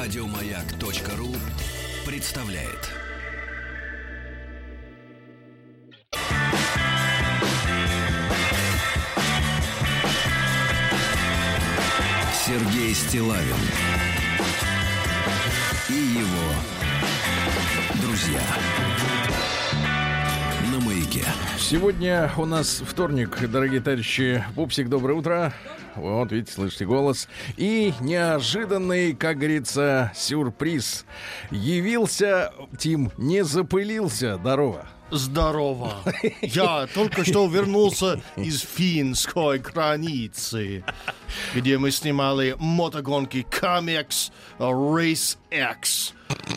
Радиомаяк.ру представляет. Сергей Стиллавин и его друзья на Маяке. Сегодня у нас вторник, дорогие товарищи. Пупсик, доброе утро. Вот, видите, слышите голос. И неожиданный, как говорится, сюрприз. Явился Тим, не запылился. Здорово. Здорово. Я только что вернулся из финской границы, где мы снимали мотогонки Камекс, Race X,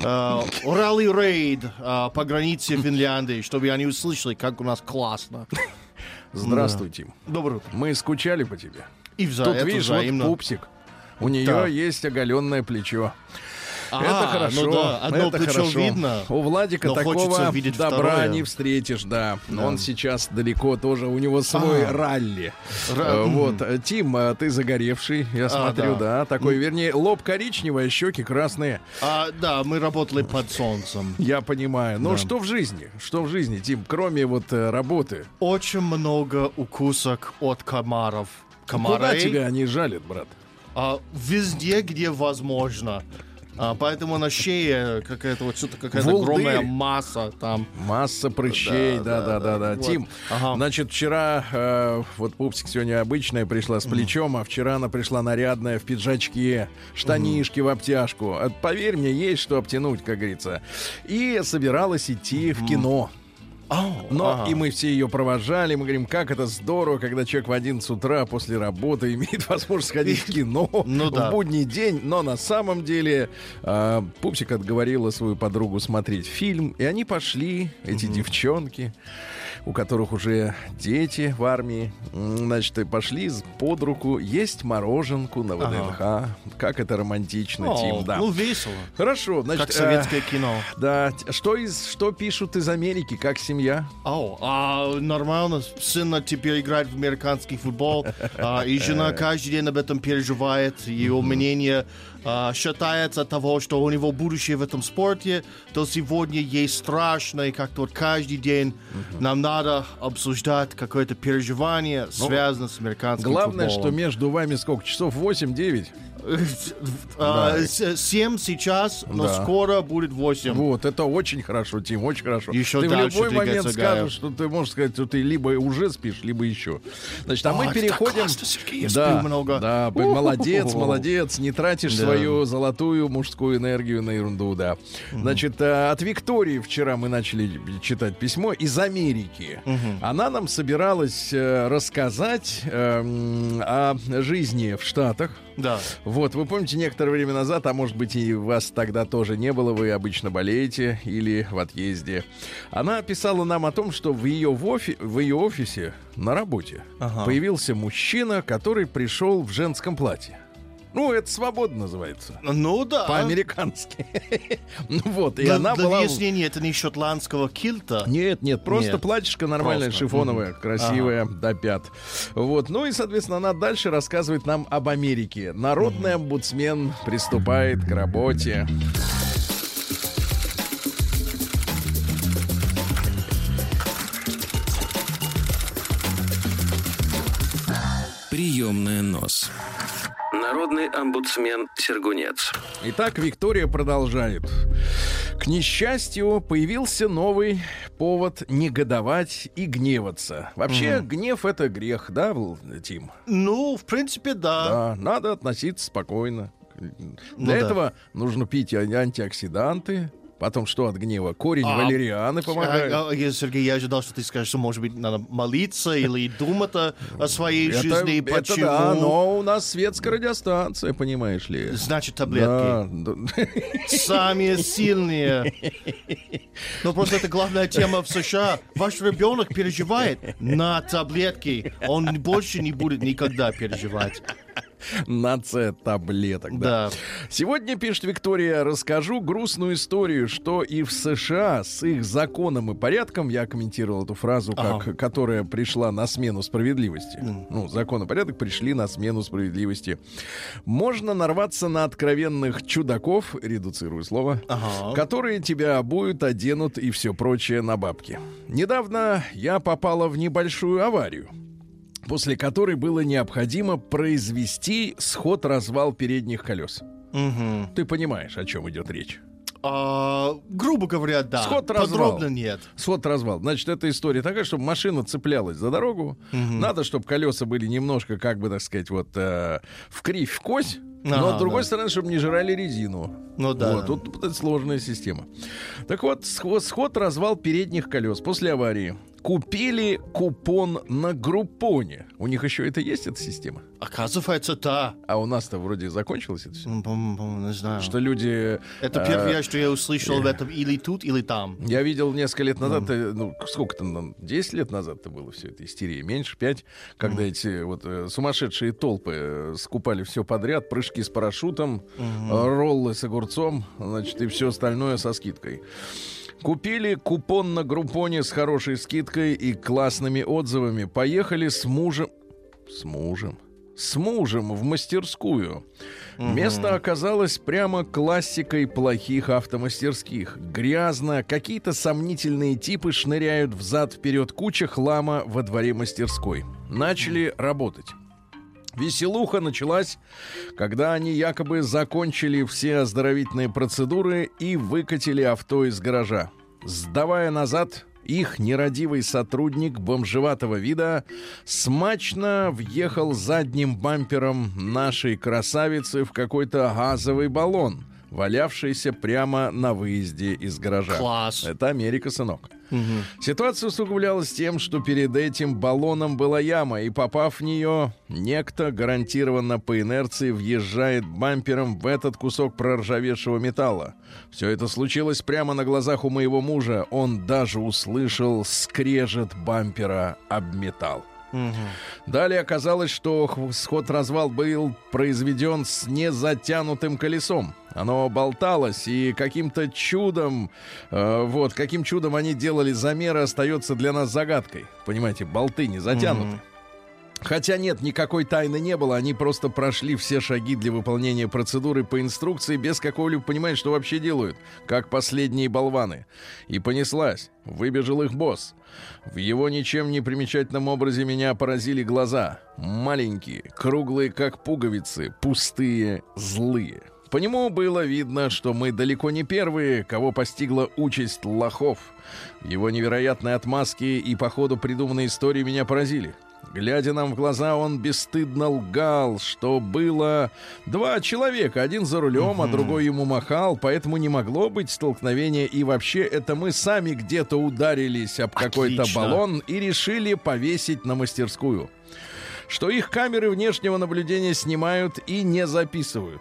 ралли-рейд по границе Финляндии, чтобы они услышали, как у нас классно. Здравствуй, Тим. Доброе утро. Мы скучали по тебе. И Тут, видишь, вот Пупсик. У нее есть оголенное плечо. Это хорошо. Ну да, одно это плечо хорошо. видно. У Владика такого добра второе. не встретишь, да. Он сейчас далеко тоже, у него свой ралли. Вот, Тим, ты загоревший, я смотрю, да. Такой, вернее, лоб коричневый, а щеки красные. Да, мы работали под солнцем. Я понимаю. Но Да. что в жизни? Что в жизни, Тим, кроме вот работы? Очень много укусок от комаров. Куда тебя они жалят, брат? Везде, где возможно. Поэтому на шее какая-то вот что-то, какая-то Волдырь. огромная масса там. Масса прыщей, да. Вот. Тим, значит, вчера, вот Пупсик сегодня обычная пришла с плечом, а вчера она пришла нарядная в пиджачке, штанишки в обтяжку. Поверь мне, есть что обтянуть, как говорится. И собиралась идти в кино. Но и мы все ее провожали, мы говорим, как это здорово, когда человек в 11 утра после работы имеет возможность сходить в кино в будний день. Но на самом деле Пупсик отговорила свою подругу смотреть фильм, и они пошли, эти девчонки, у которых уже дети в армии, значит, и пошли под руку есть мороженку на ВДНХ. Как это романтично, Тим, да. Ну, весело. Хорошо, значит, как советское кино. Да, что пишут из Америки, как семья? Нормально. Сын теперь играет в американский футбол, и жена каждый день об этом переживает. Ее мнение считается от того, что у него будущее в этом спорте, то сегодня ей страшно, и как-то вот каждый день нам надо обсуждать какое-то переживание, связанное с американским Главное, футболом. что между вами сколько часов? 8-9? 7 сейчас, но скоро будет 8. Вот, это очень хорошо, Тим, очень хорошо. Еще ты в дальше любой момент двигается скажешь, что ты можешь сказать, что ты либо уже спишь, либо еще. Значит, мы переходим... классно, Сергей, я сплю много. Да, молодец, не тратишь свою золотую мужскую энергию на ерунду, да. Значит, от Виктории вчера мы начали читать письмо из Америки. Она нам собиралась рассказать о жизни в Штатах. Да. Вот, вы помните, некоторое время назад, а может быть и вас тогда тоже не было, вы обычно болеете или в отъезде. Она писала нам о том, что в ее офисе на работе появился мужчина, который пришел в женском платье. Ну, это свободно называется. Ну да. По-американски. Вот, и она была... Для выяснения, это не шотландского кильта? Нет, просто платьишко нормальное, Просто. шифоновое, красивое, до пят. Вот, ну и, соответственно, она дальше рассказывает нам об Америке. Народный омбудсмен приступает к работе. Приемная нос. Народный омбудсмен Сергунец. Итак, Виктория продолжает. К несчастью, появился новый повод негодовать и гневаться. Вообще, гнев — это грех, да, Тим? Ну, в принципе, да. Да, надо относиться спокойно. Для этого нужно пить антиоксиданты. Потом что от гнева? Корень валерианы помогает. Сергей, я ожидал, что ты скажешь, что, может быть, надо молиться или думать о своей жизни. Это да, но у нас светская радиостанция, понимаешь ли. Значит, таблетки. Самые сильные. Но просто это главная тема в США. Ваш ребенок переживает на таблетки. Он больше не будет никогда переживать. На С таблеток, да. Сегодня, пишет Виктория, расскажу грустную историю, что и в США с их законом и порядком, я комментировал эту фразу, которая пришла на смену справедливости. Ну, закон и порядок пришли на смену справедливости. Можно нарваться на откровенных чудаков, редуцирую слово, которые тебя обуют, оденут и все прочее на бабки. Недавно я попала в небольшую аварию, после которой было необходимо произвести сход-развал передних колес. Ты понимаешь, о чем идет речь? Грубо говоря, да. Сход-развал. Подробно нет. Сход-развал. Значит, эта история такая, чтобы машина цеплялась за дорогу. Надо, чтобы колеса были немножко, как бы, так сказать, вот в кривь, в кось. Но, с другой стороны, чтобы не жрали резину. Ну да. Вот, тут это сложная система. Так вот, сход-развал передних колес после аварии. Купили купон на Группоне. У них еще это есть, эта система? Оказывается, да. А у нас-то вроде закончилось это все? Не знаю. Что люди... Это первое, что я услышал в этом или тут, или там. Я видел несколько лет назад, сколько там, 10 лет назад это было все это, истерия, меньше, 5, когда эти вот сумасшедшие толпы скупали все подряд, прыжки с парашютом, роллы с огурцом, значит, и все остальное со скидкой. Купили купон на Группоне с хорошей скидкой и классными отзывами. Поехали с мужем в мастерскую. Место оказалось прямо классикой плохих автомастерских. Грязно, какие-то сомнительные типы шныряют взад-вперед, куча хлама во дворе мастерской. Начали работать. Веселуха началась, когда они якобы закончили все оздоровительные процедуры и выкатили авто из гаража. Сдавая назад, их нерадивый сотрудник бомжеватого вида смачно въехал задним бампером нашей красавицы в какой-то газовый баллон, валявшийся прямо на выезде из гаража. Класс. Это Америка, сынок. Ситуация усугублялась тем, что перед этим баллоном была яма, и, попав в нее, некто гарантированно по инерции въезжает бампером в этот кусок проржавевшего металла. Все это случилось прямо на глазах у моего мужа. Он даже услышал скрежет бампера об металл. Далее оказалось, что сход-развал был произведен с незатянутым колесом. Оно болталось, и каким-то чудом, каким чудом они делали замеры, остается для нас загадкой. Понимаете, болты не затянуты. Хотя нет, никакой тайны не было, они просто прошли все шаги для выполнения процедуры по инструкции без какого-либо понимания, что вообще делают, как последние болваны. И понеслась. Выбежал их босс. В его ничем не примечательном образе меня поразили глаза. Маленькие, круглые, как пуговицы, пустые, злые. По нему было видно, что мы далеко не первые, кого постигла участь лохов. Его невероятные отмазки и по ходу придуманные истории меня поразили. Глядя нам в глаза, он бесстыдно лгал, что было 2 человека, один за рулем, а другой ему махал, поэтому не могло быть столкновения, и вообще это мы сами где-то ударились об какой-то баллон и решили повесить на мастерскую. Что их камеры внешнего наблюдения снимают и не записывают.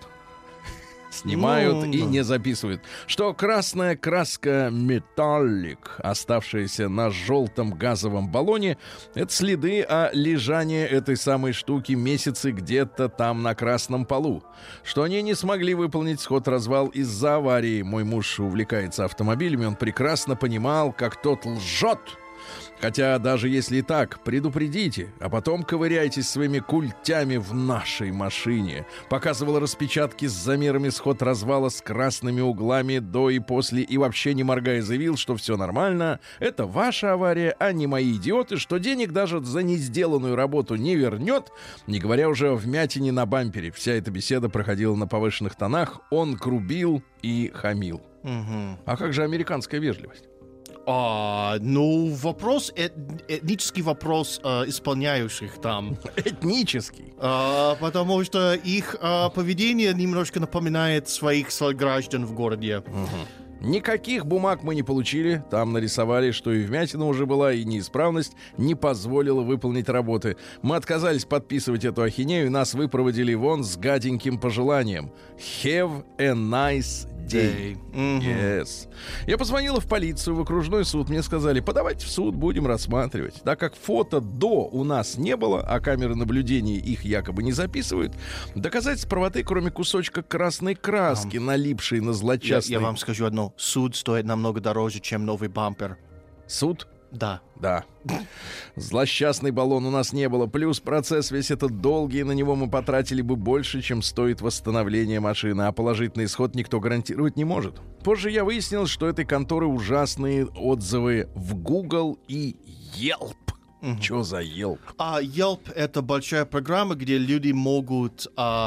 И не записывают. Что красная краска металлик, оставшаяся на желтом газовом баллоне, это следы о лежании этой самой штуки месяцы где-то там на красном полу. Что они не смогли выполнить сход-развал из-за аварии. Мой муж увлекается автомобилями, он прекрасно понимал, как тот лжет. Хотя даже если так, предупредите, а потом ковыряйтесь своими культями в нашей машине. Показывал распечатки с замерами сход-развала с красными углами до и после, и вообще не моргая заявил, что все нормально, это ваша авария, а не мои идиоты, что денег даже за несделанную работу не вернет, не говоря уже о вмятине на бампере. Вся эта беседа проходила на повышенных тонах, он грубил и хамил. А как же американская вежливость? Вопрос, этнический вопрос исполняющих там. Этнический? Потому что их поведение немножко напоминает своих сограждан в городе. Никаких бумаг мы не получили. Там нарисовали, что и вмятина уже была, и неисправность не позволила выполнить работы. Мы отказались подписывать эту ахинею, и нас выпроводили вон с гаденьким пожеланием. Have a nice day. Yes. Я позвонила в полицию, в окружной суд. Мне сказали, подавайте в суд, будем рассматривать. Так как фото до у нас не было, а камеры наблюдения их якобы не записывают, доказательств правоты, кроме кусочка красной краски, налипшей на злочастный... Я вам скажу одно. Суд стоит намного дороже, чем новый бампер. Суд? Да. Да. Злосчастный баллон у нас не было. Плюс процесс весь этот долгий, и на него мы потратили бы больше, чем стоит восстановление машины. А положительный исход никто гарантировать не может. Позже я выяснил, что этой конторы ужасные отзывы в Google и Yelp. Что за Yelp? Yelp — это большая программа, где люди могут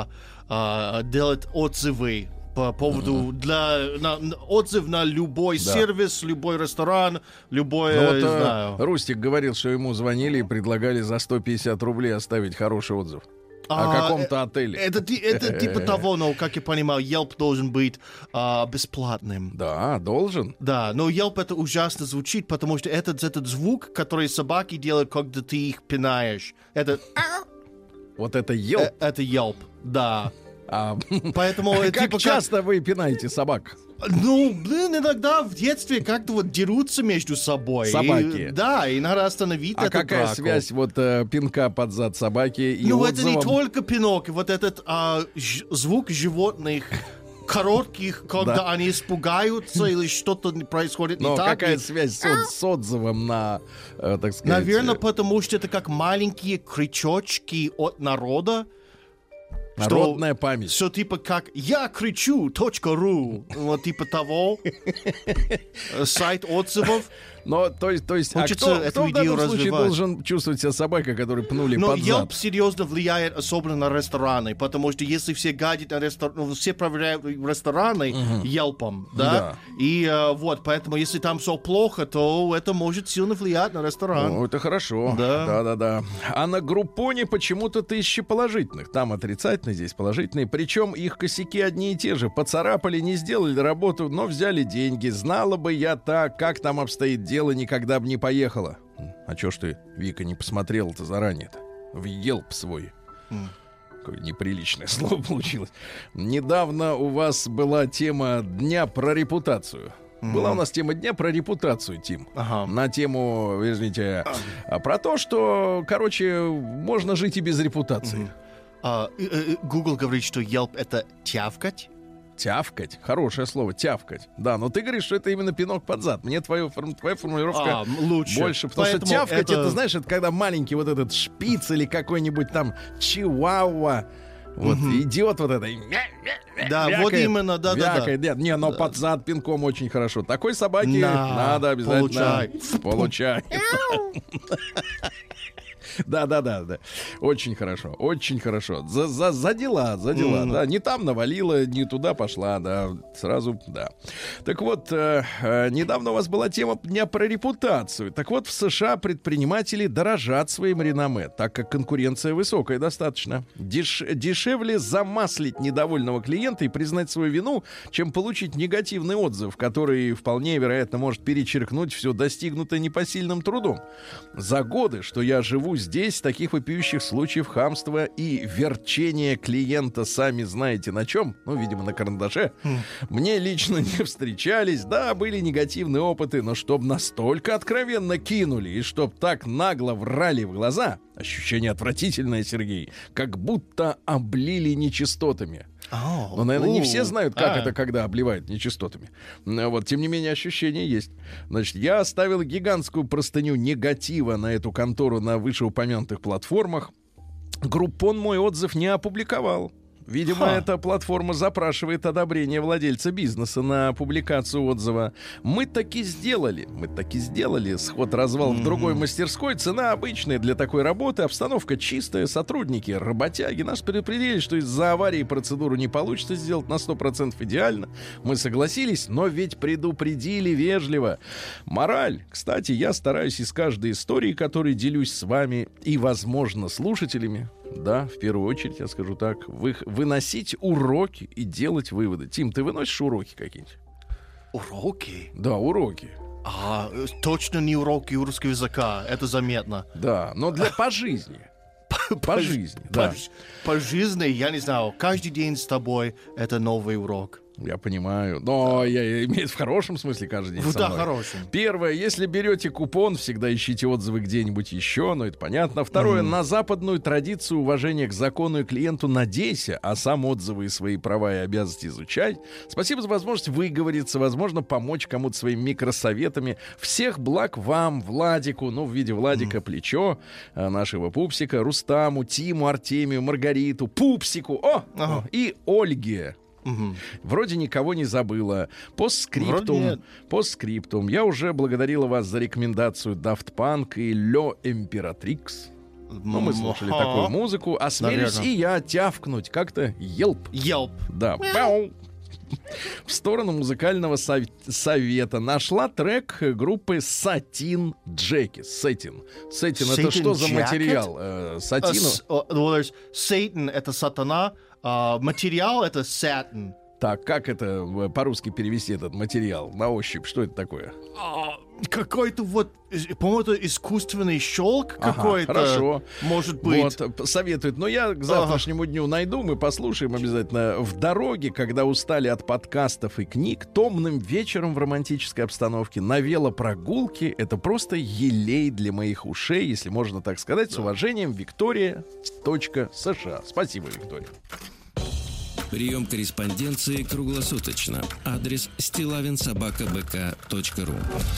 делать отзывы по поводу отзыв на любой сервис, любой ресторан, любой, не знаю. Рустик говорил, что ему звонили и предлагали за 150 рублей оставить хороший отзыв о каком-то отеле. Это типа того, но, как я понимаю, Yelp должен быть бесплатным. Да, должен. Да, но Yelp это ужасно звучит, потому что этот звук, который собаки делают, когда ты их пинаешь, это... Вот это Yelp? Это Yelp, да. Поэтому как типа, часто вы пинаете собак? Ну, иногда в детстве как-то вот дерутся между собой. Собаки. Да, и надо остановить эту какая драку. связь вот пинка под зад собаки и Ну, отзывом? это не только пинок, вот этот звук животных коротких, когда они испугаются или что-то происходит не но так. Какая связь с отзывом на, так сказать... Наверное, потому что это как маленькие крючочки от народа. Народная память. Все типа как «Я кричу .ру», вот типа того. Сайт отзывов. Но, то есть, Хочется кто в данном случае развивать. должен чувствовать себя собакой, которую пнули Но под зад? Yelp серьезно влияет особенно на рестораны, потому что если все гадят на рестораны, все проверяют рестораны Yelp'ом, да? И вот, поэтому если там все плохо, то это может сильно влиять на ресторан. Ну, это хорошо. Да. А на Группоне почему-то 1000 положительных. Там отрицательные, здесь положительные. Причем их косяки одни и те же. Поцарапали, не сделали работу, но взяли деньги. Знала бы я так, как там обстоит дело, никогда бы не поехала. А чё ж ты, Вика, не посмотрела-то заранее-то? В Yelp свой. Какое неприличное слово получилось. Недавно у вас была тема дня про репутацию. Была у нас тема дня про репутацию, Тим. На тему, извините, про то, что, короче, можно жить и без репутации. Google говорит, что Yelp — это тявкать. Тявкать? Хорошее слово, тявкать. Да, но ты говоришь, что это именно пинок под зад. Мне твоя формулировка лучше. Больше. Потому что тявкать, это, знаешь, это когда маленький вот этот шпиц или какой-нибудь там чиуауа. Вот, идиот вот это. Да, вякает, вот именно, да. Не, но под зад пинком очень хорошо. Такой собаке надо обязательно... Получай. Да. Очень хорошо. За дела, да. Не там навалила, не туда пошла, да. Сразу, да. Так вот, недавно у вас была тема дня про репутацию. Так вот, в США предприниматели дорожат своим реноме, так как конкуренция высокая достаточно. Дешевле замаслить недовольного клиента и признать свою вину, чем получить негативный отзыв, который вполне вероятно может перечеркнуть все достигнутое непосильным трудом. За годы, что я живу здесь, таких вопиющих случаев хамства и верчения клиента, сами знаете на чем, ну, видимо, на карандаше, мне лично не встречались. Да, были негативные опыты, но чтоб настолько откровенно кинули и чтоб так нагло врали в глаза, ощущение отвратительное, Сергей, как будто облили нечистотами. Но, наверное, не все знают, как это, когда обливают нечистотами. Вот, тем не менее, ощущение есть. Значит, я оставил гигантскую простыню негатива на эту контору на вышеупомянутых платформах. Группон мой отзыв не опубликовал. Видимо, эта платформа запрашивает одобрение владельца бизнеса на публикацию отзыва. Мы таки сделали сход-развал в другой мастерской. Цена обычная для такой работы, обстановка чистая, сотрудники, работяги. Нас предупредили, что из-за аварии процедуру не получится сделать на 100% идеально. Мы согласились, но ведь предупредили вежливо. Мораль. Кстати, я стараюсь из каждой истории, которой делюсь с вами и, возможно, слушателями, да, в первую очередь, я скажу так, выносить уроки и делать выводы. Тим, ты выносишь уроки какие-нибудь? Уроки? Да, уроки. Точно не уроки русского языка, это заметно. Да, но по жизни. По жизни, да. По жизни, я не знаю, каждый день с тобой это новый урок. Я понимаю, но я имею в хорошем смысле каждый день со Да, мной. хорошем. Первое, если берете купон, всегда ищите отзывы где-нибудь еще, но это понятно. Второе, на западную традицию уважения к закону и клиенту надейся, а сам отзывы и свои права и обязанности изучай. Спасибо за возможность выговориться, возможно, помочь кому-то своими микросоветами. Всех благ вам, Владику, в виде Владика плечо, нашего пупсика, Рустаму, Тиму, Артемию, Маргариту, Пупсику, и Ольге. Вроде никого не забыла. Постскриптум. Я уже благодарила вас за рекомендацию Daft Punk и Лё Императрикс. Мы слушали такую музыку. Осмелюсь и я тявкнуть. Как-то Yelp. Да. Пау. В сторону музыкального совета. Нашла трек группы Satin Jacket. Satin это что за материал? Satan — это сатана, материал — это satin. Так, как это по-русски перевести этот материал? На ощупь, что это такое? Какой-то по-моему, это искусственный шелк какой-то. Хорошо. Может быть. Советует. Но я к завтрашнему дню найду, мы послушаем обязательно. В дороге, когда устали от подкастов и книг, томным вечером в романтической обстановке, на велопрогулке, это просто елей для моих ушей, если можно так сказать. С уважением, Виктория.США. Спасибо, Виктория. Прием корреспонденции круглосуточно. Адрес stilavinsobakabk.ru.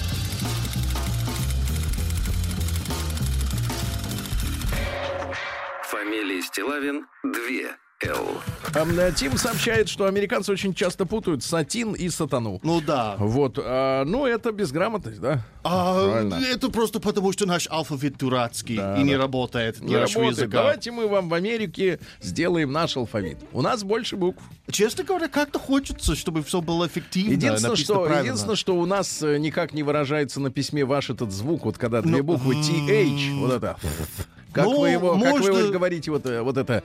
Фамилия Стилавин 2 Л. Тим сообщает, что американцы очень часто путают сатин и сатану. Ну да. Это безграмотность, да? Это просто потому, что наш алфавит дурацкий и не работает. Не работает. Давайте мы вам в Америке сделаем наш алфавит. У нас больше букв. Честно говоря, как-то хочется, чтобы все было эффективно. Единственное, что у нас никак не выражается на письме ваш этот звук, вот когда две буквы TH, вот это. Как вы его говорите, вот это.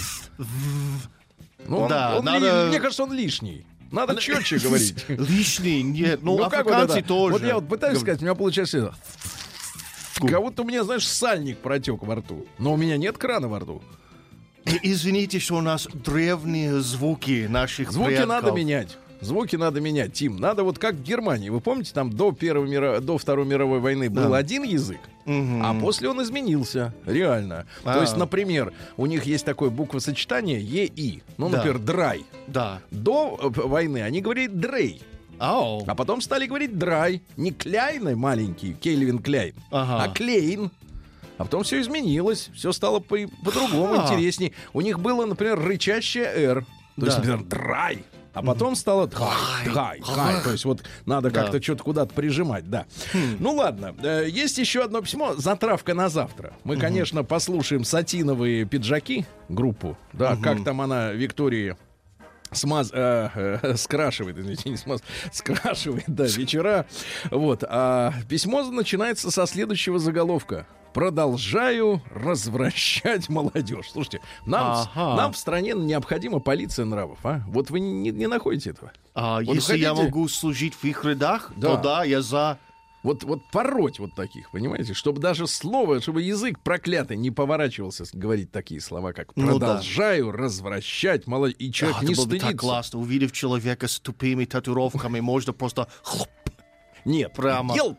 Мне кажется, он лишний. Надо четче говорить. Лишний? Нет. Африканцы тоже. Вот я пытаюсь сказать, у меня получается... Как будто у меня, знаешь, сальник протек во рту. Но у меня нет крана во рту. Извините, что у нас древние звуки наших предков. Звуки надо менять, Тим. Надо как в Германии. Вы помните, там до Второй мировой войны был один язык, а после он изменился. Реально. То есть, например, у них есть такое буквосочетание ЕИ. Например, драй. Да. До войны они говорили дрей. А потом стали говорить драй. Не Кляйны маленький, Кельвин Кляйн, а Клейн. А потом все изменилось. Все стало по-другому интересней. У них было, например, рычащее «р». То есть, например, драй. А потом стало хай. То есть надо как-то что-то куда-то прижимать, да. Ну ладно, есть еще одно письмо, затравка на завтра. Мы, конечно, послушаем «Сатиновые пиджаки» группу, да, как там она Виктории скрашивает, скрашивает, да, вечера. А письмо начинается со следующего заголовка. Продолжаю развращать молодежь. Слушайте, нам в стране необходима полиция нравов. Вот вы не находите этого? Если я могу служить в их рядах, то да, я за... Вот пороть таких, понимаете? Чтобы даже чтобы язык проклятый не поворачивался говорить такие слова, как «продолжаю развращать молодежь». И человек не стыдится. Так классно. Увидев человека с тупыми татуировками, можно просто хлоп. Нет, прямо. Елп.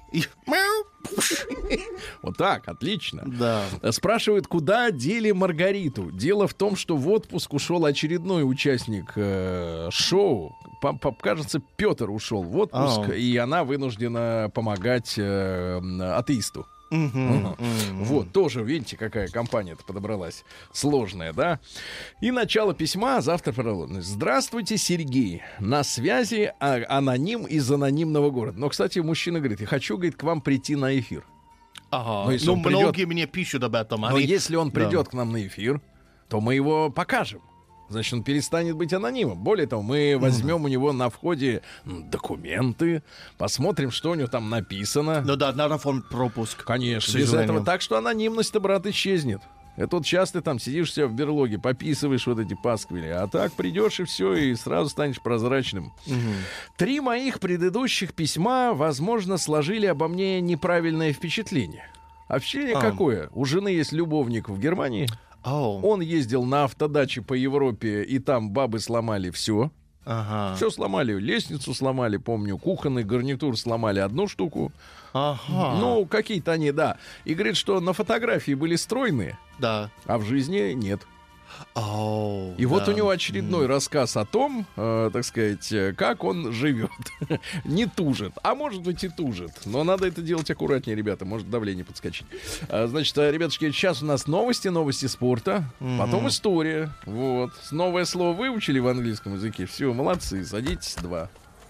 Вот так, отлично. Да. Спрашивают, куда дели Маргариту. Дело в том, что в отпуск ушел очередной участник шоу. Кажется, Петр ушел в отпуск, и она вынуждена помогать атеисту. Вот, тоже, видите, какая компания-то подобралась. Сложная, да? И начало письма, завтра продолжим. Здравствуйте, Сергей. На связи аноним из анонимного города. Но, кстати, мужчина говорит, я хочу, говорит, к вам прийти на эфир. Многие мне пишут об этом. Но если он придет к нам на эфир, то мы его покажем. Значит, он перестанет быть анонимом. Более того, мы возьмем у него на входе документы, посмотрим, что у него там написано. Ну да, надо оформить пропуск. Конечно, без этого. Так что анонимность-то, брат, исчезнет. Это вот сейчас ты там сидишь у себя в берлоге, пописываешь вот эти пасквили, а так придешь и все, и сразу станешь прозрачным. 3 моих предыдущих письма, возможно, сложили обо мне неправильное впечатление. А впечатление какое? У жены есть любовник в Германии. Он ездил на автодаче по Европе, и там бабы сломали все. Все сломали, лестницу сломали, помню, кухонный гарнитур сломали 1 штуку. Ну, какие-то они, да. И говорит, что на фотографии были стройные, а в жизни нет. И вот у него очередной рассказ о том, так сказать, как он живет. Не тужит. А может быть и тужит. Но надо это делать аккуратнее, ребята. Может давление подскочить. Значит, ребятушки, сейчас у нас новости спорта. Потом история. Вот. Новое слово выучили в английском языке. Все, молодцы. Садитесь, 2.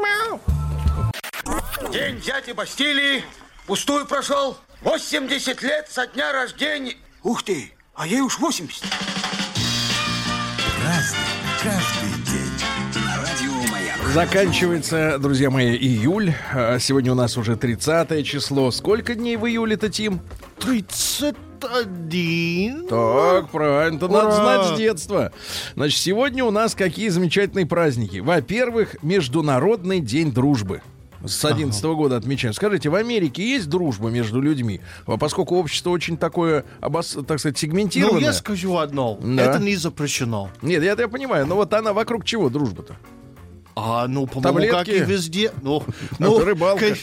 День дяди Бастилии пустую прошел. 80 лет со дня рождения. Ух ты, а ей уж 80. Разный, каждый день. На радио Маяк. Заканчивается, друзья мои, июль. Сегодня у нас уже 30 число. Сколько дней в июле-то, Тим? 31. Так, правильно. Это надо знать с детства. Значит, сегодня у нас какие замечательные праздники. Во-первых, Международный день дружбы. С 2011 года отмечаем. Скажите, в Америке есть дружба между людьми? Поскольку общество очень такое, так сказать, сегментированное. Ну, я скажу одно. Да. Это не запрещено. Нет, я понимаю. Но вот она вокруг чего дружба-то? Ну, по-моему, Таблетки? как и везде. Рыбалка.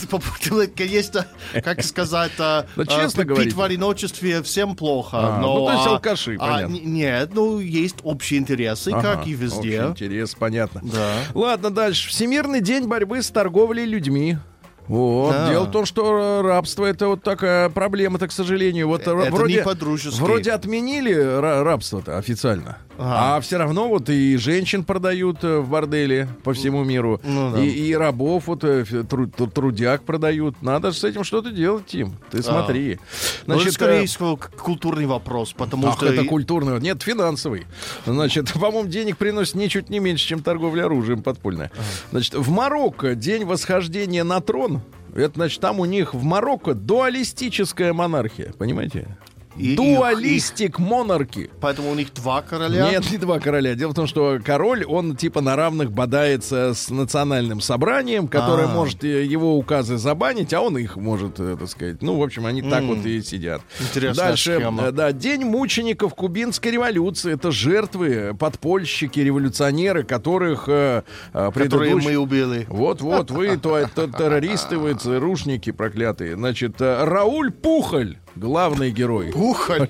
Конечно, как сказать, честно пить говорите. в одиночестве всем плохо. Ну, то есть алкаши, понятно. Нет, есть общие интересы, как и везде. Общий интерес, понятно. Да. Ладно, дальше. Всемирный день борьбы с торговлей людьми. Вот. Да. Дело в том, что рабство — это вот такая проблема-то, к сожалению. Вот это вроде, не по-дружески. вроде отменили рабство-то официально, а все равно вот и женщин продают в борделе по всему миру, и рабов, вот трудяг продают. Надо же с этим что-то делать, Тим. Ты смотри. Значит, это, скорее всего, культурный вопрос, потому что... это культурный. Нет, финансовый. Значит, по-моему, денег приносит ничуть не меньше, чем торговля оружием подпольная. Значит, в Марокко день восхождения на трон. Это, значит, там у них в Марокко дуалистическая монархия. Понимаете? Дуалистик монархи. Поэтому у них 2 короля? Нет, не 2 короля. Дело в том, что король, он типа на равных бодается с национальным собранием, которое может его указы забанить, а он их может, так сказать. Ну, в общем, они так вот и сидят. Интересная Дальше, схема. Да, День мучеников Кубинской революции. Это жертвы, подпольщики, революционеры, которых которые мы убили. Вот, вы террористы, вы ЦРУшники проклятые. Значит, Рауль Пухоль. Главный герой. Пухоль.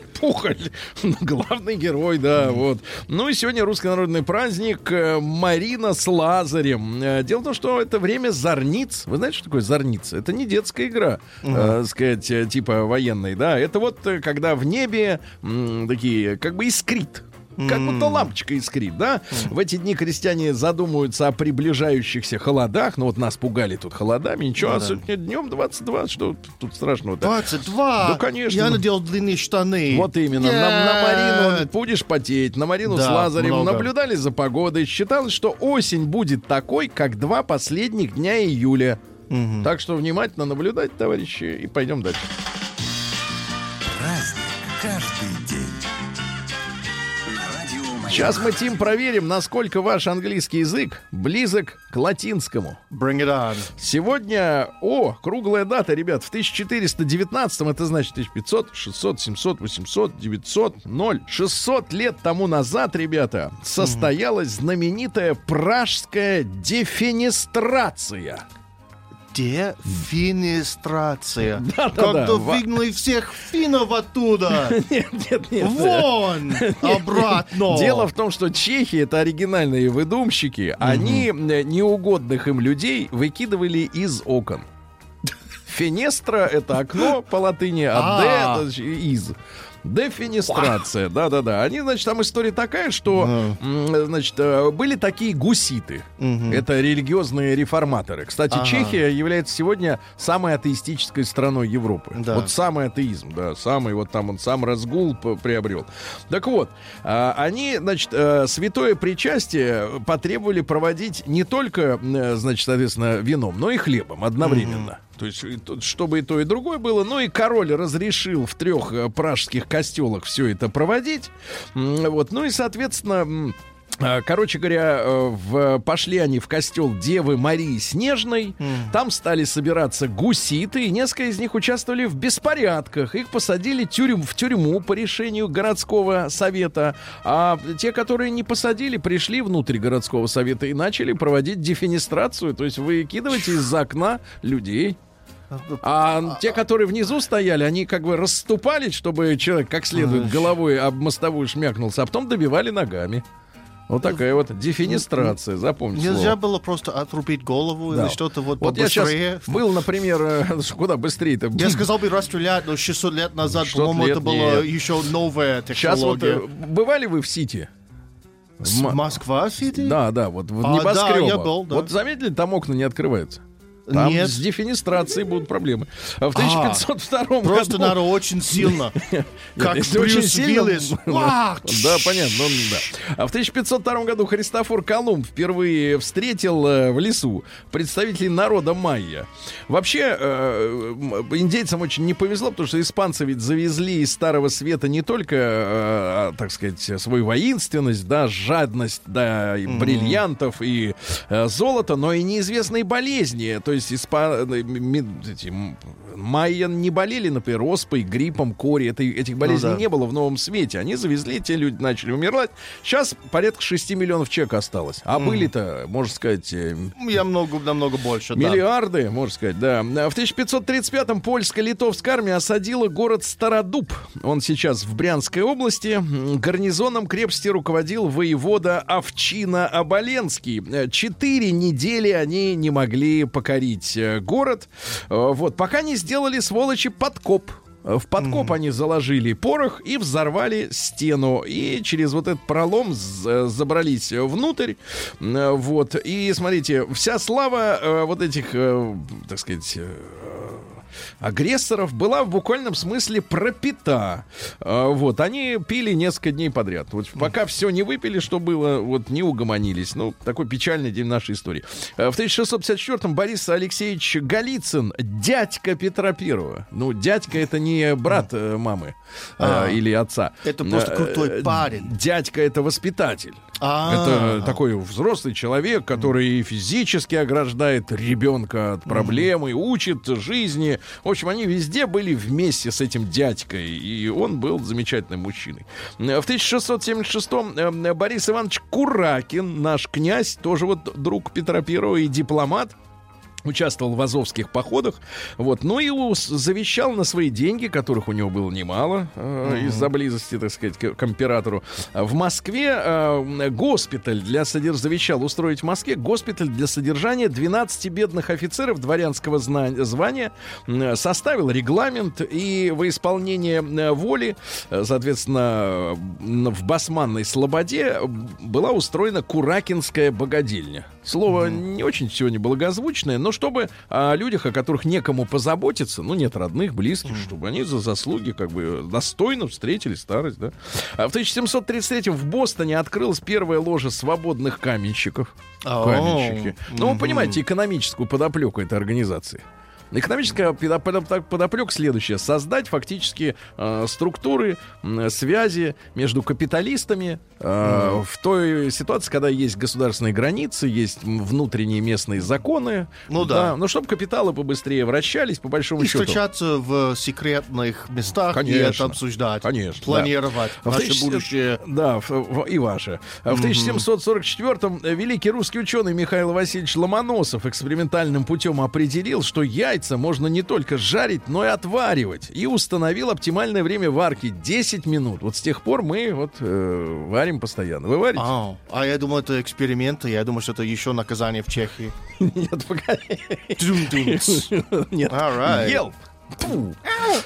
Главный герой, да, вот. Ну и сегодня русский народный праздник Марина с Лазарем. Дело в том, что это время зорниц. Вы знаете, что такое зорница? Это не детская игра, сказать, типа военной, да. Это вот когда в небе такие, как бы искрит. Как будто лампочка искрит, да? В эти дни крестьяне задумываются о приближающихся холодах. Ну вот нас пугали тут холодами. Ничего, а сегодня днем 22. Что тут страшного-то? 22? Да, конечно. Я надел длинные штаны. Вот именно. На Марину будешь потеть. На Марину с Лазарем много. наблюдали за погодой. Считалось, что осень будет такой, как 2 последних дня июля. Так что внимательно наблюдать, товарищи, и пойдем дальше. Праздник каждый день. Сейчас мы, Тим, проверим, насколько ваш английский язык близок к латинскому. Bring it on. Сегодня, круглая дата, ребят, в 1419-м, это значит 1500, 600, 700, 800, 900, 0. 600 лет тому назад, ребята, состоялась знаменитая пражская дефенестрация. Дефинистрация. Да-да-да. Когда выгнали всех финнов оттуда. Нет. Вон! Обратно! Дело в том, что чехи, это оригинальные выдумщики, они неугодных им людей выкидывали из окон. Фенестра — это окно по латыни, а «де» — из. Дефенестрация, да-да-да. Они, значит, там история такая, что, значит, были такие гуситы. Это религиозные реформаторы. Кстати, Чехия является сегодня самой атеистической страной Европы. Да. Вот самый атеизм, да, самый, вот там он сам разгул приобрел. Так вот, они, значит, святое причастие потребовали проводить не только, значит, соответственно, вином, но и хлебом одновременно. То есть, чтобы и то, и другое было. Ну и король разрешил в 3 пражских костелах все это проводить. Вот. Ну и, соответственно, короче говоря, пошли они в костел Девы Марии Снежной. Там стали собираться гуситы, и несколько из них участвовали в беспорядках. Их посадили в тюрьму по решению городского совета. А те, которые не посадили, пришли внутрь городского совета и начали проводить дефенестрацию. То есть выкидывать из-за окна людей. А те, которые внизу стояли, они как бы расступались, чтобы человек как следует головой об мостовую шмякнулся, а потом добивали ногами. Вот такая вот дефенестрация, запомните. Нельзя слово. было просто отрубить голову или что-то вот я сейчас побыстрее. был, например, куда быстрее-то. Я сказал бы расстрелять, но 600 лет назад, по-моему, это была еще новая технология. Сейчас вот, бывали вы в Сити? Москва-Сити? Да, вот в небоскребах. Да, я был, да. Вот заметили, там окна не открываются. Там Нет. с дефенестрацией будут проблемы. В 1502 году... Просто надо очень сильно. Как Брюс Уиллис. Да, понятно. А в 1502 году Христофор Колумб впервые встретил в лесу представителей народа майя. Вообще, индейцам очень не повезло, потому что испанцы ведь завезли из Старого Света не только, так сказать, свою воинственность, да, жадность, да, и бриллиантов и золота, но и неизвестные болезни. То есть майя не болели, например, оспой, гриппом, кори. Этих болезней не было в Новом Свете. Они завезли, те люди начали умирать. Сейчас порядка 6 миллионов человек осталось. А были-то, можно сказать... намного больше, миллиарды, можно сказать, да. В 1535-м польско-литовская армия осадила город Стародуб. Он сейчас в Брянской области. Гарнизоном крепости руководил воевода Овчина-Оболенский. 4 недели они не могли покорить город. Вот, пока не сделали, сволочи, подкоп. В подкоп они заложили порох и взорвали стену. И через вот этот пролом забрались внутрь. Вот. И смотрите, вся слава вот этих, так сказать... агрессоров была в буквальном смысле пропита. Вот, они пили несколько дней подряд. Вот пока все не выпили, что было, вот не угомонились. Ну, такой печальный день нашей истории. В 1654-м Борис Алексеевич Голицын, дядька Петра Первого. Ну, дядька — это не брат мамы или отца. Это просто крутой парень. Дядька — это воспитатель. Это такой взрослый человек, который физически ограждает ребенка от проблем и учит жизни. В общем, они везде были вместе с этим дядькой, и он был замечательным мужчиной. В 1676-м Борис Иванович Куракин, наш князь, тоже вот друг Петра Первого и дипломат, участвовал в азовских походах, вот, ну и завещал на свои деньги, которых у него было немало, из-за близости, так сказать, к императору. В Москве завещал устроить в Москве госпиталь для содержания 12 бедных офицеров дворянского звания, составил регламент, и во исполнение воли, соответственно, в Басманной Слободе была устроена Куракинская богадельня. Слово не очень сегодня благозвучное, но чтобы о людях, о которых некому позаботиться, ну, нет родных, близких, чтобы они за заслуги как бы достойно встретили старость, да. А в 1733-м в Бостоне открылась первая ложа свободных каменщиков. Каменщики. Ну, вы понимаете экономическую подоплеку этой организации. Экономическая подоплека следующая: создать фактически структуры, связи между капиталистами в той ситуации, когда есть государственные границы, есть внутренние местные законы. Ну да. Но чтобы капиталы побыстрее вращались, по большому счету. И встречаться в секретных местах, конечно, и это обсуждать. Конечно. Планировать наше будущее. Да, и ваше. В 1744-м великий русский ученый Михаил Васильевич Ломоносов экспериментальным путем определил, что яйца можно не только жарить, но и отваривать. И установил оптимальное время варки 10 минут. Вот с тех пор мы вот варим постоянно. Вы варите? А я думаю, это эксперименты. Я думаю, что это еще наказание в Чехии. Нет, пока. Нет. Ел.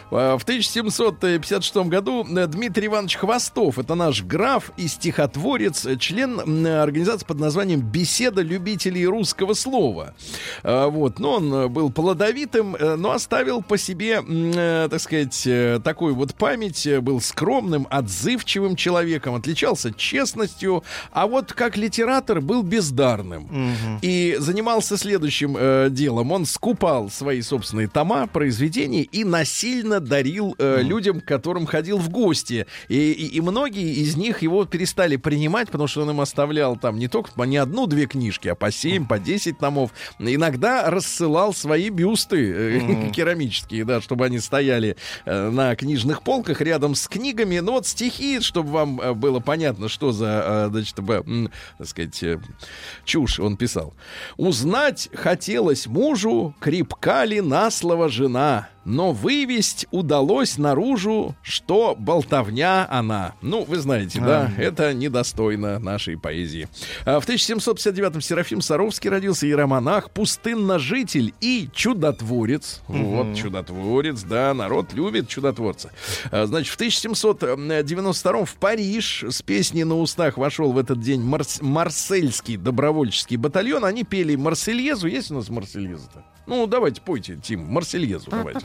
В 1756 году Дмитрий Иванович Хвостов, это наш граф и стихотворец, член организации под названием «Беседа любителей русского слова». Вот. Но он был плодовитым, но оставил по себе, так сказать, такую вот память, был скромным, отзывчивым человеком, отличался честностью, а вот как литератор был бездарным. И занимался следующим делом. Он скупал свои собственные тома, произведения и насильно дарил людям, к которым ходил в гости. И многие из них его перестали принимать, потому что он им оставлял там не только не одну-две книжки, а по 7, по 10 томов. Иногда рассылал свои бюсты керамические, да, чтобы они стояли на книжных полках рядом с книгами. Но вот стихи, чтобы вам было понятно, что за, значит, так сказать, чушь он писал. «Узнать хотелось мужу, крепка ли на слово жена, но вывесть удалось наружу, что болтовня она». Ну, вы знаете, да, это недостойно нашей поэзии. В 1759-м Серафим Саровский родился, иеромонах, пустынножитель и чудотворец. Вот, чудотворец, да, народ любит чудотворца. Значит, в 1792-м в Париж с песней на устах вошел в этот день марсельский добровольческий батальон. Они пели Марсельезу. Есть у нас Марсельеза-то? Ну, давайте, пойте, Тим, Марсельезу давайте.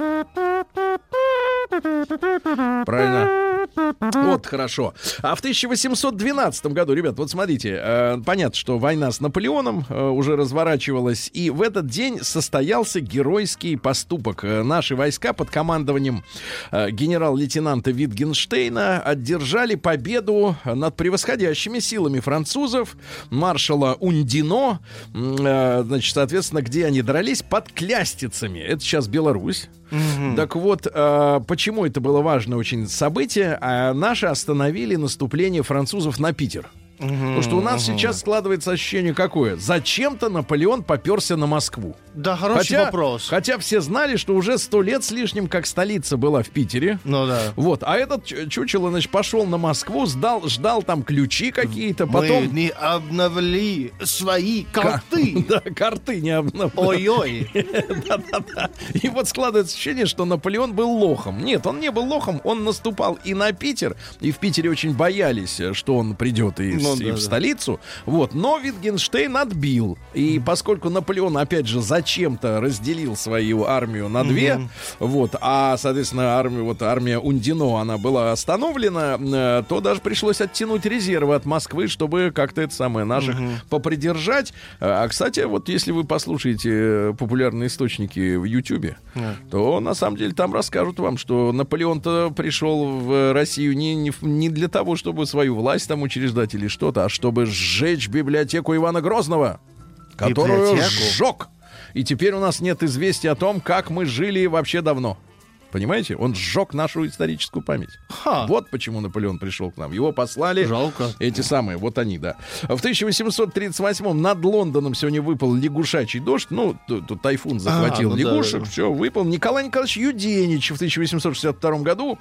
Правильно? Вот, хорошо. А в 1812 году, ребят, вот смотрите, понятно, что война с Наполеоном уже разворачивалась, и в этот день состоялся геройский поступок. Наши войска под командованием генерал-лейтенанта Витгенштейна одержали победу над превосходящими силами французов, маршала Ундино, значит, соответственно, где они дрались? Под Клястицами. Это сейчас Беларусь. Так вот, почему это было важное очень событие? Наши остановили наступление французов на Питер. Потому что у нас сейчас складывается ощущение какое? Зачем-то Наполеон попёрся на Москву. Да, хороший вопрос. Хотя все знали, что уже 100 лет с лишним, как столица была в Питере. Ну да. Вот, а этот чучело, значит, пошел на Москву, ждал там ключи какие-то, потом... Мы не обновили свои карты. Да, карты не обновили. Ой-ой. Да-да-да. И вот складывается ощущение, что Наполеон был лохом. Нет, он не был лохом, он наступал и на Питер, и в Питере очень боялись, что он придет и в столицу. Вот, но Витгенштейн отбил. И поскольку Наполеон, опять же, зачем-то разделил свою армию на две, вот, а, соответственно, армия Ундино, она была остановлена, то даже пришлось оттянуть резервы от Москвы, чтобы как-то это самое наших попридержать. А, кстати, вот если вы послушаете популярные источники в Ютьюбе, то на самом деле там расскажут вам, что Наполеон-то пришел в Россию не для того, чтобы свою власть там учреждать или что-то, а чтобы сжечь библиотеку Ивана Грозного, которую сжег. И теперь у нас нет известия о том, как мы жили вообще давно. Понимаете? Он сжег нашу историческую память. Вот почему Наполеон пришел к нам. Его послали эти самые, вот они, да. В 1838-м над Лондоном сегодня выпал лягушачий дождь. Ну, тут тайфун захватил лягушек. Все, выпал. Николай Николаевич Юденич в 1862 году,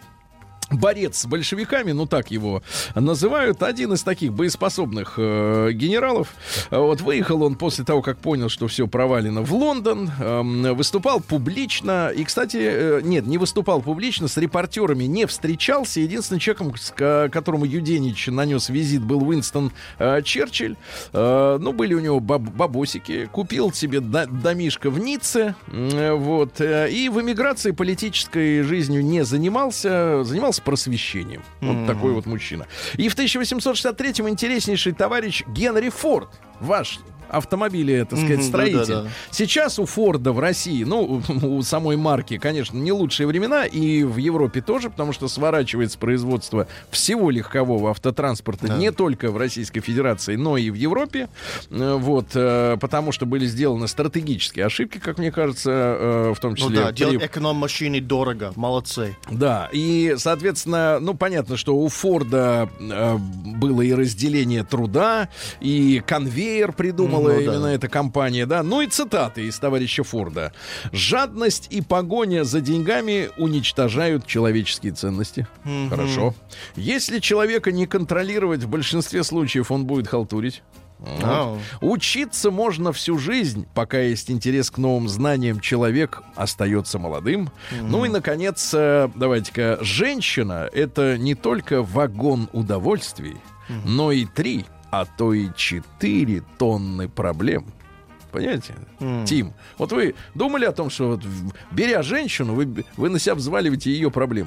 борец с большевиками, ну так его называют, один из таких боеспособных генералов. Вот выехал он после того, как понял, что все провалено, в Лондон, выступал публично, и, кстати, не выступал публично, с репортерами не встречался. Единственным человеком, которому Юденич нанес визит, был Уинстон Черчилль. Ну, были у него бабосики, купил себе домишко в Ницце, вот, и в эмиграции политической жизнью не занимался просвещением. Вот такой вот мужчина. И в 1863-м интереснейший товарищ Генри Форд, ваш автомобили, так сказать, строитель. Да. Сейчас у Форда в России, ну, у самой марки, конечно, не лучшие времена, и в Европе тоже, потому что сворачивается производство всего легкового автотранспорта не только в Российской Федерации, но и в Европе. Вот, потому что были сделаны стратегические ошибки, как мне кажется, в том числе... Ну да, делать эконом-машины дорого, молодцы. Да, и, соответственно, ну, понятно, что у Форда было и разделение труда, и конвейер придумала именно эта компания, да. Ну и цитаты из товарища Форда. «Жадность и погоня за деньгами уничтожают человеческие ценности». Хорошо. «Если человека не контролировать, в большинстве случаев он будет халтурить». Вот. Учиться можно всю жизнь, пока есть интерес к новым знаниям, человек остается молодым. Ну и, наконец, давайте-ка, женщина — это не только вагон удовольствий, но и 3, а то и 4 тонны проблем. Понимаете? Тим, вот вы думали о том, что вот, беря женщину, вы на себя взваливаете ее проблемы?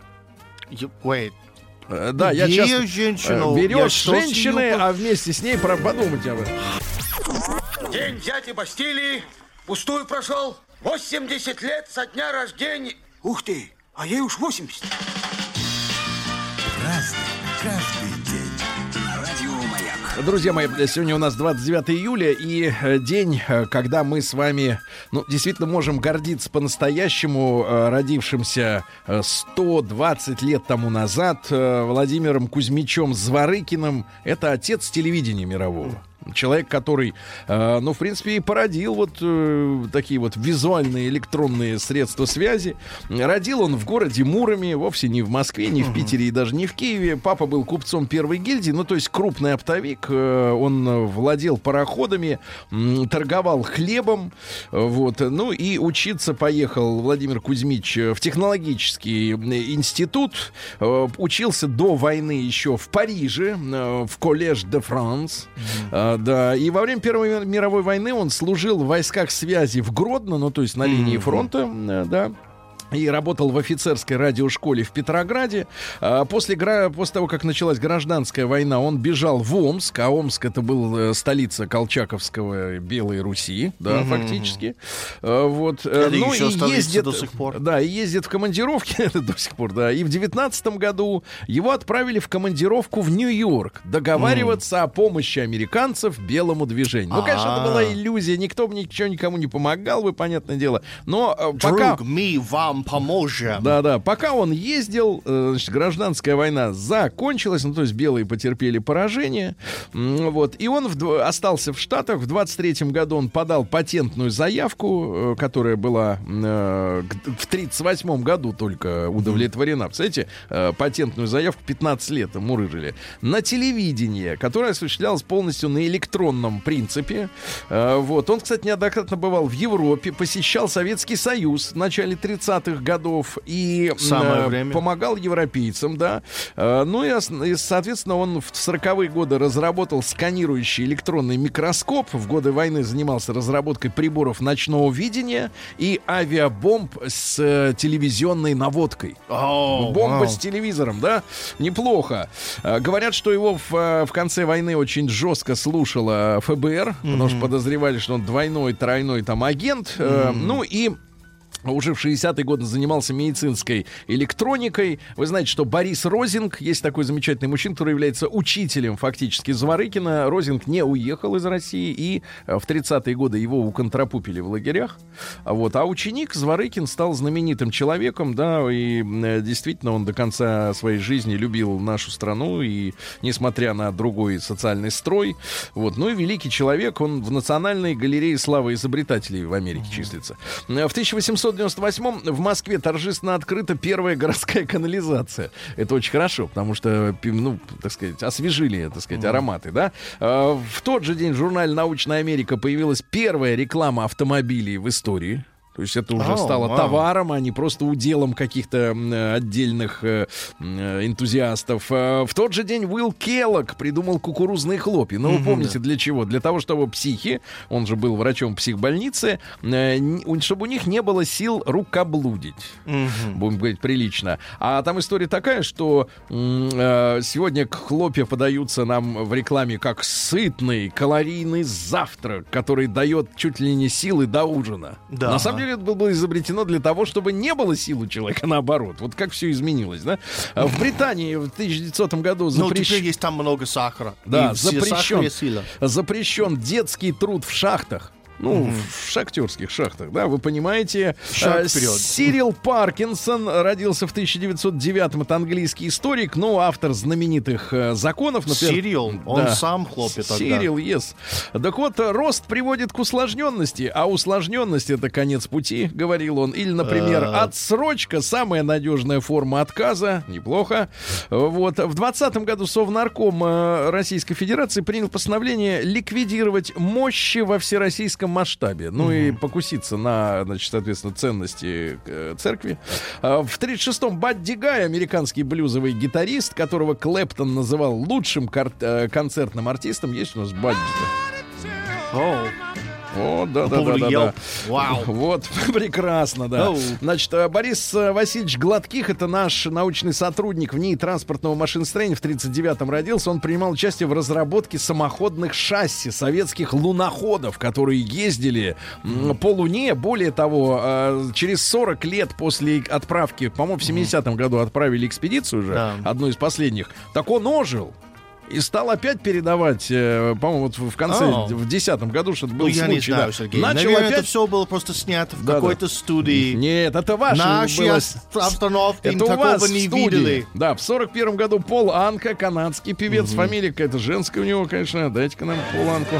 Wait. Да, я часто... женщину. Берешь женщины, а вместе с ней подумайте об этом. День дяди Бастилии пустую прошел. 80 лет со дня рождения. Ух ты, а ей уж 80. Разный, каждый день. Радио Маяк. Друзья мои, сегодня у нас 29 июля и день, когда мы с вами, действительно можем гордиться по-настоящему родившимся 120 лет тому назад Владимиром Кузьмичем Зворыкиным. Это отец телевидения мирового. Человек, который, в принципе, и породил вот такие вот визуальные электронные средства связи. Родил он в городе Муроме, вовсе не в Москве, не в Питере и даже не в Киеве. Папа был купцом первой гильдии, то есть крупный оптовик. Он владел пароходами, торговал хлебом. Вот. Ну и учиться поехал Владимир Кузьмич в технологический институт. Учился до войны еще в Париже, в Коллеж де Франс. Да, и во время Первой мировой войны он служил в войсках связи в Гродно, то есть на линии фронта, да. И работал в офицерской радиошколе в Петрограде. После того, как началась гражданская война, он бежал в Омск. А Омск — это был столица Колчаковского Белой Руси, да, фактически. Вот. Ну и ездит до сих пор. Да, и ездит в командировки до сих пор, да. И в 19-м году его отправили в командировку в Нью-Йорк договариваться о помощи американцев белому движению. Ну, конечно, это была иллюзия. Никто бы ничего никому не помогал, вы, понятное дело. Но пока... Друг, мы вам поможем. Да, пока он ездил, гражданская война закончилась, то есть белые потерпели поражение. Вот. И он остался в Штатах. В 23-м году он подал патентную заявку, которая была в 38-м году только удовлетворена. Представляете, патентную заявку 15 лет мурыжили. На телевидение, которое осуществлялось полностью на электронном принципе. Вот. Он, кстати, неоднократно бывал в Европе, посещал Советский Союз в начале 30-х годов и помогал европейцам, да. Ну и, соответственно, он в 40-е годы разработал сканирующий электронный микроскоп. В годы войны занимался разработкой приборов ночного видения и авиабомб с телевизионной наводкой. Бомба с телевизором, да? Неплохо. Говорят, что его в конце войны очень жестко слушала ФБР, потому что подозревали, что он двойной, тройной там агент. Ну и уже в 60-е годы занимался медицинской электроникой. Вы знаете, что Борис Розинг, есть такой замечательный мужчина, который является учителем фактически Зворыкина. Розинг не уехал из России, и в 30-е годы его уконтропупили в лагерях. Вот. А ученик Зворыкин стал знаменитым человеком, да, и действительно он до конца своей жизни любил нашу страну, и несмотря на другой социальный строй. Вот. Ну и великий человек, он в Национальной галерее славы изобретателей в Америке числится. В 1898 в Москве торжественно открыта первая городская канализация. Это очень хорошо, потому что, так сказать, освежили, так сказать, ароматы, да. В тот же день в журнале «Научная Америка» появилась первая реклама автомобилей в истории. То есть это уже стало товаром, а не просто уделом каких-то отдельных энтузиастов. В тот же день Уилл Келлог придумал кукурузные хлопья. Ну, вы помните, для чего? Для того, чтобы психи, он же был врачом психбольницы, чтобы у них не было сил рукоблудить. Будем говорить прилично. А там история такая, что сегодня хлопья подаются нам в рекламе как сытный, калорийный завтрак, который дает чуть ли не силы до ужина. Да. На самом деле это было изобретено для того, чтобы не было сил у человека, наоборот. Вот как все изменилось, да? В Британии в 1900 году теперь есть там много сахара. Да, запрещен детский труд в шахтах. Ну, в шахтерских шахтах, да, вы понимаете. Шаг вперед. Сирил Паркинсон родился в 1909-м. Это английский историк, ну, автор знаменитых законов. Например, Сирил, он сам хлопет тогда. Сирил, yes. Так вот, рост приводит к усложненности, а усложненность — это конец пути, говорил он. Или, например, отсрочка — самая надежная форма отказа. Неплохо. Вот. В 2020 году Совнарком Российской Федерации принял постановление ликвидировать мощи во всероссийском масштабе. Ну и покуситься на, значит, соответственно, ценности церкви. В 1936-м Бадди Гай, американский блюзовый гитарист, которого Клэптон называл лучшим концертным артистом. Есть у нас Бадди-то? О, да. Вау. Вот, прекрасно, да. Значит, Борис Васильевич Гладких, это наш научный сотрудник в НИИ транспортного машиностроения, в 1939-м родился. Он принимал участие в разработке самоходных шасси советских луноходов, которые ездили по Луне. Более того, через 40 лет после отправки, по-моему, в 70-м году отправили экспедицию уже, одну из последних. Так он ожил. И стал опять передавать, по-моему, вот в конце, в 2010 году, что-то был случай. Я не знаю, Сергей. Начал Наверное, опять... это все было просто снято в какой-то студии. Нет, это ваше Наши было... обстановки это такого у вас не в студии. видели. Да, в 41 году Пол Анка, канадский певец, фамилия какая-то женская у него, конечно. Дайте-ка нам Пол Анку.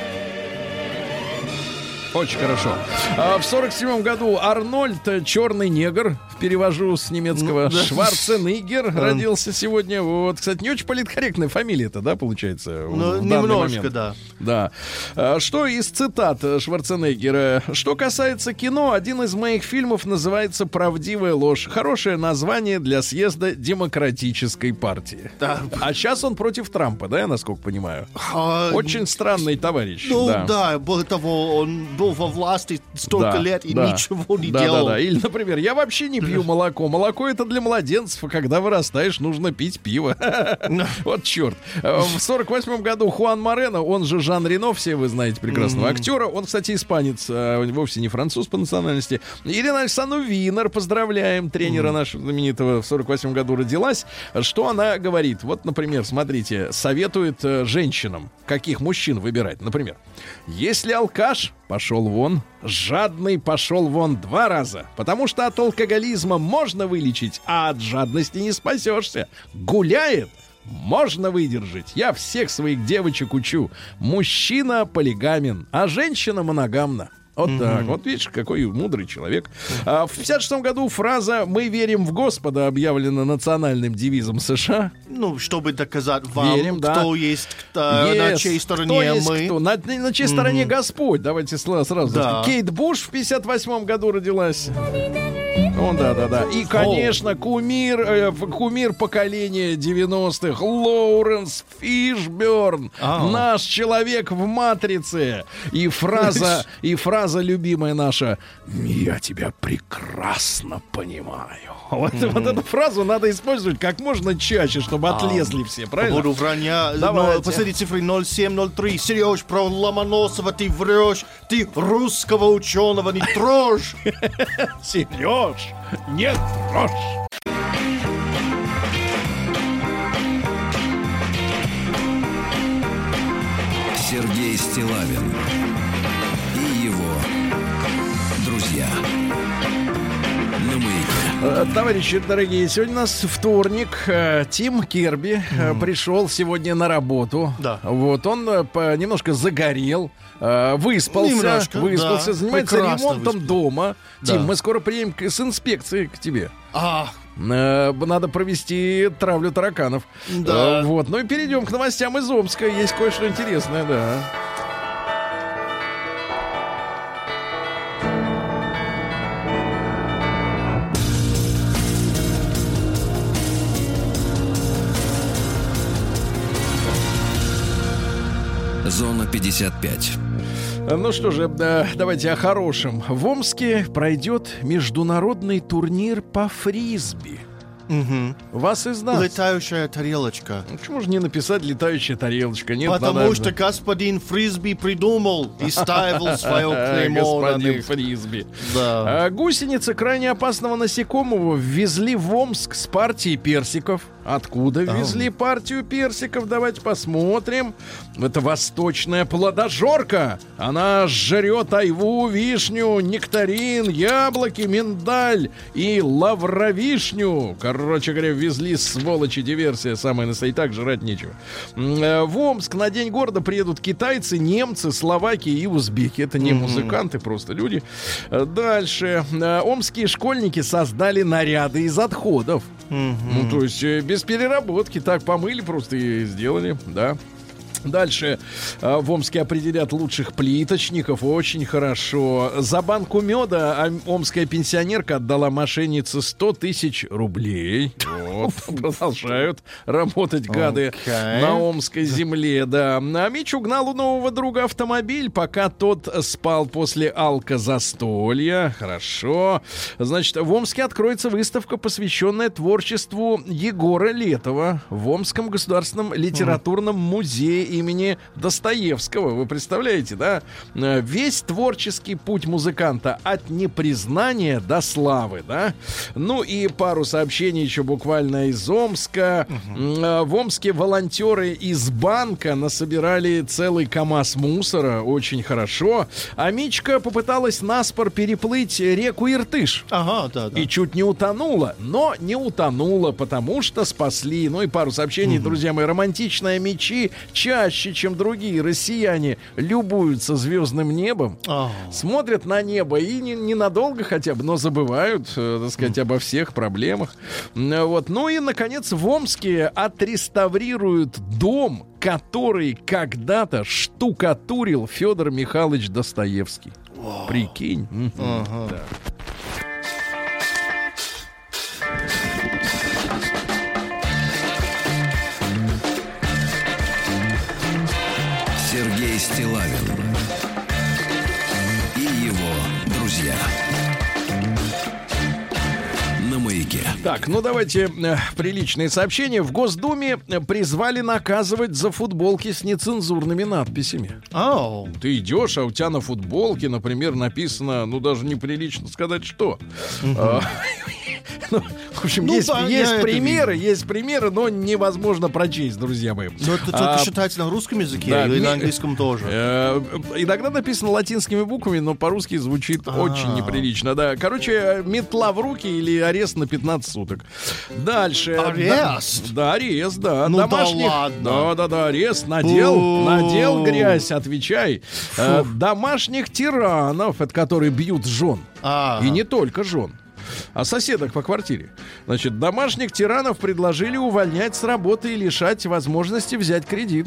Очень хорошо. В 47 году Арнольд, черный негр, перевожу с немецкого, Шварценеггер родился сегодня. Вот, кстати, не очень политкорректная фамилия-то, да, получается? Ну, немножко, да. Да. Что из цитат Шварценеггера? Что касается кино, один из моих фильмов называется «Правдивая ложь». Хорошее название для съезда Демократической партии. Да. А сейчас он против Трампа, да, я насколько понимаю? Очень странный товарищ. Ну да, более того, он был во власти столько лет и ничего не делал. Да. Или, например, я вообще не пью молоко. Молоко — это для младенцев, а когда вырастаешь, нужно пить пиво. Вот черт. В 48 году Хуан Морено, он же Жан Рено, все вы знаете прекрасного актера. Он, кстати, испанец, вовсе не француз по национальности. Ирина Александровна Винер, поздравляем, тренера нашего знаменитого, в 48 году родилась. Что она говорит? Вот, например, смотрите, советует женщинам, каких мужчин выбирать. Например, если алкаш, пошел вон, жадный пошел вон 2 раза, потому что от алкоголизма можно вылечить, а от жадности не спасешься. Гуляет, можно выдержать. Я всех своих девочек учу. Мужчина полигамен, а женщина моногамна. Вот так. Вот видишь, какой мудрый человек. В 56 году фраза «Мы верим в Господа» объявлена национальным девизом США. Ну, чтобы доказать вам, верим, кто есть, на чьей стороне мы. Кто. На чьей стороне Господь. Давайте сразу. Да. Кейт Буш в 58 году родилась. Да. И, конечно, кумир поколения 90-х Лоуренс Фишберн. Наш человек в «Матрице». И фраза любимая наша: «Я тебя прекрасно понимаю». Вот эту фразу надо использовать как можно чаще, чтобы отлезли все, правильно? По поводу вранья, последние цифры 0703. Сереж, про Ломоносова ты врешь. Ты русского ученого не трожь. Сереж, нет, трожь. Сергей Стиллавин и его друзья на Маяке. Товарищи дорогие, сегодня у нас вторник. Тим Керби пришел сегодня на работу. Да. Вот он немножко загорел, выспался, занимается ремонтом дома. Да. Тим, мы скоро приедем с инспекцией к тебе. Надо провести травлю тараканов. Да. Вот. Ну и перейдем к новостям из Омска. Есть кое-что интересное, да. Зона 55. Ну что же, давайте о хорошем. В Омске пройдет международный турнир по фрисби. Вас издаст. Летающая тарелочка. Почему же не написать «летающая тарелочка»? Нет, потому что господин Фрисби придумал и ставил свое клеймо на господин них. Фрисби. Да. Гусеницы крайне опасного насекомого ввезли в Омск с партией персиков. Откуда везли партию персиков? Давайте посмотрим. Это восточная плодожорка. Она жрет айву, вишню, нектарин, яблоки, миндаль и лавровишню. Короче говоря, везли, сволочи, диверсия самая настоящая. Так жрать нечего. В Омск на День города приедут китайцы, немцы, словаки и узбеки. Это не музыканты, просто люди. Дальше. Омские школьники создали наряды из отходов. Ну, то есть без переработки. Так помыли просто и сделали, да. Дальше в Омске определят лучших плиточников. Очень хорошо. За банку меда омская пенсионерка отдала мошеннице 100 тысяч рублей. Вот. Продолжают работать гады на омской земле, да. А Мич угнал у нового друга автомобиль, пока тот спал после алкозастолья. Хорошо. Значит, в Омске откроется выставка, посвященная творчеству Егора Летова в Омском государственном литературном музее имени Достоевского. Вы представляете, да? Весь творческий путь музыканта от непризнания до славы, да? Ну и пару сообщений еще буквально из Омска. В Омске волонтеры из банка насобирали целый КАМАЗ мусора. Очень хорошо. А Мичка попыталась наспор переплыть реку Иртыш. Ага, да. И чуть не утонула. Но не утонула, потому что спасли. Ну и пару сообщений, друзья мои. Романтичные Мичи чаще, чем другие россияне, любуются звездным небом, смотрят на небо и ненадолго хотя бы, но забывают, так сказать, обо всех проблемах. Вот. Ну и, наконец, в Омске отреставрируют дом, который когда-то штукатурил Федор Михайлович Достоевский. Прикинь. Да. Сергей Стиллавин и его друзья на Маяке. Так, ну давайте приличные сообщения. В Госдуме призвали наказывать за футболки с нецензурными надписями. Ты идешь, а у тебя на футболке, например, написано, ну даже неприлично сказать, что. В общем, есть примеры, но невозможно прочесть, друзья мои. Но это только считается на русском языке или на английском тоже? Иногда написано латинскими буквами, но по-русски звучит очень неприлично. Да. Короче, метла в руки или арест на 15 суток. Дальше. Арест? Да, арест, да. Ну домашних... да ладно. Да, арест. Надел грязь, отвечай. Домашних тиранов, это которые бьют жен. И не только жен, а соседок по квартире. Значит, домашних тиранов предложили увольнять с работы и лишать возможности взять кредит.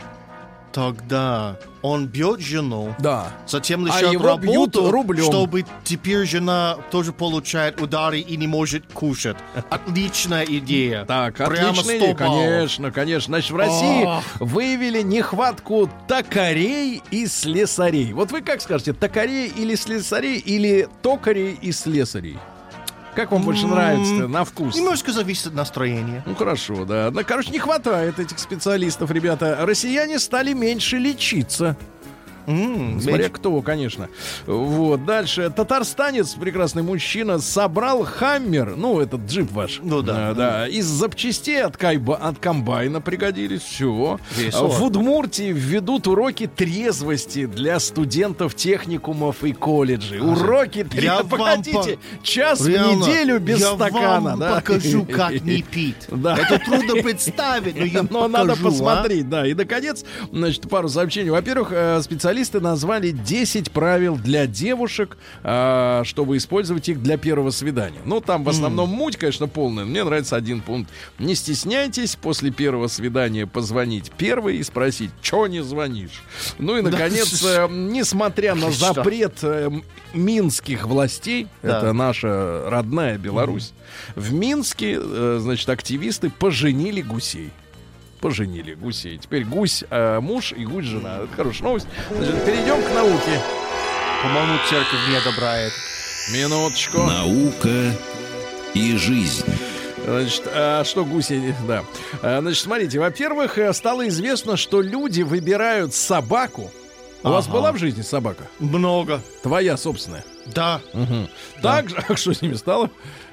Тогда он бьет жену, затем лишает его работу, бьют рублем, чтобы теперь жена тоже получает удары и не может кушать. Отличная идея. Так, отличная идея, конечно. Значит, в России выявили нехватку токарей и слесарей. Вот вы как скажете, токарей или слесарей, или токарей и слесарей? Как вам больше нравится на вкус? Немножко зависит от настроения. Ну, хорошо, да. Короче, не хватает этих специалистов, ребята. Россияне стали меньше лечиться. Смотря кто, конечно. Вот, дальше. Татарстанец, прекрасный мужчина, собрал «Хаммер», ну, этот джип ваш. Ну, да. Из запчастей от комбайна пригодились. Все. В Удмуртии введут уроки трезвости для студентов техникумов и колледжей. Уроки трезвости. Погодите, час в неделю без стакана. Я вам покажу, как не пить. Это трудно представить, но я покажу. Надо посмотреть, да. И, наконец, значит, пару сообщений. Во-первых, специалисты назвали 10 правил для девушек, чтобы использовать их для первого свидания. Ну, там в основном муть, конечно, полная. Мне нравится один пункт. Не стесняйтесь после первого свидания позвонить первой и спросить, чё не звонишь? Ну и, наконец, несмотря на запрет минских властей, это наша родная Беларусь, в Минске, значит, активисты поженили гусей. Поженили гусей. Теперь гусь муж и гусь жена. Это хорошая новость. Значит, перейдем к науке. По-моему, церковь не одобряет. Минуточку. Наука и жизнь. Значит, что гуси, да. Значит, смотрите, во-первых, стало известно, что люди выбирают собаку. У вас была в жизни собака? Много. Твоя собственная? Да. Так же, а что с ними стало?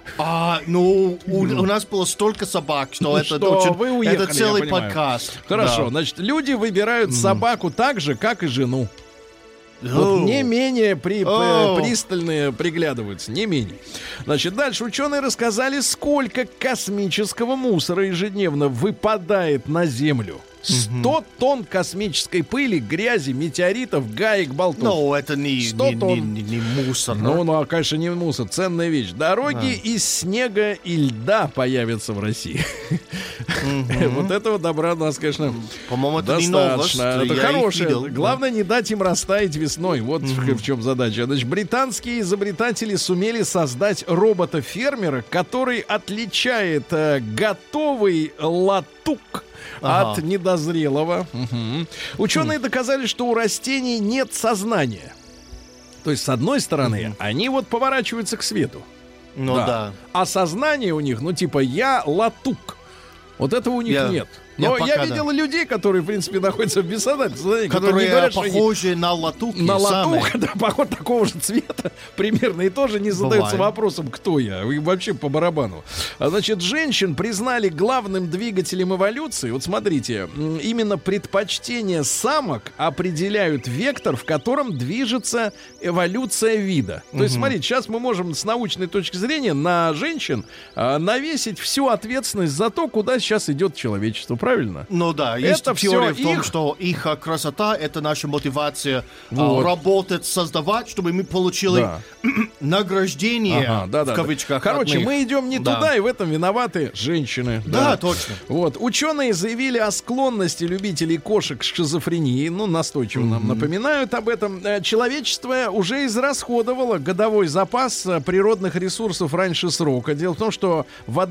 У нас было столько собак, что вы уехали, это целый я понимаю. подкаст. Хорошо, Да. значит, люди выбирают собаку так же, как и жену. Вот не менее пристально приглядываются, не менее. Значит, дальше ученые рассказали, сколько космического мусора ежедневно выпадает на Землю. 100 тонн космической пыли, грязи, метеоритов, гаек, болтов. Ну, это не 100 тонн. не мусор. Ну, конечно, не мусор, ценная вещь. Дороги из снега и льда появятся в России. Вот этого добра у нас, конечно, По-моему, это не новость. достаточно. Это Я их хорошее. видел. Главное, не дать им растаять весной. Вот в чем задача. Значит, британские изобретатели сумели создать робота-фермера, который отличает готовый латук от недозрелого. Ученые доказали, что у растений нет сознания. То есть, с одной стороны, они вот поворачиваются к свету. Ну да. А сознание у них, ну типа я латук. Вот этого у них нет. Но я видел людей, которые, в принципе, находятся в бессознательном, которые говорят, что похожи на латук. на латук, да, поход такого же цвета примерно, и тоже не задаются вопросом, кто я, и вообще по барабану. Значит, женщин признали главным двигателем эволюции. Вот смотрите, именно предпочтения самок определяют вектор, в котором движется эволюция вида. То есть, смотрите, сейчас мы можем с научной точки зрения на женщин навесить всю ответственность за то, куда сейчас идет человечество. Правильно? Ну да, есть Это теория всё в том, их. что их красота — это наша мотивация Вот. работать, создавать, чтобы мы получили награждение, в кавычках. Короче, от них. мы идем не туда, и в этом виноваты женщины. Да, точно. Вот. Ученые заявили о склонности любителей кошек к шизофрении. Ну, настойчиво нам напоминают об этом. Человечество уже израсходовало годовой запас природных ресурсов раньше срока. Дело в том, что в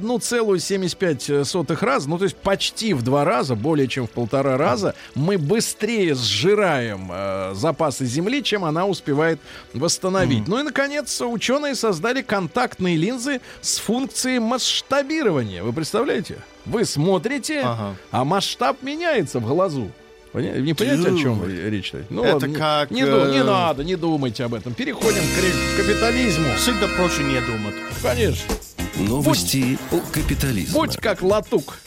1,75 раза, ну, то есть почти в 2 раза, более чем в 1,5 раза, мы быстрее сжираем запасы Земли, чем она успевает восстановить. Ну и, наконец, ученые создали контактные линзы с функцией масштабирования. Вы представляете? Вы смотрите, а масштаб меняется в глазу. Не понимаете, о чем речь-то? Ну, это ладно, как... не надо, не думайте об этом. Переходим к капитализму. Всегда проще не думать. Конечно. Новости о капитализме. Будь как латук.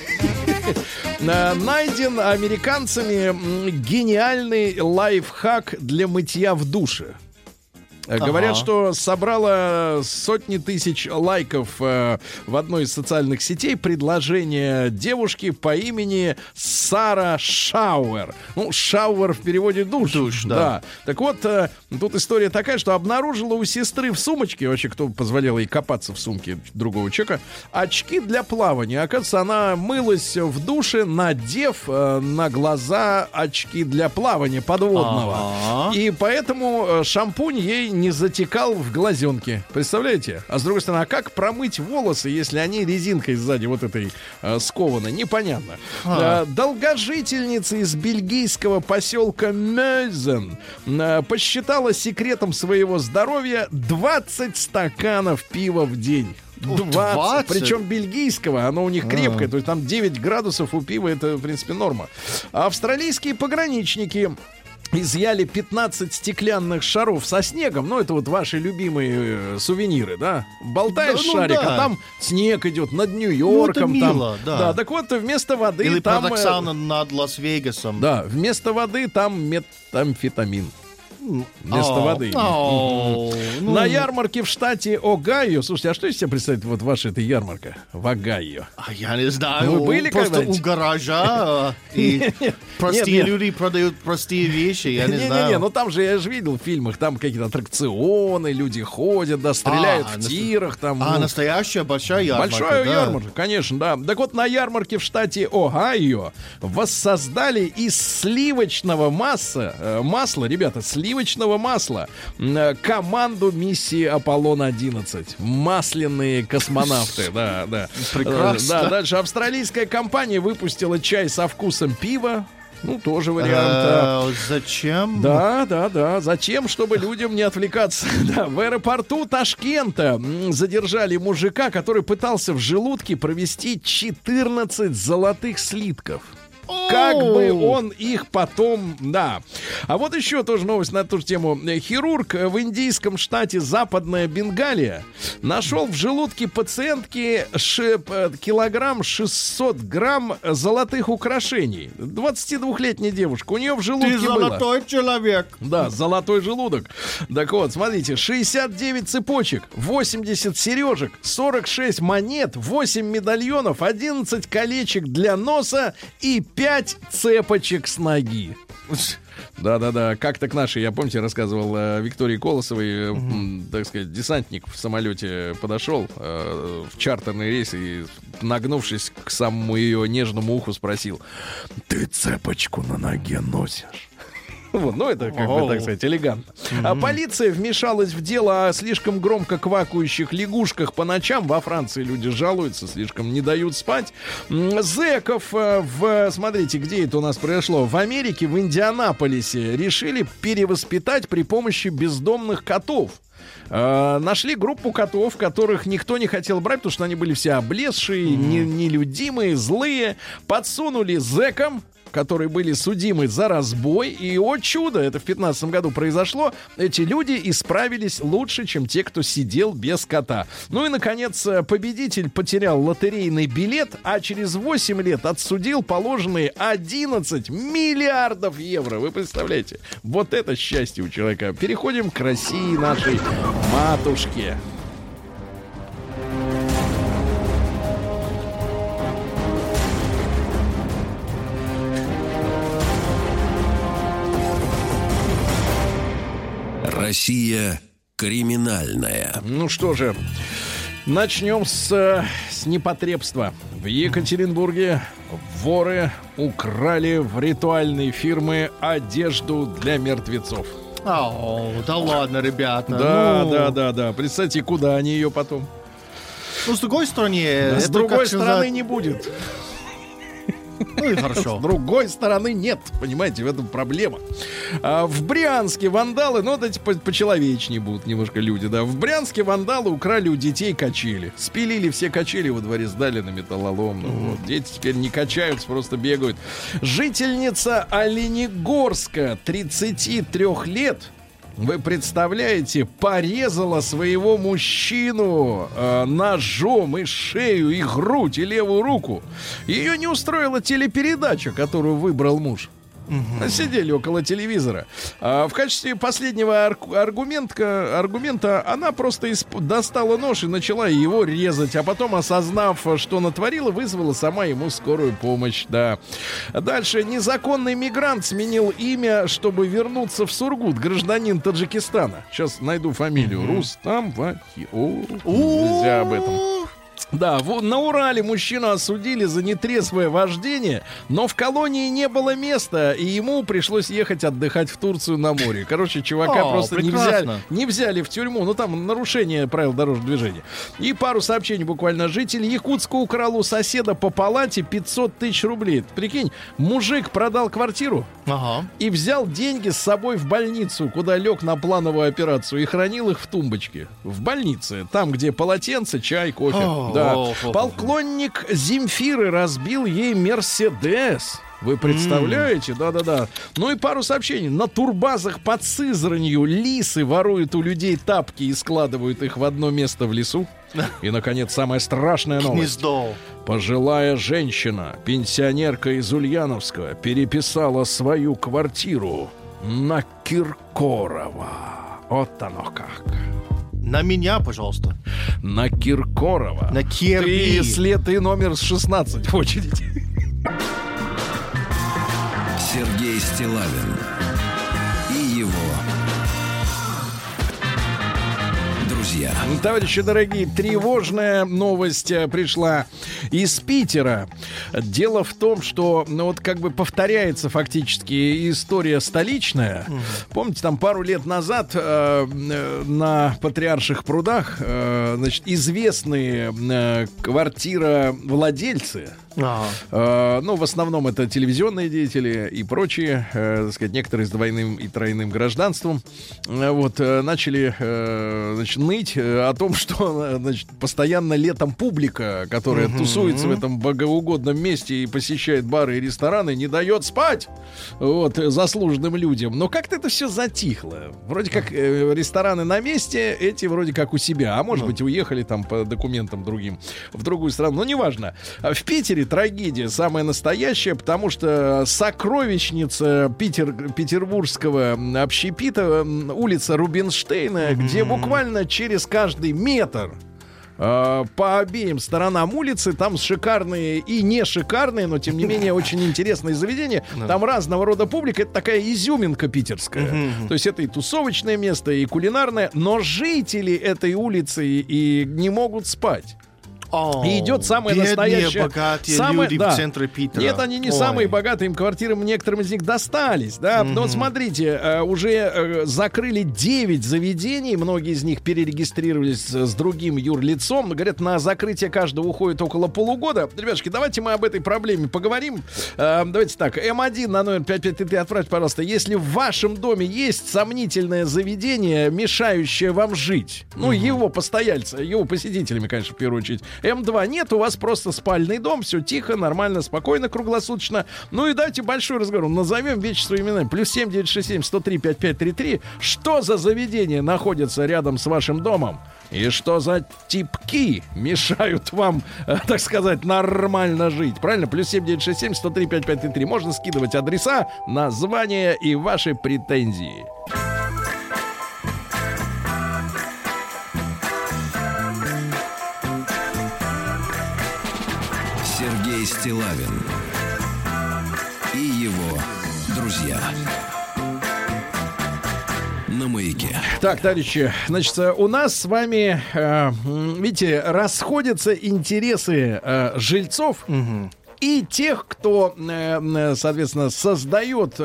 Найден американцами гениальный лайфхак для мытья в душе. Говорят, что собрало сотни тысяч лайков в одной из социальных сетей предложение девушки по имени Сара Шауэр. Ну, Шауэр в переводе душ. Да. Так вот, тут история такая, что обнаружила у сестры в сумочке, вообще кто позволял ей копаться в сумке другого человека, очки для плавания. Оказывается, она мылась в душе, надев на глаза очки для плавания подводного. И поэтому шампунь ей не затекал в глазенке. Представляете? А с другой стороны, а как промыть волосы, если они резинкой сзади вот этой скованы? Непонятно. Долгожительница из бельгийского поселка Мёйзен посчитала секретом своего здоровья 20 стаканов пива в день. 20. Причем бельгийского, оно у них крепкое, то есть там 9 градусов у пива, это, в принципе, норма. Австралийские пограничники изъяли 15 стеклянных шаров со снегом. Ну, это вот ваши любимые сувениры, да? Болтаешь шарик, а там снег идет над Нью-Йорком. Ну, это мило, да, так вот, вместо воды или там... парадоксально над Лас-Вегасом. Да, вместо воды там метамфетамин. Вместо воды. На ярмарке в штате Огайо. Слушайте, а что из себя представляет вот ваша эта ярмарка в Огайо? Я не знаю. Вы были просто когда-нибудь? у гаража и простые люди продают простые вещи. Я не знаю. Не-не-не, ну там же, я же видел в фильмах, там какие-то аттракционы, люди ходят, да, стреляют в тирах. Там, настоящая большая ярмарка. Большая ярмарка, конечно, да. Так вот, на ярмарке в штате Огайо воссоздали из сливочного масла, ребята, сливочного масла команду миссии Аполлон-11. Масляные космонавты, да. Прекрасно. Да, дальше австралийская компания выпустила чай со вкусом пива. Ну, тоже вариант. Зачем? Да. Зачем, чтобы людям не отвлекаться? Да, в аэропорту Ташкента задержали мужика, который пытался в желудке провести 14 золотых слитков. как бы он их потом... Да. А вот еще тоже новость на ту же тему. Хирург в индийском штате Западная Бенгалия нашел в желудке пациентки килограмм 600 грамм золотых украшений. 22-летняя девушка. У нее в желудке Ты было... золотой человек. Да, золотой желудок. Так вот, смотрите, 69 цепочек, 80 сережек, 46 монет, 8 медальонов, 11 колечек для носа и 5 цепочек с ноги. Да-да-да, как-то к нашей, я помните, рассказывал Виктории Колосовой, так сказать, десантник в самолете подошел в чартерный рейс и, нагнувшись к самому ее нежному уху, спросил: «Ты цепочку на ноге носишь?» Вот, ну, это, как бы, так сказать, элегантно. А полиция вмешалась в дело о слишком громко квакающих лягушках по ночам. Во Франции люди жалуются, слишком не дают спать. Зэков смотрите, где это у нас произошло? В Америке, в Индианаполисе решили перевоспитать при помощи бездомных котов. Нашли группу котов, которых никто не хотел брать, потому что они были все облезшие, нелюдимые, злые. Подсунули зэкам, которые были судимы за разбой. И, о чудо, это в 2015 году произошло. Эти люди исправились лучше, чем те, кто сидел без кота. Ну и, наконец, победитель потерял лотерейный билет, а через 8 лет отсудил положенные 11 миллиардов евро. Вы представляете? Вот это счастье у человека. Переходим к России нашей матушке. Россия криминальная. Ну что же, начнем с непотребства. В Екатеринбурге воры украли в ритуальной фирмы одежду для мертвецов. Да ладно, ребята. Да. Представьте, куда они ее потом? Ну, с другой стороны... С другой стороны не будет. Ну и хорошо. С другой стороны нет, понимаете, в этом проблема. В Брянске вандалы, ну, вот эти почеловечнее будут немножко люди, да. В Брянске вандалы украли у детей качели. Спилили все качели во дворе, сдали на металлолом. Ну, вот, дети теперь не качаются, просто бегают. Жительница Оленегорска, 33 лет, вы представляете, порезала своего мужчину ножом и шею, и грудь, и левую руку. Ее не устроила телепередача, которую выбрал муж. Сидели около телевизора. В качестве последнего аргумента она просто достала нож и начала его резать. А потом, осознав, что натворила, вызвала сама ему скорую помощь. Да. Дальше. Незаконный мигрант сменил имя, чтобы вернуться в Сургут. Гражданин Таджикистана. Сейчас найду фамилию. Рустам Вахи. Нельзя об этом. Да, на Урале мужчину осудили за нетрезвое вождение, но в колонии не было места, и ему пришлось ехать отдыхать в Турцию на море. Короче, чувака просто не взяли в тюрьму. Ну, там нарушение правил дорожного движения. И пару сообщений буквально. Житель Якутска украл у соседа по палате 500 тысяч рублей. Прикинь, мужик продал квартиру и взял деньги с собой в больницу, куда лег на плановую операцию, и хранил их в тумбочке. В больнице, там, где полотенце, чай, кофе. Да. Поклонник Земфиры разбил ей Мерседес. Вы представляете? Да-да-да. Ну и пару сообщений. На турбазах под Сызранью лисы воруют у людей тапки и складывают их в одно место в лесу. И, наконец, самая страшная новость. Гнездо. Пожилая женщина, пенсионерка из Ульяновска, переписала свою квартиру на Киркорова. Вот оно как. На меня, пожалуйста. На Киркорова. На Кирби. Если ты номер 16 в очереди. Сергей Стиллавин и его друзья. Товарищи дорогие, тревожная новость пришла из Питера. Дело в том, что вот как бы повторяется фактически история столичная. Помните, там пару лет назад на Патриарших прудах известные квартировладельцы, ну, в основном это телевизионные деятели и прочие, так сказать, некоторые с двойным и тройным гражданством, вот, начали, ныть говорить о том, что, значит, постоянно летом публика, которая тусуется в этом богоугодном месте и посещает бары и рестораны, не дает спать вот, заслуженным людям. Но как-то это все затихло. Вроде как рестораны на месте, эти вроде как у себя. А может быть, уехали там по документам другим в другую страну. Но неважно. В Питере трагедия самая настоящая, потому что сокровищница петербургского общепита, улица Рубинштейна, где буквально через каждый метр по обеим сторонам улицы там шикарные и не шикарные, но тем не менее очень интересные заведения. Там разного рода публика. Это такая изюминка питерская. То есть это и тусовочное место, и кулинарное. Но жители этой улицы и не могут спать. И идет самое настоящее. Богатые люди в центре Питера. Нет, они не самые богатые, им квартиры некоторым из них достались, да. Но вот смотрите, уже закрыли 9 заведений, многие из них перерегистрировались с другим юрлицом. Говорят, на закрытие каждого уходит около полугода. Ребятушки, давайте мы об этой проблеме поговорим. Давайте так, М1 на номер 5533 отправьте, пожалуйста. Если в вашем доме есть сомнительное заведение, мешающее вам жить, ну, его постояльца, его посетителями, конечно, в первую очередь. М2 нет, у вас просто спальный дом, все тихо, нормально, спокойно, круглосуточно. Ну и давайте большой разговор. Назовем вещи своими именами. +7 967 103 5533. Что за заведения находятся рядом с вашим домом? И что за типки мешают вам, так сказать, нормально жить? Правильно? +7 967 103 5533. Можно скидывать адреса, названия и ваши претензии. Сергей Стиллавин и его друзья на Маяке. Так, товарищи, значит, у нас с вами, видите, расходятся интересы жильцов и тех, кто, соответственно, создает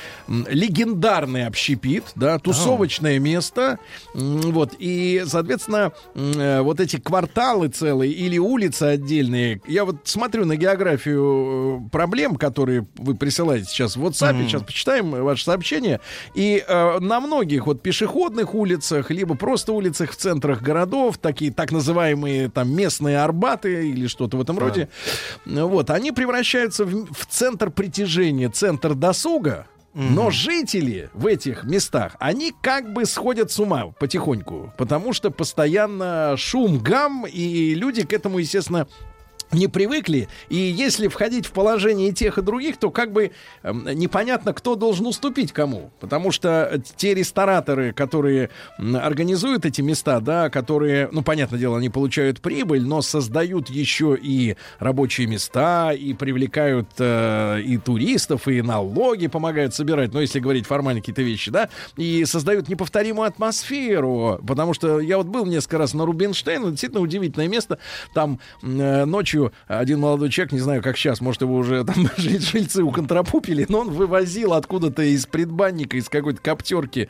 легендарный общепит, да, тусовочное место, вот, и, соответственно, вот эти кварталы целые или улицы отдельные, я вот смотрю на географию проблем, которые вы присылаете сейчас в WhatsApp, сейчас почитаем ваши сообщения, и на многих вот пешеходных улицах, либо просто улицах в центрах городов, такие так называемые там местные Арбаты или что-то в этом роде, вот, они превращаются в центр притяжения, центр досуга, но жители в этих местах, они как бы сходят с ума потихоньку, потому что постоянно шум, гам, и люди к этому, естественно, не привыкли, и если входить в положение и тех, и других, то как бы непонятно, кто должен уступить кому, потому что те рестораторы, которые организуют эти места, да, которые, ну, понятное дело, они получают прибыль, но создают еще и рабочие места, и привлекают и туристов, и налоги помогают собирать, ну, если говорить формально какие-то вещи, да, и создают неповторимую атмосферу, потому что я вот был несколько раз на Рубинштейн, действительно удивительное место, там ночью один молодой человек, не знаю, как сейчас, может, его уже там жильцы уконтропупили, но он вывозил откуда-то из предбанника, из какой-то коптерки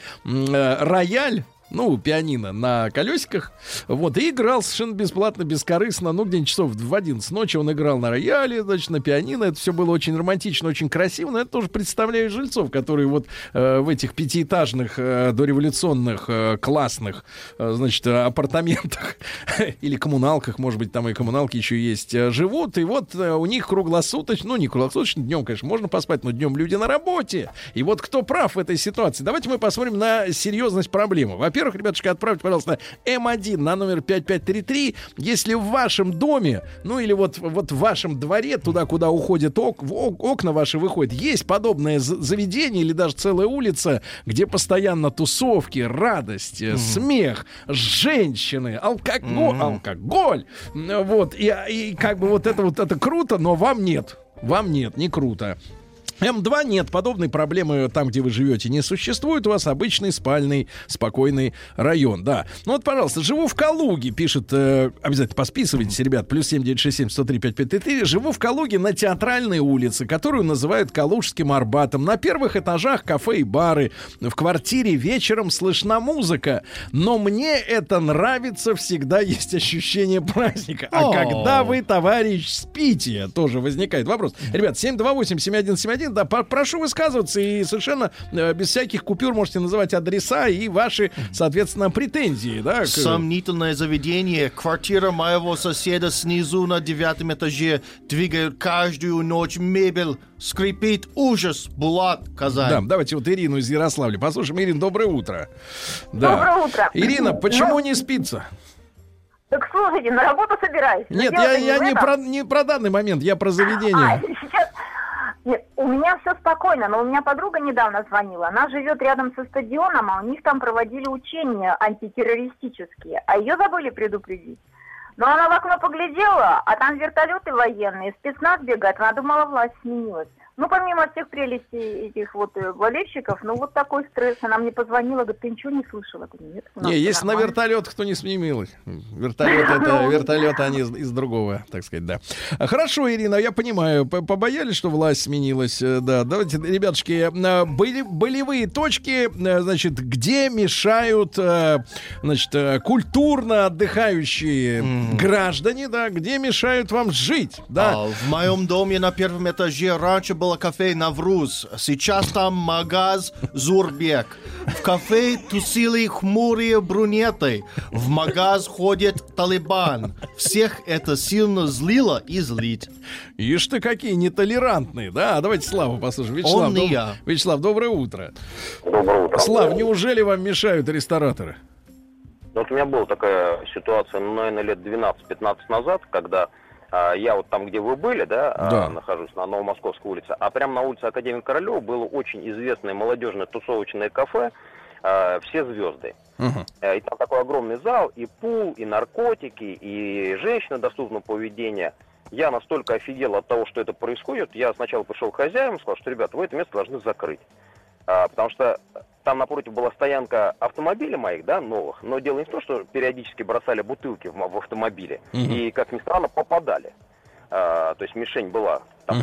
рояль, ну, пианино на колесиках, вот, и играл совершенно бесплатно, бескорыстно, ну, где-нибудь часов в 11 ночи он играл на рояле, значит, на пианино, это все было очень романтично, очень красиво, но это тоже представляю жильцов, которые вот в этих пятиэтажных дореволюционных классных, значит, апартаментах или коммуналках, может быть, там и коммуналки еще есть, живут, и вот у них круглосуточно, ну, не круглосуточно, днем, конечно, можно поспать, но днем люди на работе, и вот кто прав в этой ситуации? Давайте мы посмотрим на серьезность проблемы. Во-первых, ребятушки, отправьте, пожалуйста, М1 на номер 5533. Если в вашем доме, ну или вот в вашем дворе, туда, куда уходят окна ваши выходят, есть подобное заведение или даже целая улица, где постоянно тусовки, радость, смех, женщины, алкоголь. Вот, и как бы вот это круто, но вам нет. Вам нет, не круто. М2 нет, подобной проблемы там, где вы живете, не существует. У вас обычный спальный, спокойный район, да. Ну вот, пожалуйста, живу в Калуге, пишет, обязательно посписывайтесь, ребят, +7 967 103 5533. Живу в Калуге на Театральной улице, которую называют Калужским Арбатом. На первых этажах кафе и бары. В квартире вечером слышна музыка. Но мне это нравится, всегда есть ощущение праздника. А когда вы, товарищ, спите? Тоже возникает вопрос. Ребят, 728-7171. господин, да, прошу высказываться и совершенно без всяких купюр можете называть адреса и ваши, соответственно, претензии, да? Сомнительное заведение. Квартира моего соседа снизу на 9 этаже. Двигают каждую ночь мебель. Скрипит ужас. Булат, Казань. Да, давайте вот Ирину из Ярославля послушаем. Ирина, доброе утро. Да. Доброе утро. Ирина, почему не спится? Так слушайте, на работу собираюсь. Нет, я не про данный момент, я про заведение. Сейчас... Нет, у меня все спокойно, но у меня подруга недавно звонила. Она живет рядом со стадионом, а у них там проводили учения антитеррористические, а ее забыли предупредить. Но она в окно поглядела, а там вертолеты военные, спецназ бегает, она думала, власть сменилась. Ну, помимо всех прелестей этих вот болельщиков, ну, вот такой стресс. Она мне позвонила, говорит, ты ничего не слышала? Я говорю, нет, не, если на вертолетах, то не сменилось. Вертолеты, они из другого, так сказать, да. Хорошо, Ирина, я понимаю, побоялись, что власть сменилась. Да, давайте, ребятушки, болевые точки, значит, где мешают, значит, культурно отдыхающие граждане, да, где мешают вам жить, да. В моем доме на первом этаже раньше было кафе «Навруз». Сейчас там магаз «Зурбек». В кафе тусили хмурые брюнеты. В магаз ходит Талибан. Всех это сильно злило и злит. Ишь ты, какие нетолерантные, да? Давайте Славу послушаем. Вячеслав, доброе утро. Доброе утро. Слав, неужели вам мешают рестораторы? Вот у меня была такая ситуация, наверное, лет 12-15 назад, когда я вот там, где вы были, да, нахожусь на Новомосковской улице, а прямо на улице Академика Королева было очень известное молодежное тусовочное кафе «Все звезды». И там такой огромный зал, и пул, и наркотики, и женщины доступного поведения. Я настолько офигел от того, что это происходит, я сначала пришел к хозяевам и сказал, что, ребята, вы это место должны закрыть. Потому что там напротив была стоянка автомобилей моих, да, новых, но дело не в том, что периодически бросали бутылки в автомобиле, и, как ни странно, попадали. То есть мишень была там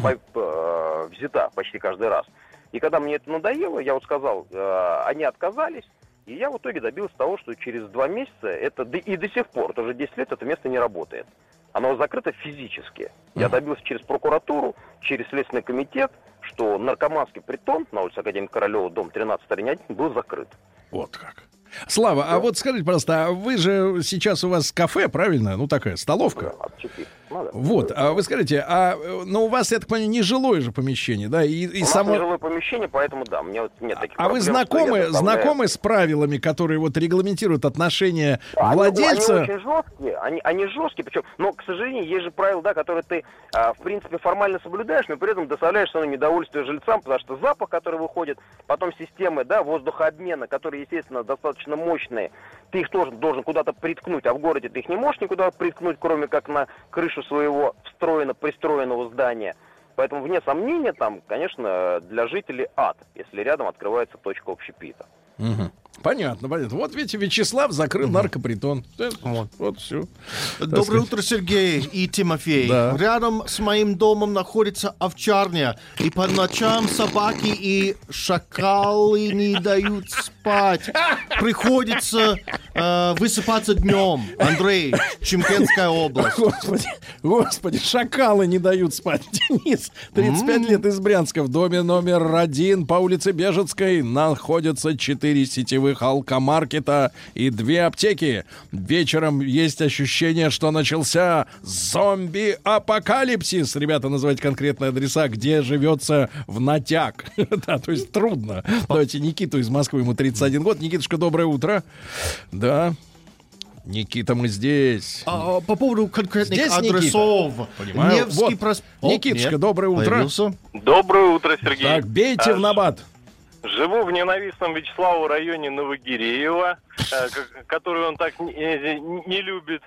взята почти каждый раз. И когда мне это надоело, я вот сказал, они отказались, и я в итоге добился того, что через 2 месяца, это и до сих пор, уже 10 лет это место не работает. Оно закрыто физически. Я добился через прокуратуру, через Следственный комитет, что наркоманский притон на улице Академика Королева, дом 13-1 был закрыт. Вот как. Слава, а вот скажите, пожалуйста, а вы же сейчас у вас кафе, правильно? Ну, такая столовка. Вот, а вы скажите, но у вас, я так понимаю, нежилое же помещение, да? И у нас нежилое помещение, поэтому да, у меня вот нет таких проблем. А вы знакомы с правилами, которые вот регламентируют отношения владельца? Они очень жесткие, они жесткие, причем, но, к сожалению, есть же правила, да, которые ты, в принципе, формально соблюдаешь, но при этом доставляешь свое недовольствие жильцам, потому что запах, который выходит, потом системы, да, воздухообмена, которые, естественно, достаточно мощные, ты их тоже должен куда-то приткнуть, а в городе ты их не можешь никуда приткнуть, кроме как на крышу своего пристроенного здания. Поэтому, вне сомнения, там, конечно, для жителей ад, если рядом открывается точка общепита. Понятно. Вот видите, Вячеслав закрыл наркопритон. Вот все. Доброе утро, Сергей и Тимофей. Да. Рядом с моим домом находится овчарня. И по ночам собаки и шакалы не дают спать. Приходится высыпаться днем. Андрей, Чемкенская область. Господи, шакалы не дают спать. Денис, 35 лет, из Брянска. В доме номер 1 по улице Бежецкой находятся 4 сетевых алкомаркета и 2 аптеки. Вечером есть ощущение, что начался зомби-апокалипсис. Ребята, называйте конкретные адреса, где живется в натяг. Да, то есть трудно. Давайте Никиту из Москвы, ему 31 год. Никитушка, доброе утро. Да. Никита, мы здесь. По поводу конкретных здесь адресов. Понимаю. Невский вот. Никитушка, доброе утро. Появился. Доброе утро, Сергей. Так, бейте в набат. Живу в ненавистном Вячеславу районе Новогиреева, который он так не любит.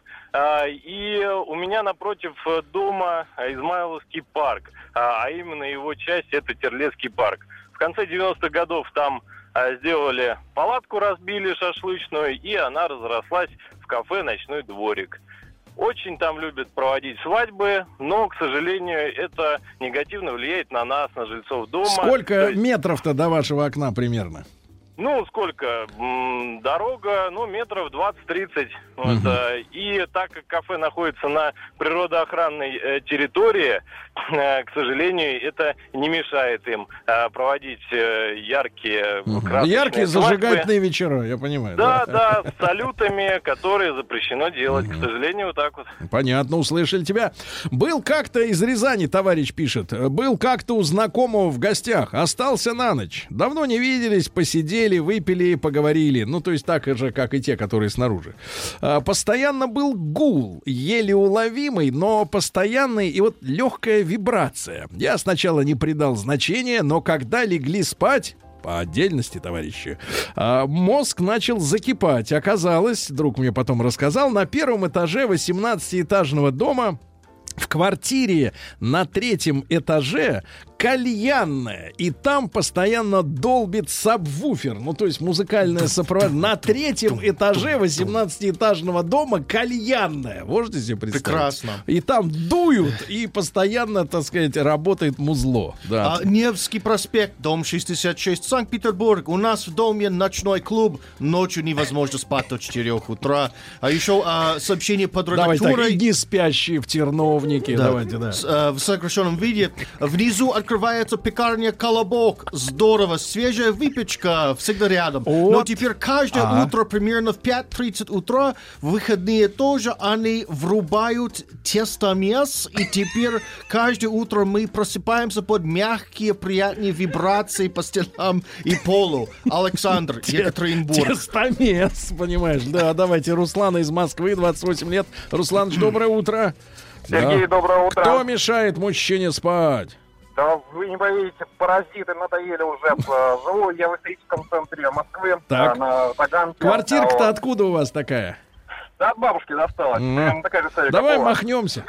И у меня напротив дома Измайловский парк, а именно его часть — это Терлецкий парк. В конце 90-х годов там сделали палатку, разбили шашлычную, и она разрослась в кафе «Ночной дворик». Очень там любят проводить свадьбы, но, к сожалению, это негативно влияет на нас, на жильцов дома. Сколько метров-то до вашего окна примерно? Ну, сколько? Дорога, метров 20-30. Вот, и так как кафе находится на природоохранной территории, к сожалению, это не мешает им проводить яркие красочные яркие зажигательные вечера, я понимаю. Да, с салютами, которые запрещено делать. К сожалению, вот так вот. Понятно, услышали тебя. Был как-то из Рязани, товарищ пишет, был как-то у знакомого в гостях, остался на ночь. Давно не виделись, посидели, выпили, поговорили. Ну, то есть так же, как и те, которые снаружи. Постоянно был гул, еле уловимый, но постоянный, и вот легкая вибрация. Я сначала не придал значения, но когда легли спать, по отдельности, товарищи, мозг начал закипать. Оказалось, друг мне потом рассказал, на первом этаже 18-этажного дома в квартире на 3-м этаже кальянная, и там постоянно долбит сабвуфер, ну, то есть музыкальное сопровождение. На 3-м этаже 18-этажного дома кальянная. Можете себе представить? Прекрасно. И там дуют, и постоянно, так сказать, работает музло. Да. Невский проспект, дом 66, Санкт-Петербург. У нас в доме ночной клуб. Ночью невозможно спать до 4 утра. А еще сообщение под редактурой. Давай так, иди спящие в терновнике. Да. Давайте, да. В сокращенном виде. Внизу открывается пекарня «Колобок». Здорово. Свежая выпечка всегда рядом. Вот. Но теперь каждое утро, примерно в 5:30 утра, в выходные тоже, они врубают тестомес. И теперь каждое утро мы просыпаемся под мягкие, приятные вибрации по стенам и полу. Александр, Екатеринбург. Тестомес, понимаешь. Да, давайте. Руслана из Москвы, 28 лет. Русланыч, доброе утро. Сергей, доброе утро. Кто мешает мужчине спать? Да вы не поверите, паразиты надоели уже. Живу я в историческом центре Москвы. Так. На Таганке. Квартирка-то откуда у вас такая? Да, от бабушки досталась. Прям такая же история, Давай как у вас. махнемся.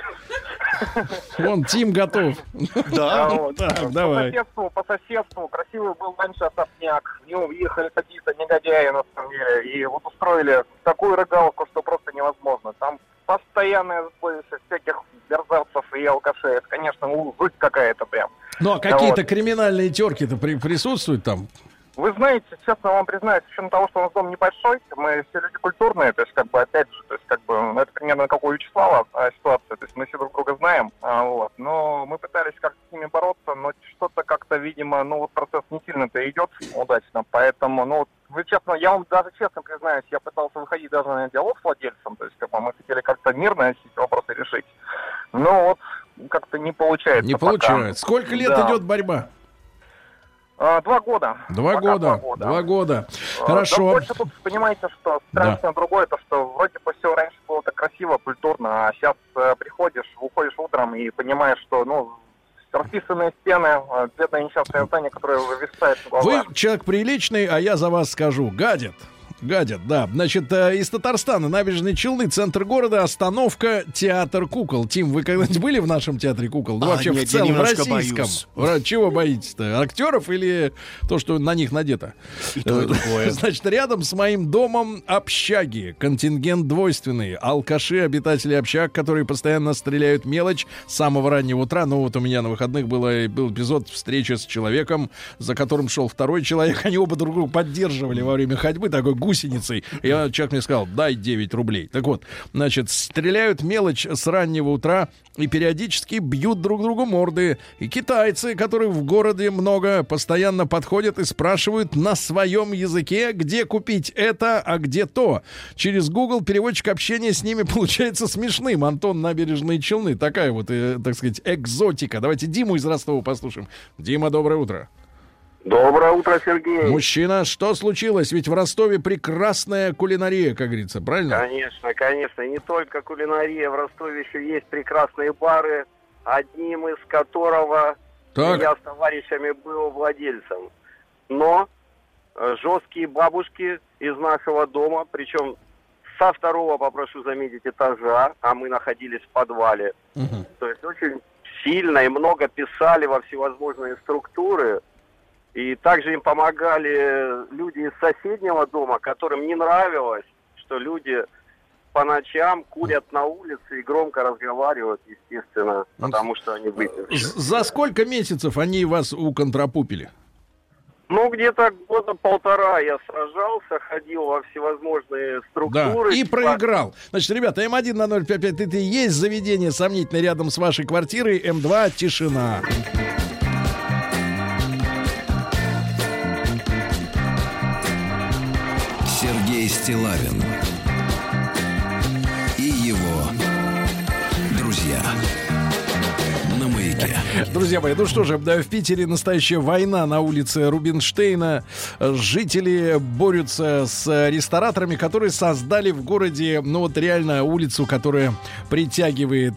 Вон, Тим готов. Да, вот. Так, давай. По соседству красивый был раньше особняк. В него въехали какие-то негодяи, на самом деле. И вот устроили такую рыгаловку, что просто невозможно. Там постоянное сборище всяких мерзавцев и алкашей. Это, конечно, жуть какая-то прям. Ну, а какие-то криминальные терки-то присутствуют там? Вы знаете, честно вам признаюсь, с учетом того, что у нас дом небольшой, мы все люди культурные, то есть, как бы, опять же, то есть, как бы, это примерно как у Вячеслава ситуация, то есть, мы все друг друга знаем, вот, но мы пытались как-то с ними бороться, но что-то как-то, видимо, ну, вот процесс не сильно-то идет удачно, поэтому, ну, вы честно, я вам даже честно признаюсь, я пытался выходить даже на диалог с владельцем, то есть, как бы, мы хотели как-то мирно эти вопросы решить, но вот, как-то не получается. Не получается. Сколько лет идет борьба? 2 года. 2 года. 2 года. Хорошо. Да, больше тут, понимаете, что страшно другое, то, что вроде бы все раньше было так красиво, культурно, а сейчас приходишь, уходишь утром и понимаешь, что, ну, расписанные стены, бедное несчастное здание, которое висает в глазах. Вы человек приличный, а я за вас скажу. Гадят. Гадят, да. Значит, из Татарстана, набережные Челны, центр города, остановка Театр кукол. Тим, вы когда-нибудь были в нашем Театре кукол? Да вообще нет, в целом, в российском. Боюсь. Чего боитесь-то? Актеров или то, что на них надето? И то, и другое. Значит, рядом с моим домом общаги. Контингент двойственный. Алкаши, обитатели общаг, которые постоянно стреляют мелочь с самого раннего утра. Ну вот у меня на выходных был эпизод встречи с человеком, за которым шел второй человек. Они оба друг друга поддерживали во время ходьбы, такой гусеницей. Человек мне сказал, дай 9 рублей. Так вот, значит, стреляют мелочь с раннего утра и периодически бьют друг другу морды. И китайцы, которых в городе много, постоянно подходят и спрашивают на своем языке, где купить это, а где то. Через Google переводчик общения с ними получается смешным. Антон, набережные Челны. Такая вот, так сказать, экзотика. Давайте Диму из Ростова послушаем. Дима, доброе утро. Доброе утро, Сергей. Мужчина, что случилось? Ведь в Ростове прекрасная кулинария, как говорится, правильно? Конечно, конечно. И не только кулинария. В Ростове еще есть прекрасные бары, одним из которого я с товарищами был владельцем. Но жесткие бабушки из нашего дома, причем со второго, попрошу заметить, этажа, а мы находились в подвале. То есть очень сильно и много писали во всевозможные структуры. И также им помогали люди из соседнего дома, которым не нравилось, что люди по ночам курят на улице и громко разговаривают, естественно, потому что они выпили. За сколько месяцев они вас уконтрапупили? Ну, Ну, где-то года полтора я сражался, ходил во всевозможные структуры. Да, и проиграл. Значит, ребята, М1 на 055, это и есть заведение сомнительное рядом с вашей квартирой. М2 — тишина. Сергей Стиллавин и его друзья. На маяке. Друзья мои, ну что же, в Питере настоящая война на улице Рубинштейна. Жители борются с рестораторами, которые создали в городе, ну вот реально улицу, которая притягивает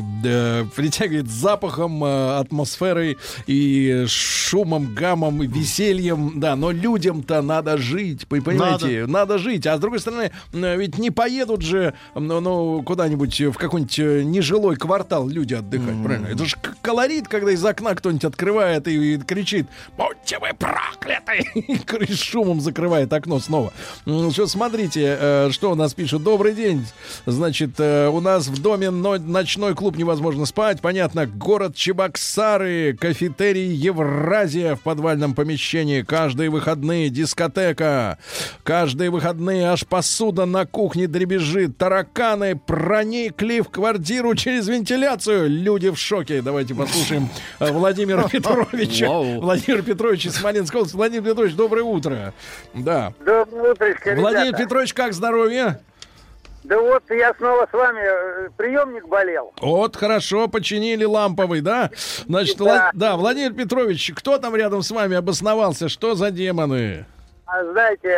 запахом, атмосферой и шумом, гамом, и весельем. Да, но людям-то надо жить, вы понимаете? Надо жить. А с другой стороны, ведь не поедут же куда-нибудь в какой-нибудь нежилой квартал люди отдыхать, правильно? Это же колорит, когда из окна кто-нибудь открывает и кричит: «Будьте вы прокляты!» И шумом закрывает окно снова. Что, смотрите, что у нас пишут. Добрый день. Значит, у нас в доме ночной клуб, невозможно спать. Понятно, город Чебоксары, кафетерий Евразия в подвальном помещении. Каждые выходные дискотека. Каждые выходные аж посуда на кухне дребезжит. Тараканы проникли в квартиру через вентиляцию. Люди в шоке. Давайте послушаем Владимира Петровича. Владимир Петрович из Смоленской области. Владимир Петрович, доброе утро. Да. Доброе утро, ребята. Владимир Петрович, как здоровье? Да вот я снова с вами. Приемник болел. Вот, хорошо, починили ламповый, да? Значит, да, Владимир Петрович, кто там рядом с вами обосновался? Что за демоны? Знаете,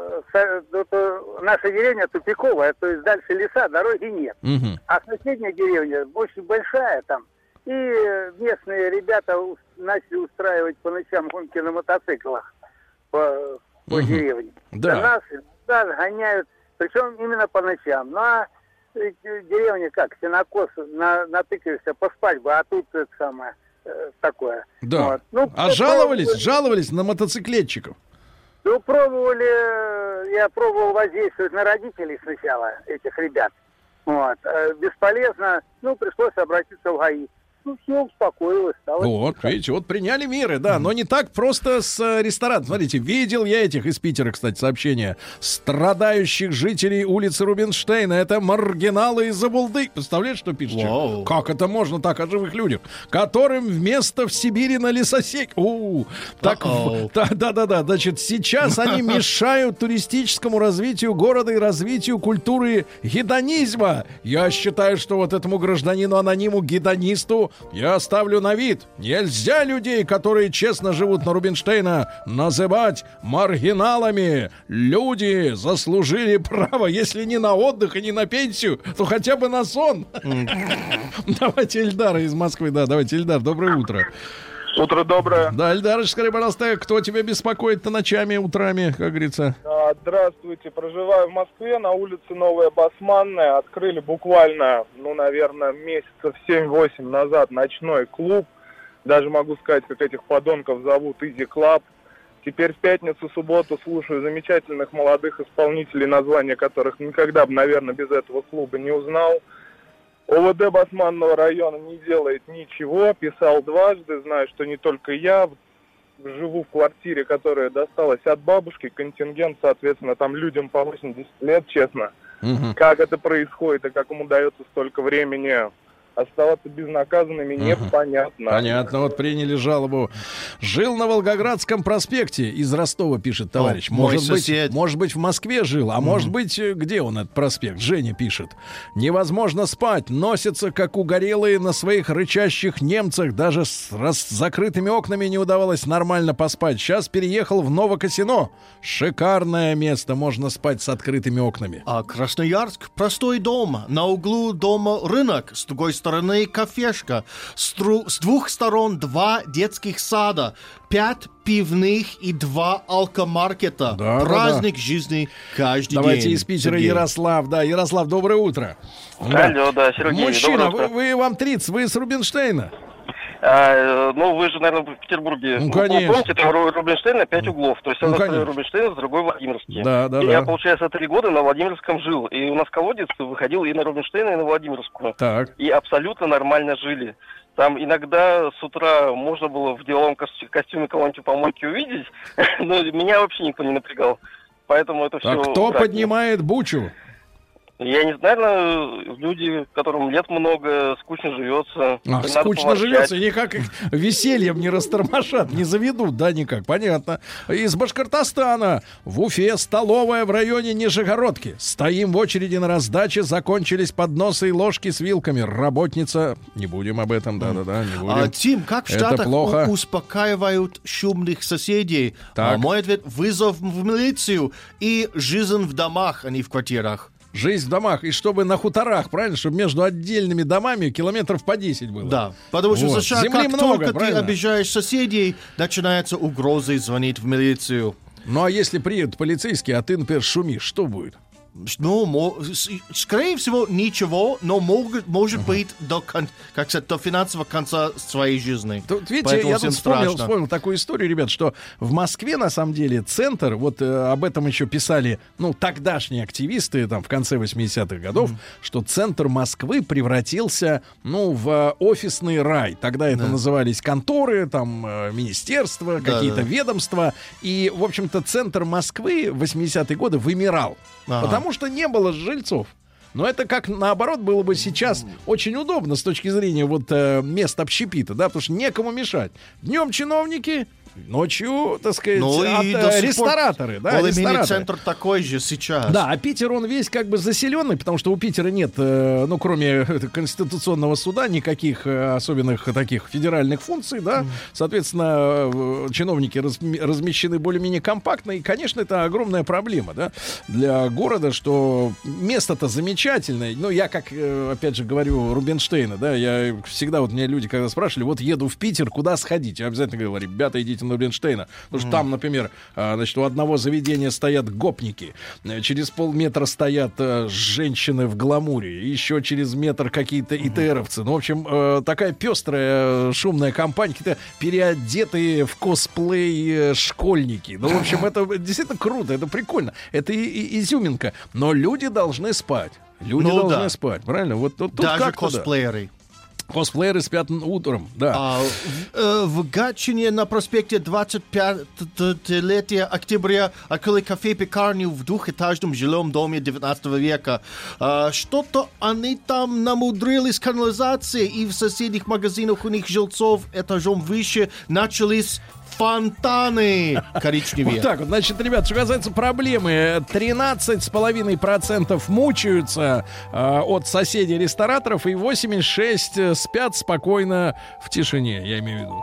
наша деревня тупиковая, то есть дальше леса, дороги нет. Угу. А соседняя деревня очень большая там. И местные ребята начали устраивать по ночам гонки на мотоциклах по деревне. Да. Нас гоняют, причем именно по ночам. Ну а деревня как, сенокос, натыкаешься, поспать бы, а тут это самое такое. Да. Вот. Ну, жаловались на мотоциклетчиков? Ну, я пробовал воздействовать на родителей сначала, этих ребят. Вот. Бесполезно, пришлось обратиться в ГАИ. Все успокоилось. Вот, видите, вот приняли меры, да, но не так просто с рестораном. Смотрите, видел я этих из Питера, кстати, сообщения. Страдающих жителей улицы Рубинштейна. Это маргиналы из-за булды. Представляешь, что пишет? Как это можно так о живых людях? Которым вместо в Сибири на лесосек. Да. Значит, сейчас они мешают туристическому развитию города и развитию культуры гедонизма. Я считаю, что вот этому гражданину-анониму, гедонисту, я ставлю на вид. Нельзя людей, которые честно живут на Рубинштейна, называть маргиналами. Люди заслужили право, если не на отдых и не на пенсию, то хотя бы на сон. Давайте Эльдара из Москвы. Да, давайте, Эльдар, доброе утро. Утро доброе. Да, Эльдар, скажи, пожалуйста, кто тебя беспокоит-то ночами, утрами, как говорится? Здравствуйте, проживаю в Москве, на улице Новая Басманная. Открыли буквально, наверное, месяцев 7-8 назад ночной клуб. Даже могу сказать, как этих подонков зовут, Easy Club. Теперь в пятницу, субботу слушаю замечательных молодых исполнителей, названия которых никогда бы, наверное, без этого клуба не узнал. ОВД Басманного района не делает ничего, писал дважды, знаю, что не только я живу в квартире, которая досталась от бабушки, контингент, соответственно, там людям по 80 лет, честно. Как это происходит и как им удается столько времени оставаться безнаказанными, непонятно. Понятно, вот приняли жалобу. Жил на Волгоградском проспекте, из Ростова пишет товарищ. Может быть, в Москве жил, а может быть, где он, этот проспект? Женя пишет. Невозможно спать, носятся, как угорелые, на своих рычащих немцах. Даже с закрытыми окнами не удавалось нормально поспать. Сейчас переехал в Новокосино. Шикарное место, можно спать с открытыми окнами. А Красноярск — простой дом. На углу дома рынок, с другой стороны кафешка. С двух сторон 2 детских сада, 5 пивных и 2 алкомаркета. Праздник жизни каждый день. Давайте из Питера Ярослав. Да, Ярослав, доброе утро. Алло, да, Сергей. Мужчина, вам 30, вы с Рубинштейна? Вы же, наверное, в Петербурге. Конечно. Помните, там Рубинштейна 5 углов. То есть с одной Рубинштейна, с другой Владимирский. Да. Я, получается, 3 года на Владимирском жил. И у нас колодец выходил и на Рубинштейна, и на Владимирскую. Так. И абсолютно нормально жили. Там иногда с утра можно было в деловом костюме кого-нибудь у помойки увидеть, но меня вообще никто не напрягал. Поэтому это все... А кто поднимает бучу? Я не знаю, наверное, люди, которым лет много, скучно живется. Скучно живется, и никак их весельем не растормошат, не заведут, да, никак, понятно. Из Башкортостана. В Уфе столовая в районе Нижегородки. Стоим в очереди на раздаче, закончились подносы и ложки с вилками. Работница... Не будем об этом, да-да-да, не будем. Тим, как в Штатах успокаивают шумных соседей? Мой ответ — вызов в милицию и жизнь в домах, а не в квартирах. Жизнь в домах, и чтобы на хуторах, правильно, чтобы между отдельными домами километров по 10 было. Да, потому что в США, земли как много, только правильно? Ты обижаешь соседей, начинаются угрозы звонить в милицию. Ну, а если приедут полицейские, а ты, например, шумишь, что будет? Ну, скорее всего, ничего, но может быть до финансового конца своей жизни. Тут, видите, я тут вспомнил такую историю, ребят, что в Москве, на самом деле, центр, вот об этом еще писали, ну, тогдашние активисты, там, в конце 80-х годов, что центр Москвы превратился, ну, в офисный рай. Тогда это назывались конторы, там, министерства, какие-то ведомства. И, в общем-то, центр Москвы в 80-е годы вымирал. Потому что не было жильцов. Но это как наоборот было бы сейчас очень удобно с точки зрения вот мест общепита, да, потому что некому мешать. Днем чиновники, ночью, так сказать, рестораторы. Да, более-менее центр такой же сейчас. Да, а Питер, он весь как бы заселенный, потому что у Питера нет, ну, кроме Конституционного суда, никаких особенных таких федеральных функций, да. Соответственно, чиновники размещены более-менее компактно, и, конечно, это огромная проблема, да, для города, что место-то замечательное. Ну, я, как, опять же, говорю Рубинштейна, да, я всегда, вот меня люди, когда спрашивали, вот еду в Питер, куда сходить? Я обязательно говорю, ребята, идите на Рубинштейна. Потому что там, например, значит, у одного заведения стоят гопники, через полметра стоят женщины в гламуре, еще через метр какие-то ИТРовцы. Ну, в общем, такая пестрая, шумная компания, какие-то переодетые в косплей школьники. Ну, в общем, это действительно круто, это прикольно, это изюминка. Но люди должны спать. Люди должны спать, правильно? Вот тут даже косплееры. Косплееры спят утром, да. В Гатчине на проспекте 25-летия октября открыли кафе-пекарню в двухэтажном жилом доме 19 века. Что-то они там намудрили с канализацией, и в соседних магазинах у них жильцов этажом выше начались фонтаны коричневые. Вот так вот. Значит, ребят, что касается проблемы, 13,5% мучаются от соседей-рестораторов, и 86% спят спокойно в тишине, я имею в виду.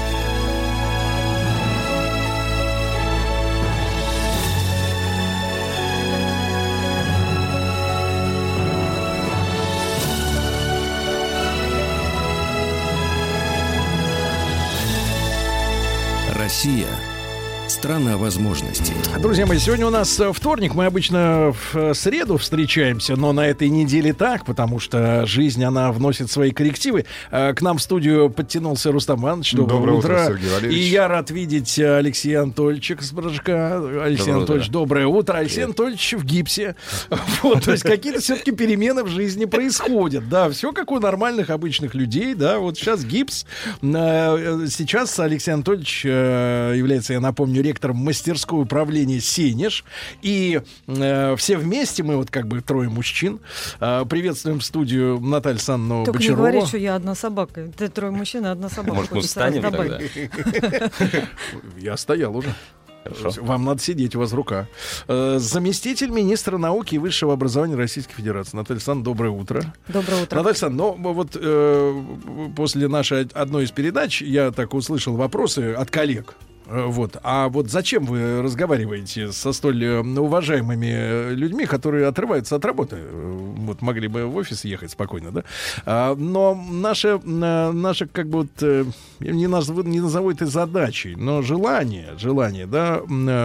Россия – страна возможностей. Друзья мои, сегодня у нас вторник. Мы обычно в среду встречаемся, но на этой неделе так, потому что жизнь, она вносит свои коррективы. К нам в студию подтянулся Рустам Иванович. Доброе утро, Сергей Валерьевич. И я рад видеть Алексея Анатольевича Каспаржака. Алексей Анатольевич, доброе утро. Алексей Анатольевич в гипсе. Вот, то есть какие-то все-таки перемены в жизни происходят. Да, все как у нормальных, обычных людей. Да, вот сейчас гипс. Сейчас Алексей Анатольевич является, я напомню, ректором мастерской управления «Сенеж». И все вместе, мы вот как бы трое мужчин, приветствуем в студию Наталью Александровну Только Бочарову. не говори, что я одна собака. Ты трое мужчин, а одна собака. Может, мы встанем тогда? Я стоял уже. Хорошо. Вам надо сидеть, у вас рука. Заместитель министра науки и высшего образования Российской Федерации. Наталья Александровна, доброе утро. Доброе утро. Наталья Александровна, ну вот после нашей одной из передач я так услышал вопросы от коллег. Вот. А вот зачем вы разговариваете со столь уважаемыми людьми, которые отрываются от работы? Вот могли бы в офис ехать спокойно, да? Но наша как бы вот, не назову это задачей, но желание, да,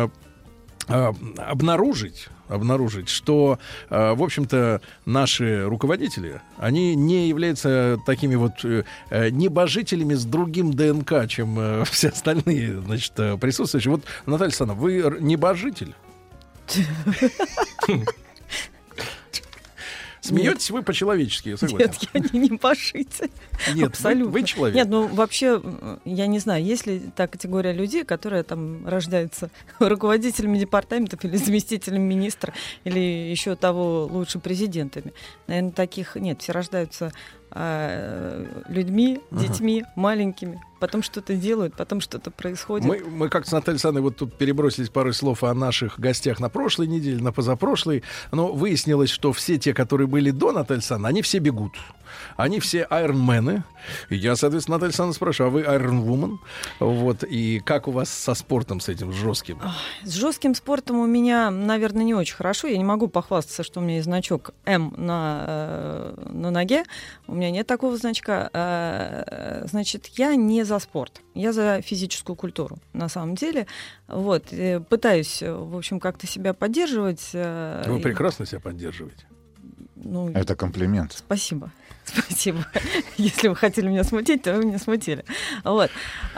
обнаружить, что, в общем-то, наши руководители, они не являются такими вот небожителями с другим ДНК, чем все остальные, значит, присутствующие. Вот, Наталья Александровна, вы небожитель? Смеетесь вы по-человечески, я согласен. Нет, я не пошите. Нет, абсолютно. Вы человек. Нет, ну вообще, я не знаю, есть ли та категория людей, которые там рождаются руководителями департаментов или заместителями министра, или еще того лучше президентами. Наверное, таких нет. Все рождаются людьми, детьми, маленькими. Потом что-то делают, потом что-то происходит. Мы как с Натальей Александровной вот тут перебросились пару слов о наших гостях на прошлой неделе, на позапрошлой. Но выяснилось, что все те, которые были до Натальи Александровны, они все бегут. Они все айронмены. И я, соответственно, Наталья Александровна спрашиваю, а вы айронвумен? Вот. И как у вас со спортом, с этим жестким? С жестким спортом у меня, наверное, не очень хорошо. Я не могу похвастаться, что у меня есть значок М на ноге. У меня нет такого значка. Значит, я не за спорт. Я за физическую культуру, на самом деле. Вот. Пытаюсь, в общем, как-то себя поддерживать. Вы прекрасно себя поддерживаете. Ну, это комплимент. Спасибо. Спасибо. Если вы хотели меня смутить, то вы меня смутили. Вот.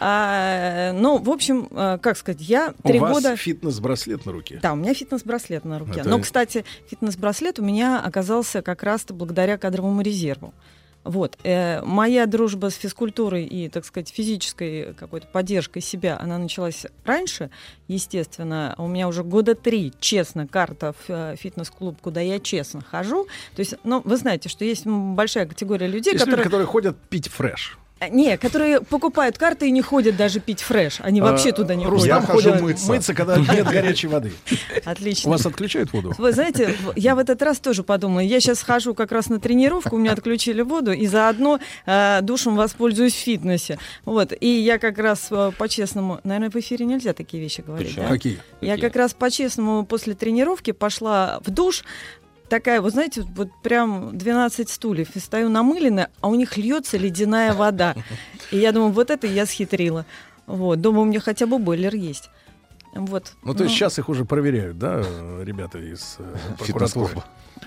Ну, в общем, как сказать, я 3 года... У вас фитнес-браслет на руке? Да, у меня фитнес-браслет на руке. Но, кстати, фитнес-браслет у меня оказался как раз-то благодаря кадровому резерву. Вот. Моя дружба с физкультурой и, так сказать, физической какой-то поддержкой себя, она началась раньше, естественно. У меня уже 3 года, честно, карта в фитнес-клуб, куда я честно хожу. То есть, ну, вы знаете, что есть большая категория людей, есть люди, которые ходят пить фреш. Не, которые покупают карты и не ходят даже пить фреш. Они вообще туда не ходят. Я хожу мыться, когда нет горячей воды. Отлично. У вас отключают воду? Вы знаете, я в этот раз тоже подумала. Я сейчас хожу как раз на тренировку, у меня отключили воду, и заодно душем воспользуюсь в фитнесе. Вот. И я как раз по-честному... Наверное, в эфире нельзя такие вещи говорить. Да? Какие? Я как раз по-честному после тренировки пошла в душ. Такая, вы знаете, вот прям 12 стульев. И стою намыленная, а у них льется ледяная вода. И я думаю, вот это я схитрила. Вот. Думаю, у меня хотя бы бойлер есть. Вот. Ну, то есть сейчас их уже проверяют, да, ребята из прокуратуры?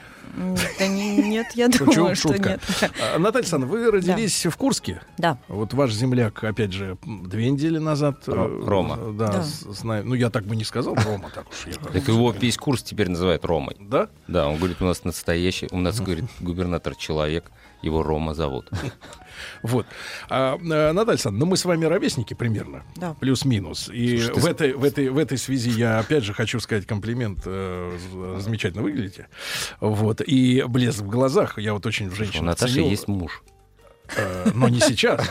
Да нет, я думаю, что нет. Наталья Александровна, вы родились в Курске? Да. Вот ваш земляк, опять же, 2 недели назад... Рома. Да. Ну, я так бы не сказал, Рома, так уж. Так его весь Курск теперь называют Ромой. Да? Да, он говорит, у нас настоящий, у нас, говорит, губернатор человек, его Рома зовут. Вот. Наталья Александровна, мы с вами ровесники примерно, да. Плюс-минус. И в этой связи я опять же хочу сказать комплимент. Замечательно выглядите. Вот. И блеск в глазах. Я вот очень в женщинах у Наташи ценю. есть муж. Но не сейчас.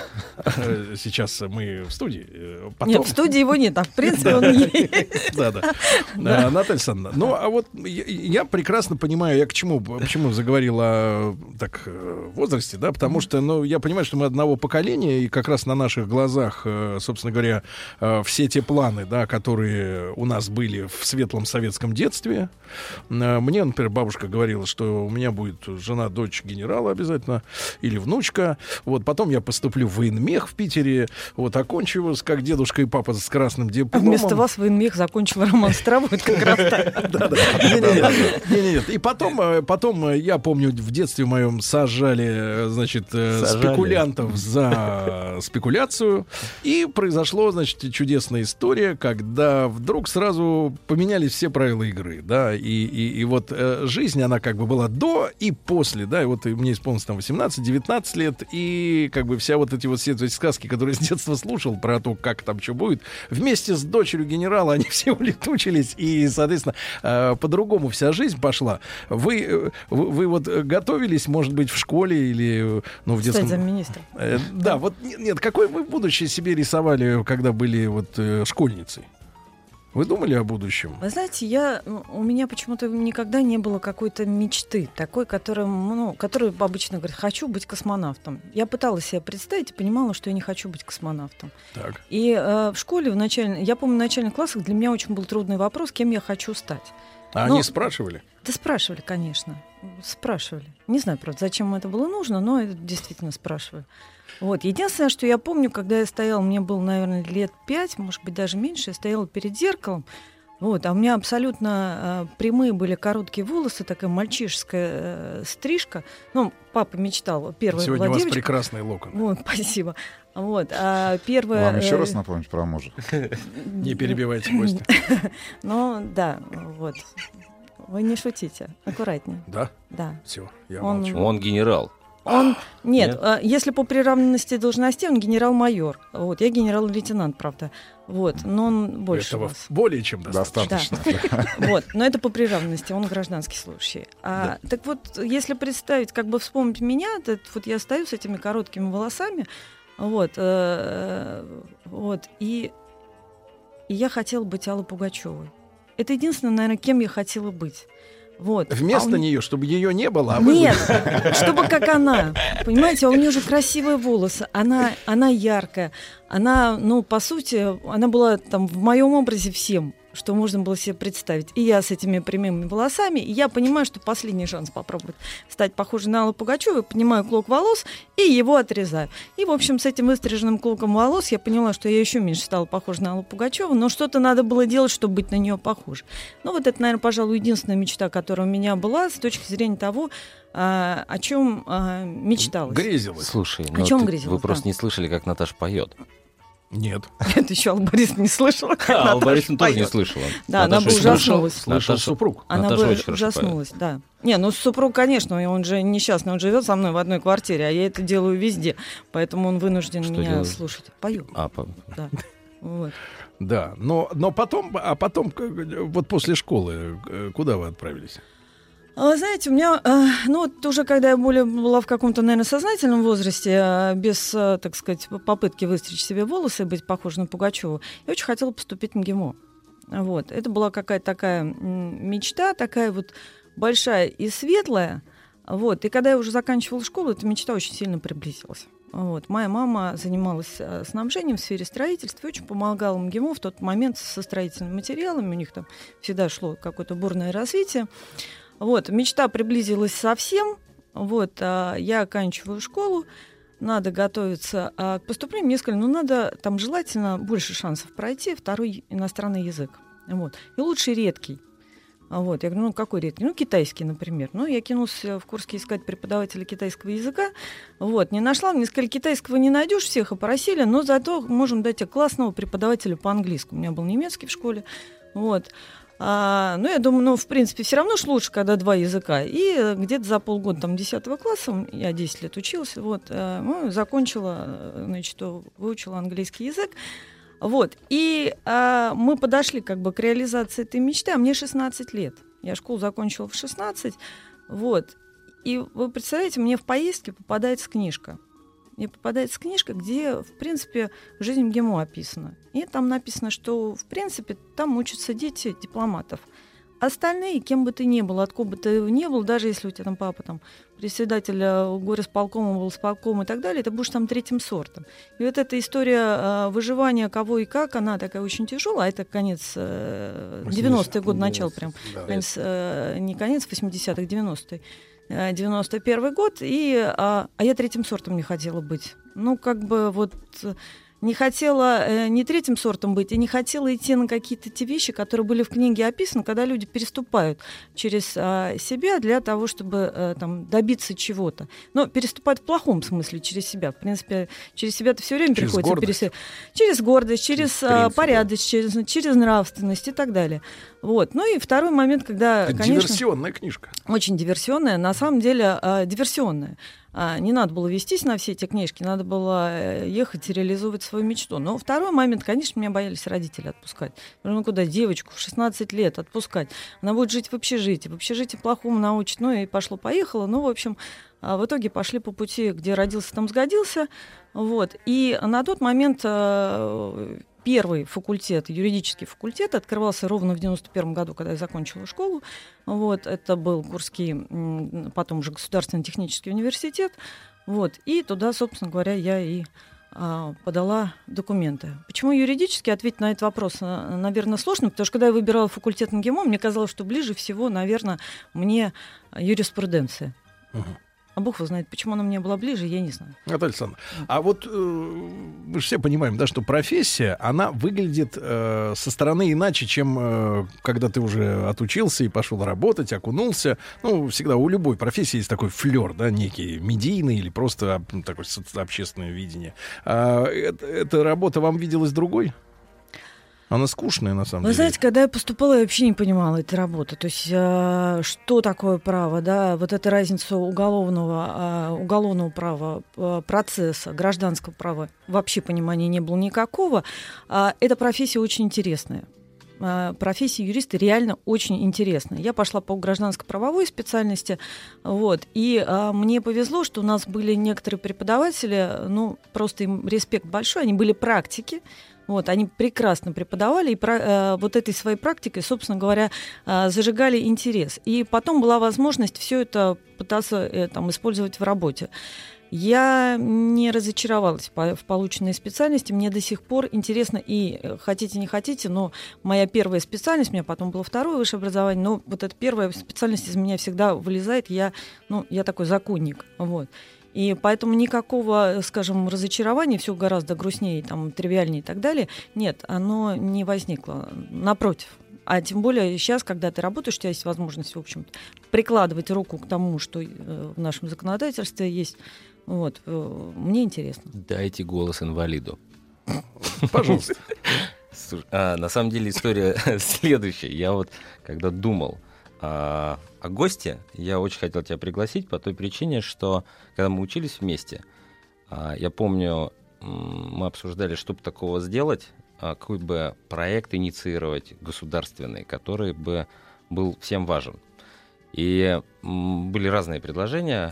Сейчас мы в студии. Потом... Нет, в студии его нет, а в принципе он есть. Да. Наталья Александровна, ну а вот я прекрасно понимаю, я почему заговорил о возрасте, да, потому что, ну, я понимаю, что мы одного поколения, и как раз на наших глазах, собственно говоря, все те планы, да, которые у нас были в светлом советском детстве. Мне, например, бабушка говорила, что у меня будет жена, дочь генерала обязательно, или внучка. Вот, потом я поступлю в военмех в Питере, вот, окончу его, как дедушка и папа, с красным дипломом. Вместо вас военмех закончил Роман Старовой, как раз так. Да. Нет. И потом, я помню, в детстве моем сажали, значит, спекулянтов за спекуляцию. И произошла, значит, чудесная история, когда вдруг сразу поменялись все правила игры, да, и вот жизнь, она как бы была до и после, да, и вот мне исполнилось там 18-19 лет, и как бы все эти сказки, которые с детства слушал про то, как там что будет, вместе с дочерью генерала они все улетучились, и, соответственно, по-другому вся жизнь пошла. Вы вот готовились, может быть, в школе или в детском... Стать замминистра. Да, вот нет, какое вы будущее себе рисовали, когда были вот школьницей? Вы думали о будущем? Вы знаете, у меня почему-то никогда не было какой-то мечты, такой, которой обычно говорят, хочу быть космонавтом. Я пыталась себе представить и понимала, что я не хочу быть космонавтом. Так. И в школе, я помню, в начальных классах для меня очень был трудный вопрос, кем я хочу стать. Они спрашивали? Да спрашивали, конечно. Спрашивали. Не знаю, правда, зачем это было нужно, но это действительно спрашивали. Вот. Единственное, что я помню, когда я стояла, мне было, наверное, лет 5, может быть, даже меньше, я стояла перед зеркалом, вот, а у меня абсолютно прямые были короткие волосы, такая мальчишеская стрижка. Ну, папа мечтал. Сегодня у вас прекрасные локоны. Вот, спасибо. Вот, вам еще раз напомнить про мужа. Не перебивайте, Костя. Ну, да, вот. Вы не шутите. Аккуратнее. Да? Да. Все, я Он- молчу. Он генерал. Нет, если по приравненности должностей, он генерал-майор. Вот, я генерал-лейтенант, правда. Вот, но он больше Этого вас. более чем достаточно. Вот, но это по приравненности, он гражданский служащий. Так вот, если представить, как бы вспомнить меня, вот я стою с этими короткими волосами, вот, и я хотела быть Аллой Пугачевой. Это единственное, наверное, кем я хотела быть. Вот. Вместо нее, чтобы ее не было, а вы Нет, были. чтобы как она. Понимаете, у нее же красивые волосы, она яркая. Она, ну, по сути, она была там в моем образе всем, что можно было себе представить. И я с этими прямыми волосами, и я понимаю, что последний шанс попробовать стать похожей на Аллу Пугачеву, поднимаю клок волос и его отрезаю. И, в общем, с этим выстриженным клоком волос я поняла, что я еще меньше стала похожа на Аллу Пугачеву, но что-то надо было делать, чтобы быть на нее похожей. Ну, вот это, наверное, пожалуй, единственная мечта, которая у меня была с точки зрения того, о чем мечталась. Грезилась. Слушай, О чем грезилась, вы просто да. не слышали, как Наташа поет. Нет. Это еще Алла Борисовна не слышала. Алла Борисовна тоже не слышала. Да, она бы ужаснулась. Слышал супруг. Она Наташа бы очень хорошо ужаснулась, да. Не, ну супруг, конечно, он же несчастный, он живет со мной в одной квартире, а я это делаю везде, поэтому он вынужден Что меня делаешь? слушать. Пою. Да. Вот. Да, но потом, вот после школы, куда вы отправились? Вы знаете, у меня, ну вот уже когда я более была в каком-то, наверное, сознательном возрасте, без, так сказать, попытки выстричь себе волосы и быть похожей на Пугачеву, я очень хотела поступить в МГИМО. Вот. Это была какая-то такая мечта, такая вот большая и светлая. Вот. И когда я уже заканчивала школу, эта мечта очень сильно приблизилась. Вот. Моя мама занималась снабжением в сфере строительства и очень помогала МГИМО в тот момент со строительными материалами. У них там всегда шло какое-то бурное развитие. Вот, мечта приблизилась совсем. Вот, я оканчиваю школу, надо готовиться к поступлению. Мне сказали, надо там желательно больше шансов пройти, второй иностранный язык. Вот, и лучше редкий. Вот, я говорю, какой редкий? Китайский, например. Я кинулась в Курске искать преподавателя китайского языка. Вот, не нашла, мне сказали, китайского не найдешь, всех опросили, но зато можем дать тебе классного преподавателя по английскому. У меня был немецкий в школе. Вот. Я думаю, в принципе, все равно ж лучше, когда два языка. И где-то за полгода, 10 класса, я 10 лет училась, закончила, выучила английский язык. Вот. И мы подошли к реализации этой мечты, а мне 16 лет. Я школу закончила в 16. Вот. И вы представляете, мне в поездке попадается книжка. Мне попадается книжка, где, в принципе, жизнь МГИМО описана. И там написано, что, в принципе, там учатся дети дипломатов. Остальные, кем бы ты ни был, откуда бы ты ни был, даже если у тебя там папа председатель горисполкома, волсполкома и так далее, ты будешь там третьим сортом. И вот эта история выживания кого и как, она такая очень тяжелая. Это конец 90-е годы, начало прям. Да. Конец, не конец 80-х, 90-е. 91 год, а я третьим сортом не хотела быть. Не хотела не третьим сортом быть, и не хотела идти на какие-то те вещи, которые были в книге описаны, когда люди переступают через себя для того, чтобы добиться чего-то. Но переступать в плохом смысле через себя. В принципе, через себя-то все время через приходится переступать. Через гордость, через порядочность, через нравственность и так далее. Вот. И второй момент, когда, это конечно... диверсионная книжка. Очень диверсионная, на самом деле диверсионная. Не надо было вестись на все эти книжки, надо было ехать и реализовывать свою мечту. Но второй момент, конечно, меня боялись родители отпускать. Куда девочку в 16 лет отпускать? Она будет жить в общежитии плохому научат. И пошло-поехало. В общем, в итоге пошли по пути, где родился, там сгодился. Вот. И на тот момент... Первый факультет, юридический факультет, открывался ровно в 91 году, когда я закончила школу. Вот, это был Курский, потом уже Государственный технический университет. Вот, и туда, собственно говоря, я и подала документы. Почему юридически? Ответить на этот вопрос, наверное, сложно, потому что когда я выбирала факультет МГИМО, мне казалось, что ближе всего, наверное, мне юриспруденция. А Бог его знает, почему она мне была ближе, я не знаю. Наталья Александровна, а вот мы же все понимаем, да, что профессия, она выглядит со стороны иначе, чем когда ты уже отучился и пошел работать, окунулся. Всегда у любой профессии есть такой флер, да, некий медийный или просто такое общественное видение. Эта работа вам виделась другой? Она скучная, на самом деле. Вы знаете, когда я поступала, я вообще не понимала этой работы. То есть, что такое право, да, вот эта разница уголовного права, процесса, гражданского права, вообще понимания не было никакого. Эта профессия очень интересная. Профессия юриста реально очень интересная. Я пошла по гражданско-правовой специальности, вот, и мне повезло, что у нас были некоторые преподаватели, ну, просто им респект большой, они были практики, вот, они прекрасно преподавали, и вот этой своей практикой, собственно говоря, зажигали интерес. И потом была возможность все это пытаться там, использовать в работе. Я не разочаровалась в полученной специальности. Мне до сих пор интересно, и хотите, не хотите, но моя первая специальность, у меня потом было второе высшее образование, но вот эта первая специальность из меня всегда вылезает. Я такой законник. Вот. И поэтому никакого, скажем, разочарования, все гораздо грустнее, там, тривиальнее и так далее, нет, оно не возникло. Напротив. А тем более сейчас, когда ты работаешь, у тебя есть возможность, в общем-то, прикладывать руку к тому, что в нашем законодательстве есть. Вот. Мне интересно. Дайте голос инвалиду. Пожалуйста. На самом деле история следующая. Я вот, когда думал о госте, я очень хотел тебя пригласить по той причине, что когда мы учились вместе, я помню, мы обсуждали, что бы такого сделать, какой бы проект инициировать государственный, который бы был всем важен. И были разные предложения.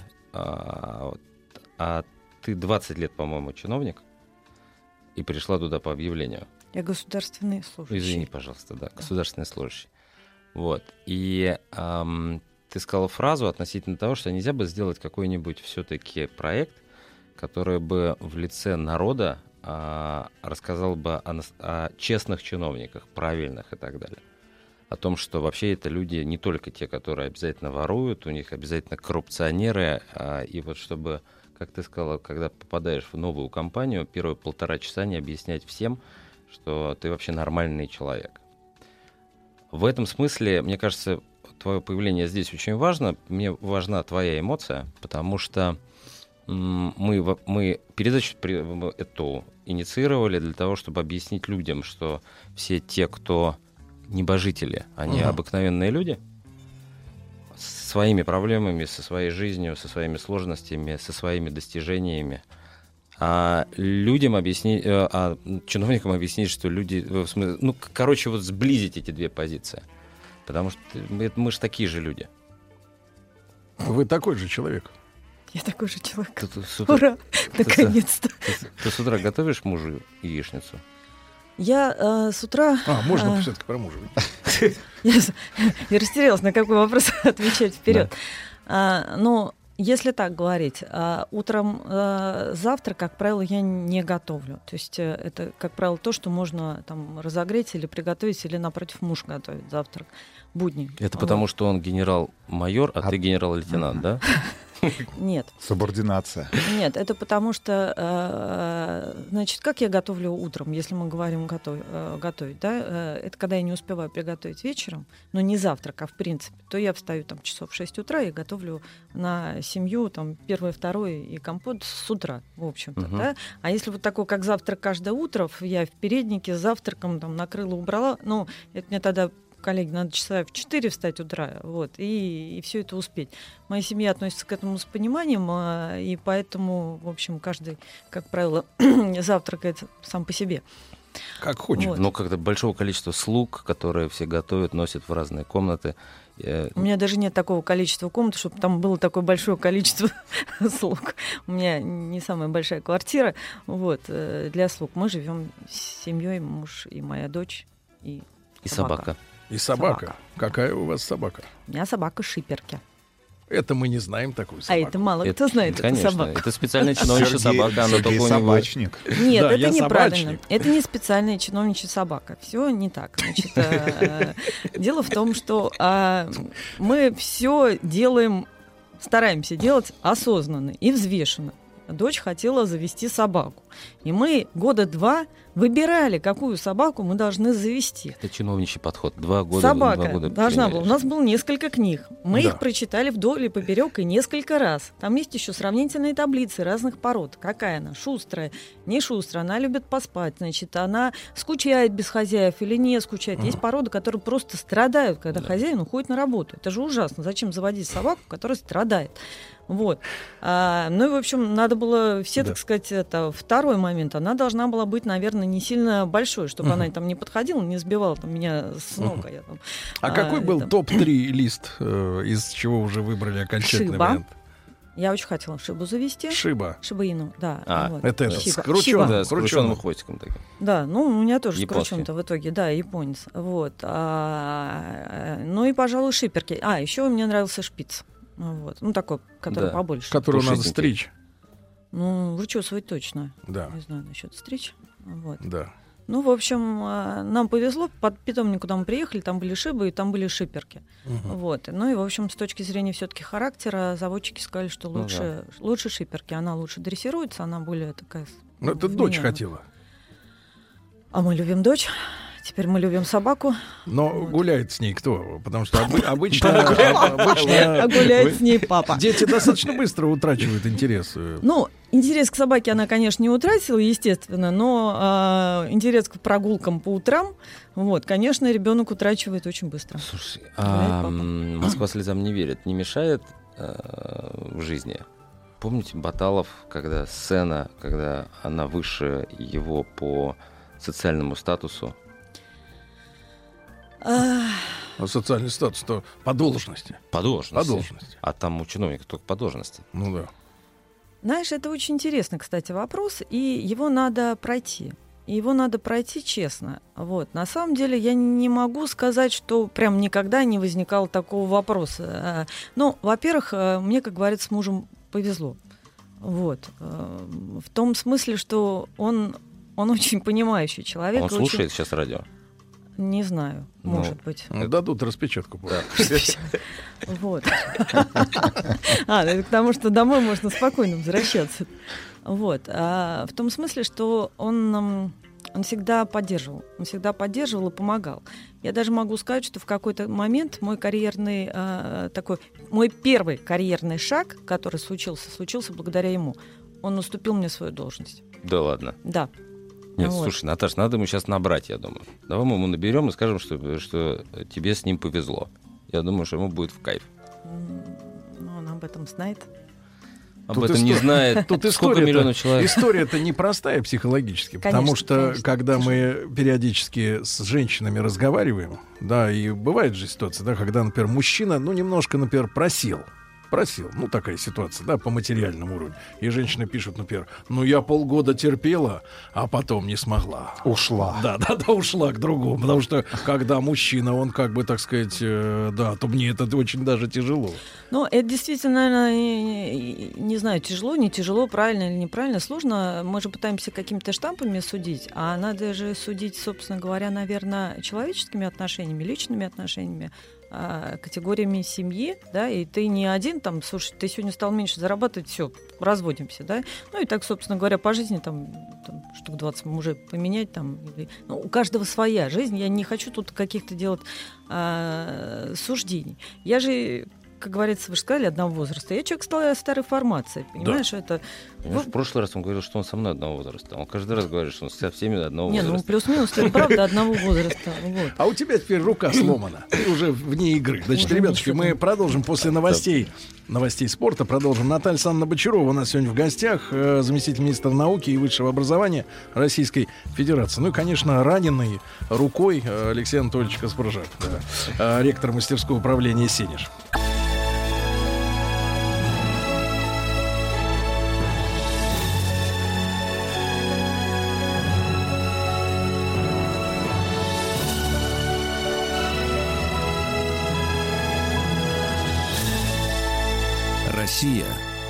А ты 20 лет, по-моему, чиновник, и пришла туда по объявлению. Я государственный служащий. Извини, пожалуйста, да, государственный служащий. Вот. И ты сказала фразу относительно того, что нельзя бы сделать какой-нибудь все-таки проект, который бы в лице народа рассказал бы о честных чиновниках, правильных и так далее. О том, что вообще это люди не только те, которые обязательно воруют, у них обязательно коррупционеры, и вот чтобы, как ты сказала, когда попадаешь в новую компанию, первые 1,5 часа не объяснять всем, что ты вообще нормальный человек. В этом смысле, мне кажется, твое появление здесь очень важно. Мне важна твоя эмоция, потому что мы передачу эту инициировали для того, чтобы объяснить людям, что все те, кто небожители, они обыкновенные люди со своими проблемами, со своей жизнью, со своими сложностями, со своими достижениями. А людям объяснить, чиновникам объяснить, что люди, вот сблизить эти две позиции. Потому что мы же такие же люди. Вы такой же человек. Я такой же человек. Ура! Наконец-то. Ты с утра готовишь мужу яичницу? Я с утра... можно все-таки про мужа. Я растерялась, на какой вопрос отвечать вперед. Но если так говорить, утром завтрак, как правило, я не готовлю. То есть это, как правило, то, что можно там разогреть или приготовить, или, напротив, муж готовит завтрак. Будни. Это потому, что он генерал-майор, а ты генерал-лейтенант, да? Нет. Субординация. Нет, это потому что, значит, как я готовлю утром, если мы говорим готовить, да, это когда я не успеваю приготовить вечером, но не завтрак, а в принципе, то я встаю там часов в 6 утра и готовлю на семью там первое, второе и компот с утра, в общем-то, да. А если вот такой, как завтрак каждое утро, я в переднике с завтраком там накрыла, убрала, ну, это мне тогда... Коллеги, надо часа в 4 встать утра, вот, и все это успеть. Моя семья относится к этому с пониманием, и поэтому, в общем, каждый, как правило, завтракает сам по себе. Как хочет. Вот. Но когда большого количества слуг, которые все готовят, носят в разные комнаты. У меня даже нет такого количества комнат, чтобы там было такое большое количество слуг. У меня не самая большая квартира, вот, для слуг. Мы живем с семьей, муж и моя дочь, и собака. И собака. Какая у вас собака? У меня собака Шиперки. Это мы не знаем такую собаку. А это мало кто знает, эту собаку. Это специальная чиновничья собака. Она только собачник. Нет, это неправильно. Это не специальная чиновничья собака. Все не так. Значит, дело в том, что мы все делаем, стараемся делать осознанно и взвешенно. Дочь хотела завести собаку. И мы года 2 выбирали, какую собаку мы должны завести. Это чиновничий подход. 2 года. Собака 2 года должна была. У нас было несколько книг. Мы Да. их прочитали вдоль и поперек и несколько раз. Там есть еще сравнительные таблицы разных пород. Какая она? Шустрая, не шустрая. Она любит поспать. Значит, она скучает без хозяев или не скучает. Есть породы, которые просто страдают, когда хозяин уходит на работу. Это же ужасно. Зачем заводить собаку, которая страдает? Вот. Ну и, в общем, надо было все, так сказать, это второй момент. Она должна была быть, наверное, не сильно большой, чтобы она там не подходила, не сбивала там, меня с ног. Я, там, какой был топ-3 лист, из чего уже выбрали окончательный Шиба. вариант? Я очень хотела Шибу завести. Шиба. Шибаину, да. Вот. Это Шиба. с крученым, да, с крученным хвостиком таким. Да, ну у меня тоже Японский. с крученым-то в итоге, да, японец. Вот. Ну и, пожалуй, шиперки. Еще мне нравился шпиц. Вот. Ну, такой, который побольше. Которую надо стричь. Ну, вычесывать точно. Да. Не знаю насчет стричь. Вот. Да. Ну, в общем, нам повезло. Под питомник, куда мы приехали, там были шибы и там были шиперки. Вот. Ну и, в общем, с точки зрения все-таки характера, заводчики сказали, что лучше шиперки. Она лучше дрессируется, она более такая... Ну, это дочь хотела. А мы любим дочь. Теперь мы любим собаку. Но гуляет с ней кто? Потому что обычно... А гуляет с ней папа. Дети достаточно быстро утрачивают интерес. Ну, интерес к собаке она, конечно, не утратила, естественно, но интерес к прогулкам по утрам, вот, конечно, ребенок утрачивает очень быстро. Слушай, Москва слезам не верит, не мешает в жизни? Помните Баталов, когда сцена, когда она выше его по социальному статусу? Социальный статус, то по должности. По должности. По должности. А там у чиновника только по должности. Ну да. Знаешь, это очень интересный, кстати, вопрос, и его надо пройти. И его надо пройти честно. Вот. На самом деле я не могу сказать, что прям никогда не возникало такого вопроса. Ну, во-первых, мне, как говорится, с мужем повезло. Вот. В том смысле, что он очень понимающий человек. Он слушает сейчас радио? Не знаю, может быть. Дадут распечатку. Вот. Потому что домой можно спокойно возвращаться. Вот. В том смысле, что он всегда поддерживал. Он всегда поддерживал и помогал. Я даже могу сказать, что в какой-то момент мой первый карьерный шаг, который случился благодаря ему. Он уступил мне свою должность. Да ладно? Да. Нет, слушай, Наташ, надо ему сейчас набрать, я думаю. Давай мы ему наберем и скажем, что тебе с ним повезло. Я думаю, что ему будет в кайф. Ну, он об этом знает. Об этом не знает. Тут сколько миллионов человек. История-то непростая психологически, потому что когда мы периодически с женщинами разговариваем, да, и бывает же ситуация, да, когда, например, мужчина, немножко, например, просил, такая ситуация, да, по материальному уровню. И женщины пишут, например, я полгода терпела, а потом не смогла. Ушла. Да, ушла к другому. Потому что, когда мужчина, он как бы, так сказать, то мне это очень даже тяжело. Ну, это действительно, наверное, не знаю, тяжело, не тяжело, правильно или неправильно, сложно. Мы же пытаемся какими-то штампами судить, а надо же судить, собственно говоря, наверное, человеческими отношениями, личными отношениями, категориями семьи, да, и ты не один, там, слушай, ты сегодня стал меньше зарабатывать, все, разводимся, да, ну и так, собственно говоря, по жизни там штук 20 мужей поменять, там, у каждого своя жизнь, я не хочу тут каких-то делать суждений. Я же, как говорится, вы же сказали, одного возраста. Я человек старой формации, понимаешь, это... В прошлый раз он говорил, что он со мной одного возраста. Он каждый раз говорит, что он со всеми одного возраста. Не, плюс-минус, ты правда одного возраста. Вот. А у тебя теперь рука сломана. Ты уже вне игры. Значит, ребятушки, мы продолжим после новостей спорта. Продолжим. Наталья Александровна Бочарова у нас сегодня в гостях, заместитель министра науки и высшего образования Российской Федерации. Ну и, конечно, раненый рукой Алексей Анатольевич Каспаржак, ректор мастерского управления «Сенеж». Россия –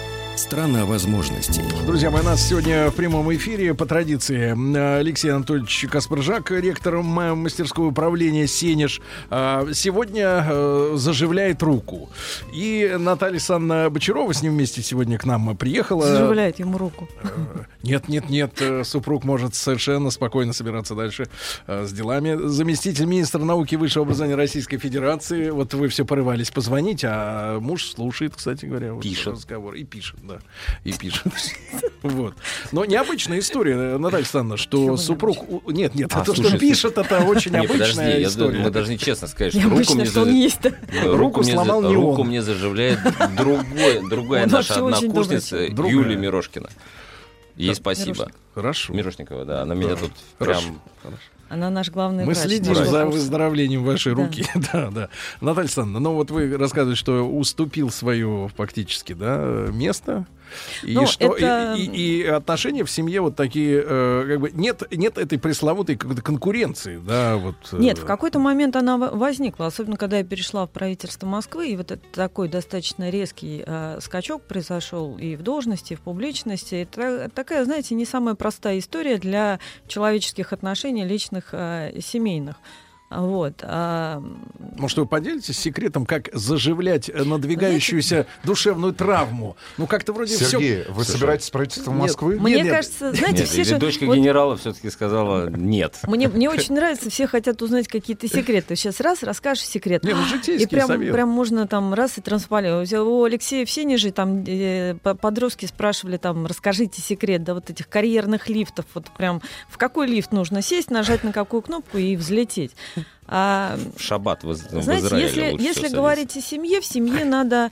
Страна возможностей. Друзья мои, у нас сегодня в прямом эфире по традиции Алексей Анатольевич Каспаржак, ректор мастерского управления «Сенеж», сегодня заживляет руку. И Наталья Александровна Бочарова с ним вместе сегодня к нам приехала. Заживляет ему руку. Нет, супруг может совершенно спокойно собираться дальше с делами. Заместитель министра науки и высшего образования Российской Федерации. Вот вы все порывались позвонить, а муж слушает, кстати говоря, пишет разговор и пишет, да, и пишет. Вот. Но необычная история, Наталья Александровна, что супруг... Нет, то, что пишет, это очень обычная история. Мы должны честно сказать, что руку мне заживляет другая наша однокурсница Юлия Мирошкина. Ей спасибо. Хорошо. Мирошникова, да, она меня тут прям... Она наш главный врач. Мы следим за выздоровлением вашей руки. Да. Наталья Александровна, ну вот вы рассказываете, что уступил свое фактически, да, место. И, и отношения в семье вот такие, как бы нет этой пресловутой какой-то конкуренции, да, вот. Нет, в какой-то момент она возникла, особенно когда я перешла в правительство Москвы, и вот это такой достаточно резкий скачок произошел и в должности, и в публичности. Это такая, знаете, не самая простая история для человеческих отношений, личных, семейных. Вот. Может, вы поделитесь секретом, как заживлять надвигающуюся душевную травму? Ну, как-то вроде Сергей, вы собираетесь правительство Москвы? Мне кажется, знаете, все же... Дочка генерала все-таки сказала нет. Мне очень нравится, все хотят узнать какие-то секреты. Сейчас расскажешь секрет. И прям можно там раз и транспалировать. У Алексея в Сенеже там подростки спрашивали, там, расскажите секрет, да, вот этих карьерных лифтов. Вот прям в какой лифт нужно сесть, нажать на какую кнопку и взлететь. В шаббат в знаете, Израиле если говорить о семье, в семье надо...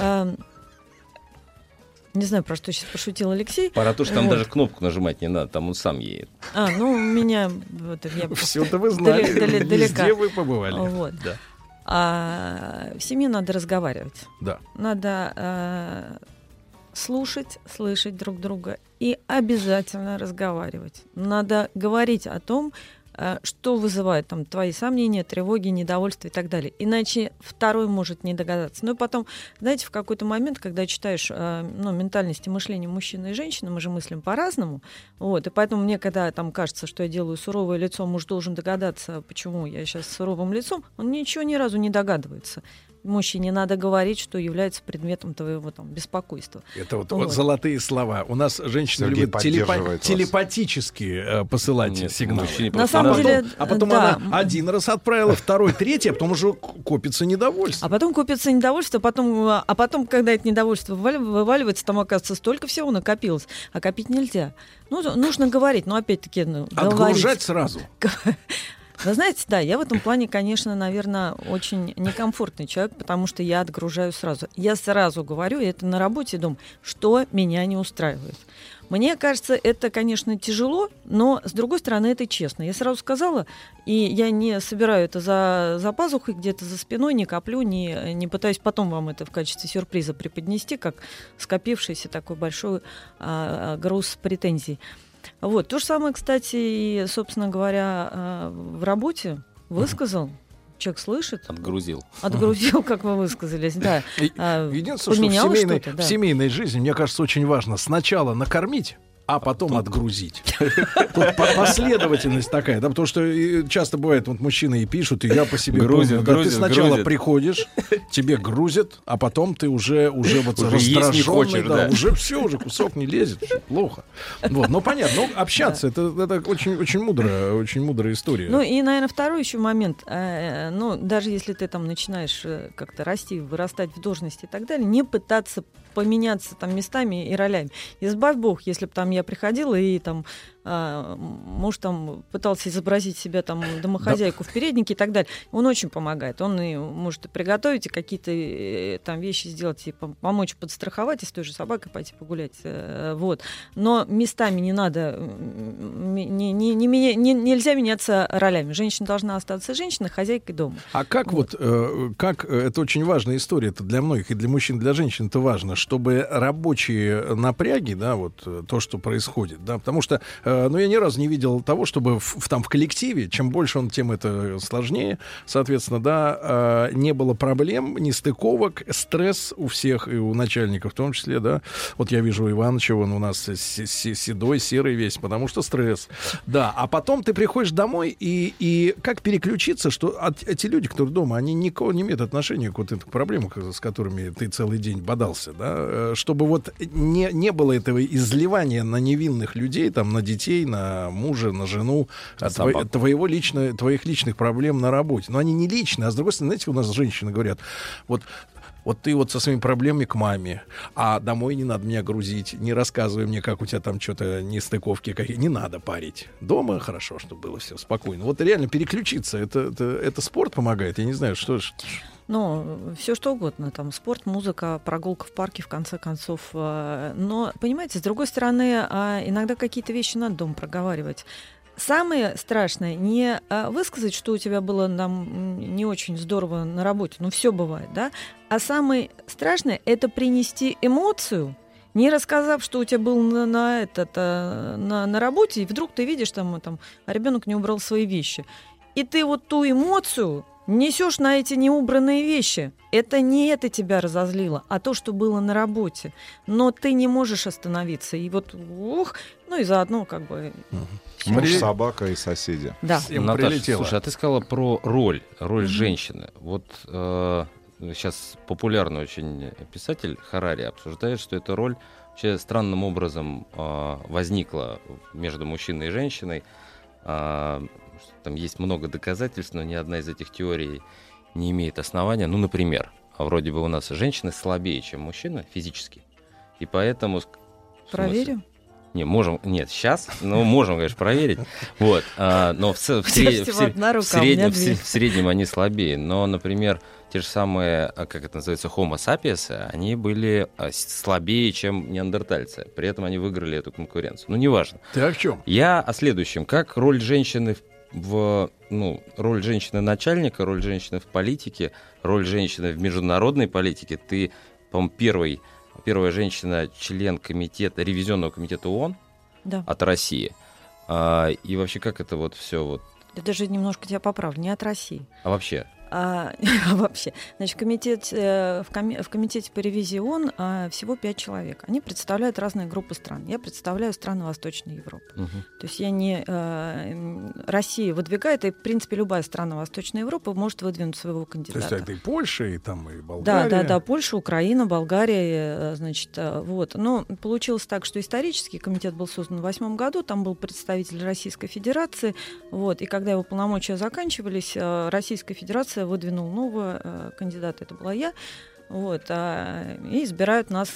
не знаю, про что сейчас пошутил Алексей. Про то, что там даже кнопку нажимать не надо, там он сам едет. Ну, у меня... Все-то вы знали, везде вы побывали. Вот. Да. В семье надо разговаривать. Да. Надо слушать, слышать друг друга и обязательно разговаривать. Надо говорить о том, что вызывает там твои сомнения, тревоги, недовольство и так далее. Иначе второй может не догадаться. Ну и потом, знаете, в какой-то момент, когда читаешь ментальность и мышление мужчины и женщины, мы же мыслим по-разному. Вот, и поэтому мне, когда там кажется, что я делаю суровое лицо, муж должен догадаться, почему я сейчас с суровым лицом, он ничего ни разу не догадывается. Мужчине надо говорить, что является предметом твоего там беспокойства. Это вот золотые слова. У нас женщины любят телепатически посылать сигналы. На самом деле, а потом она один раз отправила, второй, третий, а потом уже копится недовольство. А потом копится недовольство, а потом, когда это недовольство вываливается, там, оказывается, столько всего накопилось. А копить нельзя. Ну, нужно говорить, но опять-таки... Отгружать сразу. Вы знаете, да, я в этом плане, конечно, наверное, очень некомфортный человек, потому что я отгружаю сразу. Я сразу говорю, и это на работе дома, что меня не устраивает. Мне кажется, это, конечно, тяжело, но, с другой стороны, это честно. Я сразу сказала, и я не собираю это за пазухой, где-то за спиной, не коплю, не пытаюсь потом вам это в качестве сюрприза преподнести, как скопившийся такой большой груз претензий. Вот. То же самое, кстати, и, собственно говоря, в работе высказал. Человек слышит. Отгрузил, как вы высказались, да. Единственное, что в семейной жизни, мне кажется, очень важно сначала накормить, а потом отгрузить. Тут последовательность такая, да, потому что часто бывает, вот мужчины и пишут, и я по себе помню, да, ты сначала приходишь, тебе грузят, а потом ты уже вот раздраженный, да, уже все, уже кусок не лезет, плохо. Вот, ну понятно, но общаться, это очень мудрая история. Ну и, наверное, второй еще момент, даже если ты там начинаешь как-то расти, вырастать в должности и так далее, не пытаться поменяться там местами и ролями. Избавь Бог, если бы там я приходила и там муж там пытался изобразить себя там домохозяйку в переднике и так далее. Он очень помогает. Он и может и приготовить, и какие-то там вещи сделать, и помочь подстраховать, и с той же собакой пойти погулять. Вот. Но местами не надо, нельзя меняться ролями. Женщина должна остаться женщиной, хозяйкой дома. А как как это очень важная история, это для многих, и для мужчин, и для женщин это важно, чтобы рабочие напряги, да, вот то, что происходит, да, потому что но я ни разу не видел того, чтобы там в коллективе, чем больше он, тем это сложнее, соответственно, да, не было проблем, нестыковок, стресс у всех, и у начальников в том числе, да. Вот я вижу Иваныча, он у нас седой, серый весь, потому что стресс. Да, а потом ты приходишь домой, и как переключиться, что эти люди, которые дома, они никого не имеют отношения к вот этим проблемам, с которыми ты целый день бодался, да, чтобы вот не было этого изливания на невинных людей, там, на детей, на мужа, на жену, твоих личных проблем на работе. Но они не личные, а с другой стороны, знаете, у нас женщины говорят, вот ты вот со своими проблемами к маме, а домой не надо меня грузить, не рассказывай мне, как у тебя там что-то нестыковки какие, не надо парить. Дома хорошо, чтобы было все спокойно. Вот реально переключиться, это спорт помогает, я не знаю, что... Ну, все что угодно, там, спорт, музыка, прогулка в парке, в конце концов. Но, понимаете, с другой стороны, иногда какие-то вещи надо дома проговаривать. Самое страшное не высказать, что у тебя было не очень здорово на работе, ну, все бывает, да, а самое страшное — это принести эмоцию, не рассказав, что у тебя был на работе, и вдруг ты видишь, там, а ребенок не убрал свои вещи. И ты вот ту эмоцию несешь на эти неубранные вещи. Это не это тебя разозлило, а то, что было на работе. Но ты не можешь остановиться. И вот, ну и заодно как бы... Муж, собака и соседи. Да. Наташа, слушай, а ты сказала про роль женщины. Вот сейчас популярный очень писатель Харари обсуждает, что эта роль вообще странным образом возникла между мужчиной и женщиной. Там есть много доказательств, но ни одна из этих теорий не имеет основания. Ну, например, вроде бы у нас женщины слабее, чем мужчина физически. И поэтому... Проверим? Нет, сейчас, можем, конечно, проверить. Вот, но в среднем они слабее. Но, например, те же самые, как это называется, Homo sapiens, они были слабее, чем неандертальцы. При этом они выиграли эту конкуренцию. Ну, неважно. Ты о чем? Я о следующем. Как роль женщины роль женщины начальника, роль женщины в политике, роль женщины в международной политике. Ты, по-моему, первая женщина, член ревизионного комитета ООН от России. И вообще, как это вот все вот... Я даже немножко тебя поправлю, не от России. А вообще? Вообще. Значит, в комитете по ревизии ООН всего 5 человек. Они представляют разные группы стран. Я представляю страны Восточной Европы. То есть я не... Россия выдвигает, и, в принципе, любая страна Восточной Европы может выдвинуть своего кандидата. То есть это и Польша, и Болгария. Да, Польша, Украина, Болгария, значит, вот. Но получилось так, что исторический комитет был создан в 2008 году, там был представитель Российской Федерации, вот, и когда его полномочия заканчивались, Российская Федерация выдвинул нового кандидата, это была я, вот, и избирают нас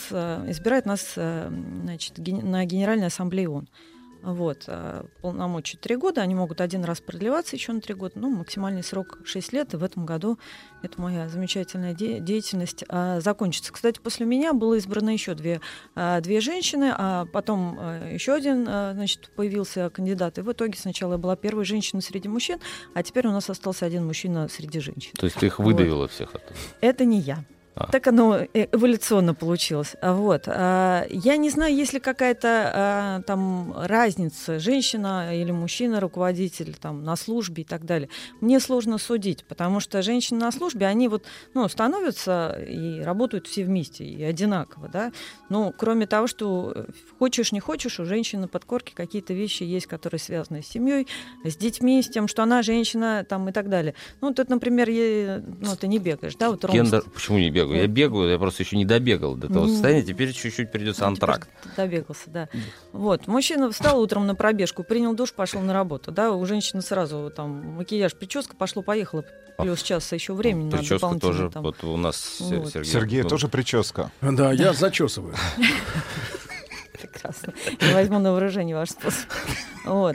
значит, на Генеральной Ассамблее ООН. Вот, полномочия 3 года, они могут один раз продлеваться еще на 3 года, максимальный срок 6 лет, и в этом году эта моя замечательная деятельность закончится. Кстати, после меня было избрано еще две женщины, а потом еще один, значит, появился кандидат, и в итоге сначала я была первой женщиной среди мужчин, а теперь у нас остался один мужчина среди женщин. То есть ты их выдавила всех оттуда? Это не я. Так оно эволюционно получилось. Вот. Я не знаю, есть ли какая-то там разница, женщина или мужчина, руководитель там, на службе и так далее. Мне сложно судить, потому что женщины на службе, они вот, становятся и работают все вместе, и одинаково. Да? Ну, кроме того, что хочешь, не хочешь, у женщины на подкорке какие-то вещи есть, которые связаны с семьей, с детьми, с тем, что она женщина там, и так далее. Ну, тут, например, ты не бегаешь. Да? Вот гендер... Почему не бегаю? Я бегаю, я просто еще не добегал до того состояния, теперь чуть-чуть придется антракт. Добегался, да. Вот, мужчина встал утром на пробежку, принял душ, пошел на работу, да, у женщины сразу там макияж, прическа, пошло-поехало, плюс час еще времени надо дополнительно. Прическа тоже, там. Вот у нас вот. Сергей тоже прическа. Да, я зачесываю. Прекрасно. Я возьму на вооружение ваш способ. Вот.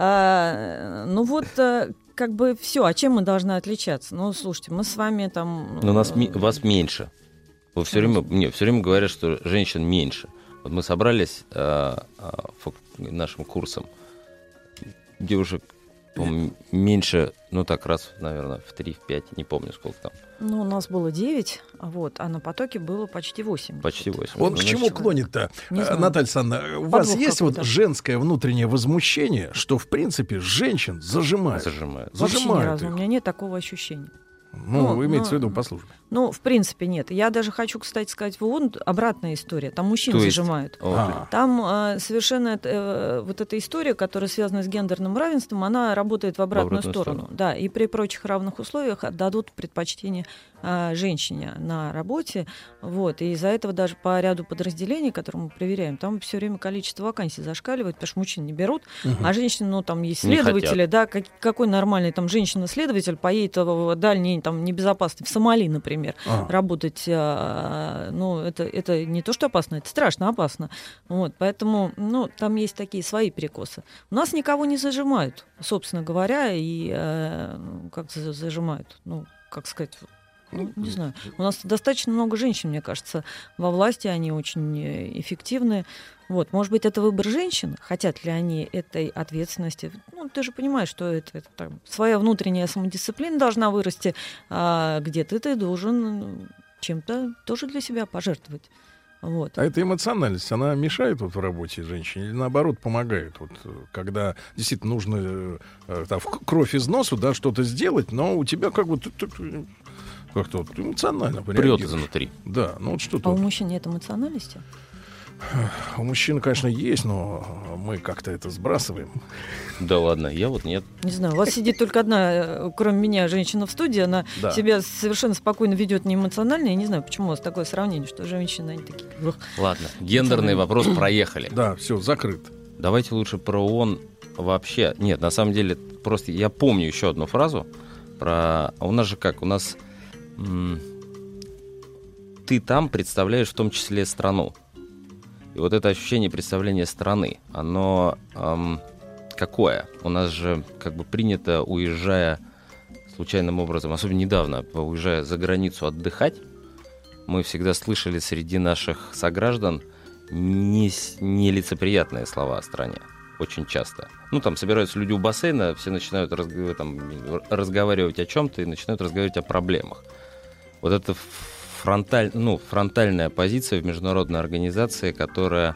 Как бы все, а чем мы должны отличаться? Ну, слушайте, мы с вами там... Но вас меньше. Вы все время говорят, что женщин меньше. Вот мы собрались нашим курсом. Девушек меньше, ну так раз, наверное, в 3-5, не помню сколько там. Ну, у нас было 9, а на потоке было почти 8. Почти 8. Он к чему клонит-то? Наталья Александровна, у вас есть вот женское внутреннее возмущение, что, в принципе, женщин зажимают? Вообще ни разу. У меня нет такого ощущения. Ну, имеется в виду по службе. Ну, в принципе, нет. Я даже хочу, кстати, сказать, в ООН обратная история. Там мужчин зажимают. Там совершенно вот эта история, которая связана с гендерным равенством, она работает в обратную сторону. Да, и при прочих равных условиях отдадут предпочтение женщине на работе. Вот. И из-за этого даже по ряду подразделений, которые мы проверяем, там все время количество вакансий зашкаливает, потому что мужчин не берут, а женщины, ну, там есть следователи, да, какой нормальный там женщина-следователь поедет в дальний, там, небезопасный, в Сомали, например, работать, ну, это не то, что опасно, это страшно опасно. Вот, поэтому, ну, там есть такие свои перекосы. У нас никого не зажимают, собственно говоря, и как зажимают, ну, как сказать, ну, не знаю. У нас достаточно много женщин, мне кажется, во власти, они очень эффективны. Вот, может быть, это выбор женщин, хотят ли они этой ответственности. Ну, ты же понимаешь, что это там, своя внутренняя самодисциплина должна вырасти, а где-то ты должен чем-то тоже для себя пожертвовать. Вот. А эта эмоциональность, она мешает вот в работе женщине или наоборот помогает? Вот, когда действительно нужно там, кровь из носу, да, что-то сделать, но у тебя как бы как-то вот эмоционально прет изнутри. Да, ну вот что-то. А у мужчин нет эмоциональности? У мужчин, конечно, есть, но мы как-то это сбрасываем. Да ладно, я вот нет. Не знаю, у вас сидит только одна, кроме меня, женщина в студии, она себя совершенно спокойно ведет, не эмоционально. Я не знаю, почему у вас такое сравнение, что женщины, они такие... Ладно, гендерный вопрос проехали. Да, все, закрыт. Давайте лучше про ООН вообще. Нет, на самом деле, просто я помню еще одну фразу про... А у нас же как? У нас... Ты там представляешь в том числе страну. И вот это ощущение представления страны, оно какое? У нас же как бы принято, уезжая случайным образом, особенно недавно, уезжая за границу отдыхать, мы всегда слышали среди наших сограждан нелицеприятные слова о стране. Очень часто. Ну, там собираются люди у бассейна, все начинают разговаривать о чем-то и начинают разговаривать о проблемах. Вот это фронтальная позиция в международной организации, в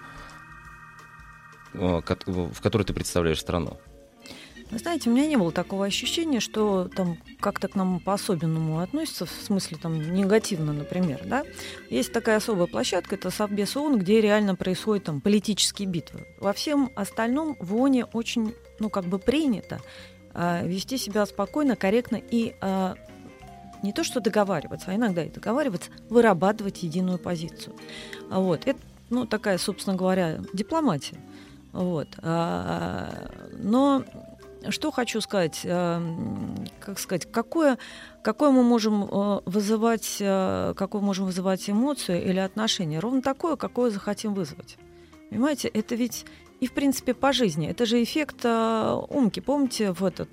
которой ты представляешь страну. Вы знаете, у меня не было такого ощущения, что там как-то к нам по-особенному относятся, в смысле там негативно, например, да. Есть такая особая площадка, это Совбез ООН, где реально происходят там политические битвы. Во всем остальном в ООНе очень, принято вести себя спокойно, корректно и не то что договариваться, а иногда и договариваться, вырабатывать единую позицию. Вот. Это, такая, собственно говоря, дипломатия. Вот. Но что хочу сказать, какую мы можем вызывать эмоцию или отношение? Ровно такое, какое захотим вызвать. Понимаете, это ведь и, в принципе, по жизни. Это же эффект Умки. Помните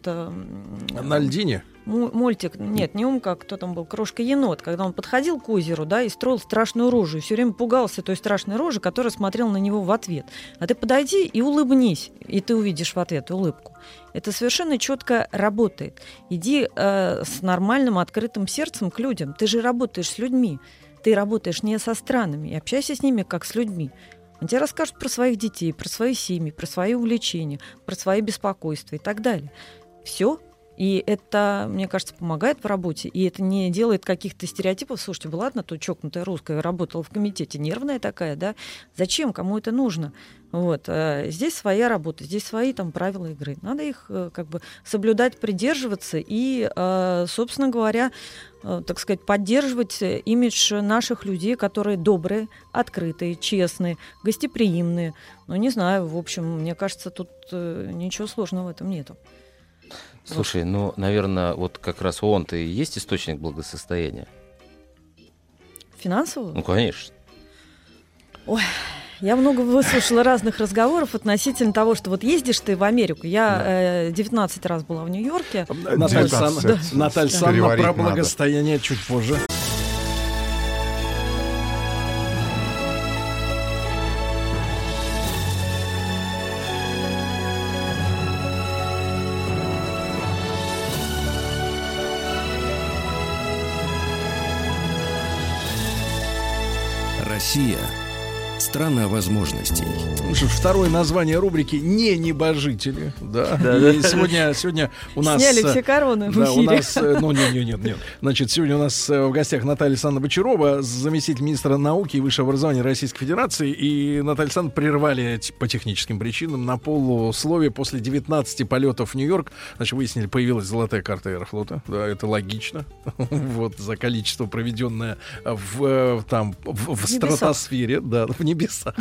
на льдине? Мультик, нет, не Умка, кто там был, Крошка-енот, когда он подходил к озеру, да, и строил страшную рожу, и все время пугался той страшной рожи, которая смотрела на него в ответ. А ты подойди и улыбнись, и ты увидишь в ответ улыбку. Это совершенно четко работает. Иди с нормальным, открытым сердцем к людям. Ты же работаешь с людьми. Ты работаешь не со странами, и общайся с ними, как с людьми. Он тебе расскажет про своих детей, про свои семьи, про свои увлечения, про свои беспокойства и так далее. Все. И это, мне кажется, помогает в работе. И это не делает каких-то стереотипов. Слушайте, ладно, то чокнутая русская работала в комитете, нервная такая, да? Зачем? Кому это нужно? Вот. Здесь своя работа, здесь свои там правила игры. Надо их соблюдать, придерживаться и, собственно говоря, так сказать, поддерживать имидж наших людей, которые добрые, открытые, честные, гостеприимные. Ну, не знаю, в общем, мне кажется, тут ничего сложного в этом нету. Слушай, наверное, вот как раз ООН-то и есть источник благосостояния? Финансового? Ну, конечно. Ой, я много выслушала разных разговоров относительно того, что вот ездишь ты в Америку. Я 19 раз была в Нью-Йорке. Наталья Александровна, про благосостояние чуть позже. Россия – страна возможностей. Второе название рубрики «Не небожители». Да. И сегодня у нас... Сняли все короны в эфире. У нас, нет. Значит, сегодня у нас в гостях Наталья Александровна Бочарова, заместитель министра науки и высшего образования Российской Федерации. И Наталья Александровна прервали по техническим причинам на полусловие после 19 полетов в Нью-Йорк. Значит, выяснили, появилась золотая карта Аэрофлота. Да, это логично. Вот за количество, проведенное в стратосфере, да, в небесах.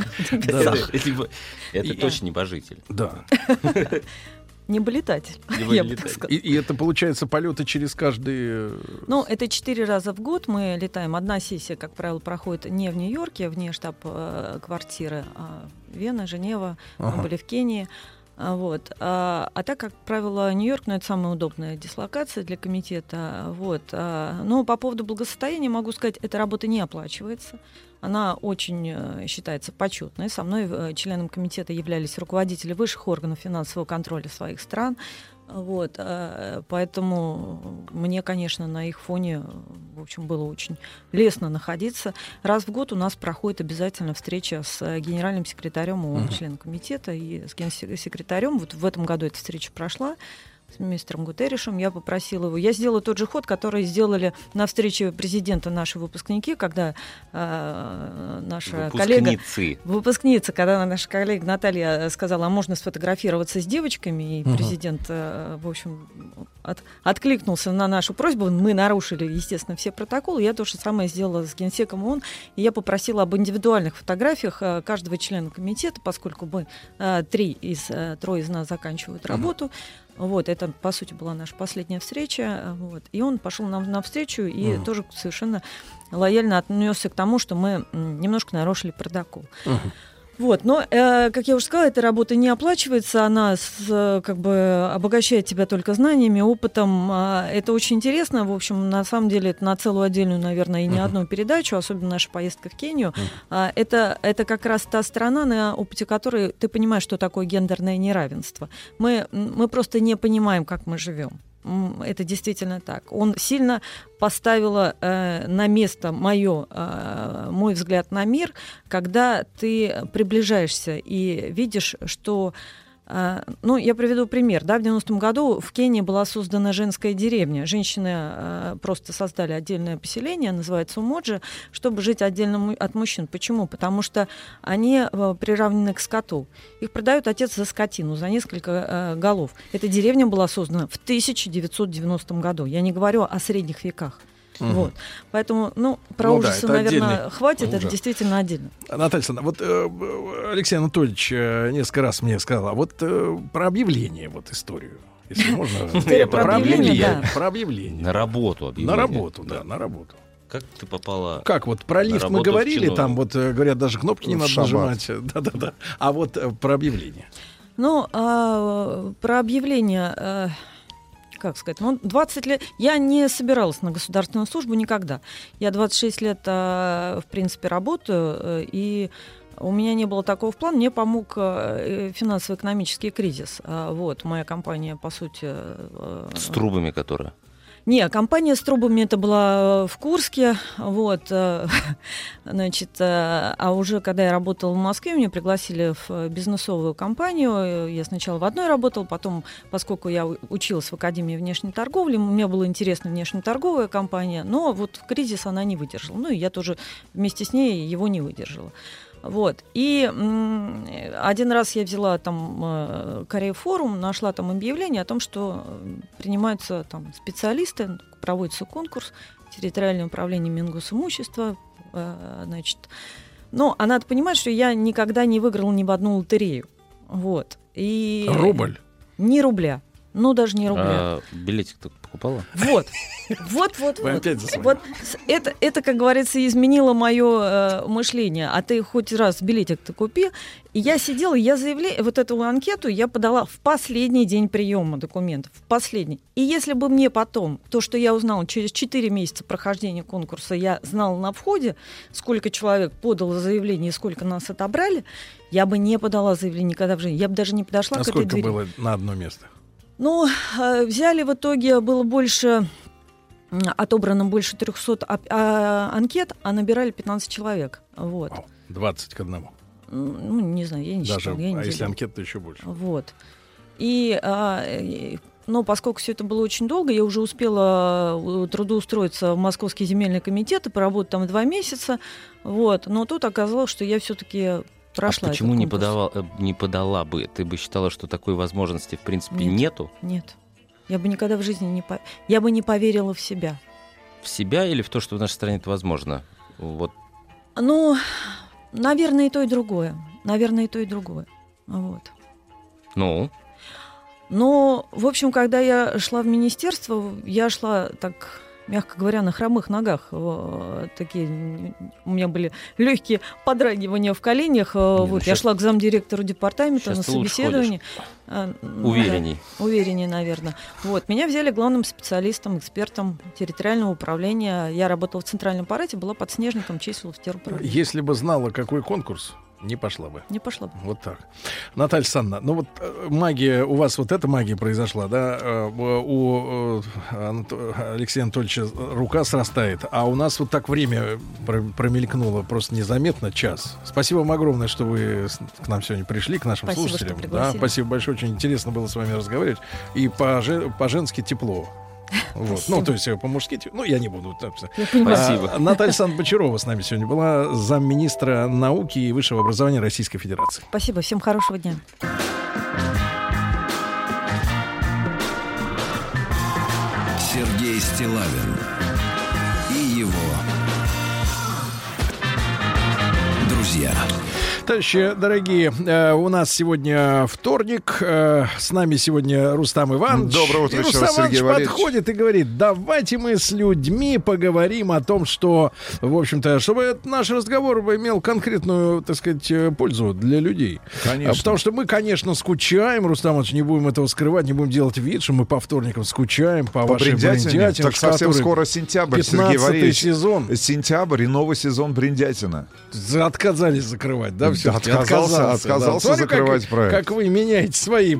Это точно небожитель. Да. Неболетатель, я бы так сказала. И это, получается, полеты через каждый... Ну, это 4 раза в год мы летаем. Одна сессия, как правило, проходит не в Нью-Йорке, вне штаб-квартиры, а Вена, Женева, мы были в Кении. Вот. А так, как правило, Нью-Йорк, это самая удобная дислокация для комитета. Вот. Но по поводу благосостояния могу сказать, эта работа не оплачивается. Она очень считается почетной. Со мной членом комитета являлись руководители высших органов финансового контроля своих стран. Вот. Поэтому мне, конечно, на их фоне, в общем, было очень лестно находиться. Раз в год у нас проходит обязательно встреча с генеральным секретарем ООН, членом комитета, и с генсекретарем. Вот в этом году эта встреча прошла с мистером Гутерришем. Я попросила его. Я сделала тот же ход, который сделали на встрече президента наши выпускники, когда наша выпускница, когда наша коллега Наталья сказала, а можно сфотографироваться с девочками, и президент, в общем, откликнулся на нашу просьбу. Мы нарушили, естественно, все протоколы. Я то же самое сделала с генсеком ООН, и я попросила об индивидуальных фотографиях каждого члена комитета, поскольку мы трое из нас заканчивают работу. Вот, это, по сути, была наша последняя встреча. Вот. И он пошел нам навстречу и тоже совершенно лояльно отнесся к тому, что мы немножко нарушили протокол. Вот, но, как я уже сказала, эта работа не оплачивается, она как бы обогащает тебя только знаниями, опытом. Это очень интересно, в общем, на самом деле это на целую отдельную, наверное, и не одну передачу, особенно наша поездка в Кению. Это как раз та страна, на опыте которой ты понимаешь, что такое гендерное неравенство. Мы просто не понимаем, как мы живем. Это действительно так. Он сильно поставила на место мой взгляд на мир, когда ты приближаешься и видишь, что... я приведу пример. Да, в 90-м году в Кении была создана женская деревня. Женщины просто создали отдельное поселение, называется Умоджи, чтобы жить отдельно от мужчин. Почему? Потому что они приравнены к скоту. Их продает отец за скотину, за несколько голов. Эта деревня была создана в 1990 году. Я не говорю о средних веках. Вот. Поэтому, про ужасы, наверное, хватит, это действительно отдельно. Наталья Александровна, вот Алексей Анатольевич несколько раз мне сказал, вот про объявление, вот историю, если можно. Про объявление. На работу объявление. На работу, да, на работу. Как ты попала? Как вот про лифт мы говорили, там вот говорят, даже кнопки не надо нажимать. Да. А вот про объявление. Про объявление... Как сказать, 20 лет... Я не собиралась на государственную службу никогда. Я 26 лет, в принципе, работаю, и у меня не было такого в плане. Мне помог финансово-экономический кризис. Вот, моя компания, по сути... С трубами, которая... Не, компания с трубами это была в Курске, вот, значит, а уже когда я работала в Москве, меня пригласили в бизнесовую компанию, я сначала в одной работала, потом, поскольку я училась в Академии внешней торговли, мне было интересна внешнеторговая компания, но вот кризис она не выдержала, и я тоже вместе с ней его не выдержала. Вот. И один раз я взяла там Корея-форум, нашла там объявление о том, что принимаются там специалисты, проводится конкурс, территориальное управление Мингосимущества, значит. Но надо понимать, что я никогда не выиграла ни в одну лотерею. Вот. И... Рубль? Ни рубля. Даже не рубля. Билетик ты покупала? Вот. Вы опять засмотрели. Вот это, как говорится, изменило мое мышление. А ты хоть раз билетик-то купи. И я сидела, я заявление, вот эту анкету я подала в последний день приема документов. В последний. И если бы мне потом, то, что я узнала через 4 месяца прохождения конкурса, я знала на входе, сколько человек подало заявление и сколько нас отобрали, я бы не подала заявление никогда в жизни. Я бы даже не подошла к этой двери. А сколько было на одно место? Взяли в итоге, было больше отобрано больше 300 анкет, а набирали 15 человек. Вот. 20 к 1. Ну, не знаю, я не считала. Даже, если анкет, то еще больше. Вот. Но поскольку все это было очень долго, я уже успела трудоустроиться в Московский земельный комитет и поработать там 2 месяца. Вот. Но тут оказалось, что я все-таки прошла. А почему не подала бы? Ты бы считала, что такой возможности в принципе нету? Нет. Я бы никогда в жизни я бы не поверила в себя. В себя или в то, что в нашей стране это возможно? Вот. Ну, наверное, и то, и другое. Вот. Ну? Но, в общем, когда я шла в министерство, я шла так, мягко говоря, на хромых ногах. Такие у меня были легкие подрагивания в коленях. Вот, я шла к замдиректору департамента на собеседование. Уверенней. Уверенней, наверное. Вот, меня взяли главным специалистом, экспертом территориального управления. Я работала в центральном аппарате, была подснежником, числилась в теруправлении. Если бы знала, какой конкурс, не пошла бы. Не пошла бы. Вот так. Наталья Александровна, ну вот магия, у вас вот эта магия произошла, да? У Алексея Анатольевича рука срастает, а у нас вот так время промелькнуло просто незаметно, час. Спасибо вам огромное, что вы к нам сегодня пришли, к нашим слушателям. Да, спасибо большое, очень интересно было с вами разговаривать. И по-женски тепло. Вот. Ну, то есть по-мужски, ну, я не буду. Спасибо. Наталья Александровна Бочарова с нами сегодня была, замминистра науки и высшего образования Российской Федерации. Спасибо, всем хорошего дня. Сергей Стиллавин и его друзья. Товарищи дорогие, у нас сегодня вторник, с нами сегодня Рустам Иванович. Доброе утро, Рустам Иванович подходит и говорит: давайте мы с людьми поговорим о том, что, в общем-то, чтобы наш разговор имел конкретную, так сказать, пользу для людей. Конечно. Потому что мы, конечно, скучаем, Рустам Иванович, не будем этого скрывать, не будем делать вид, что мы по вторникам скучаем, по вашей бриндятине. Так совсем скоро сентябрь, Сергей Валерьевич. Сезон. Сентябрь и новый сезон бриндятина. Отказались закрывать, да? Отказался закрывать проект. Как вы меняете свои.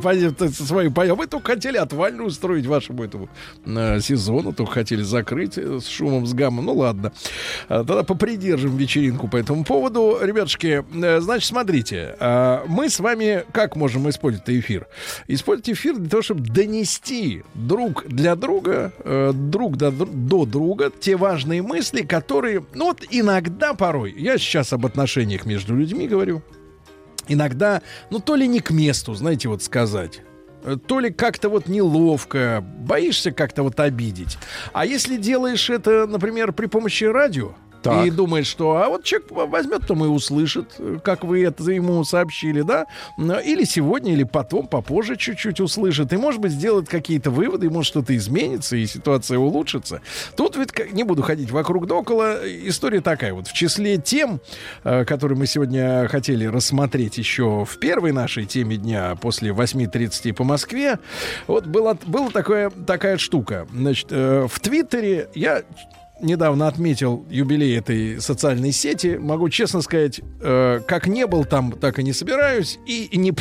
Вы только хотели отвальную устроить вашему этому сезону, только хотели закрыть с шумом, с гаммом. Ну ладно. Тогда попридержим вечеринку по этому поводу. Ребятушки, значит, смотрите. Мы с вами как можем использовать эфир? Использовать эфир для того, чтобы донести друг для друга, друг до друга те важные мысли, которые, ну вот иногда порой, я сейчас об отношениях между людьми говорю, иногда, ну, то ли не к месту, знаете, вот сказать, то ли как-то вот неловко, боишься как-то вот обидеть. А если делаешь это, например, при помощи радио, так. И думаешь, что а вот человек возьмет там и услышит, как вы это ему сообщили, да? Или сегодня, или потом, попозже чуть-чуть услышит. И, может быть, сделает какие-то выводы, и может что-то изменится, и ситуация улучшится. Тут ведь, не буду ходить вокруг да около, история такая вот. В числе тем, которые мы сегодня хотели рассмотреть еще в первой нашей теме дня после 8:30 по Москве, вот была такая штука. Значит, в Твиттере я недавно отметил юбилей этой социальной сети. Могу честно сказать, как не был там, так и не собираюсь. И не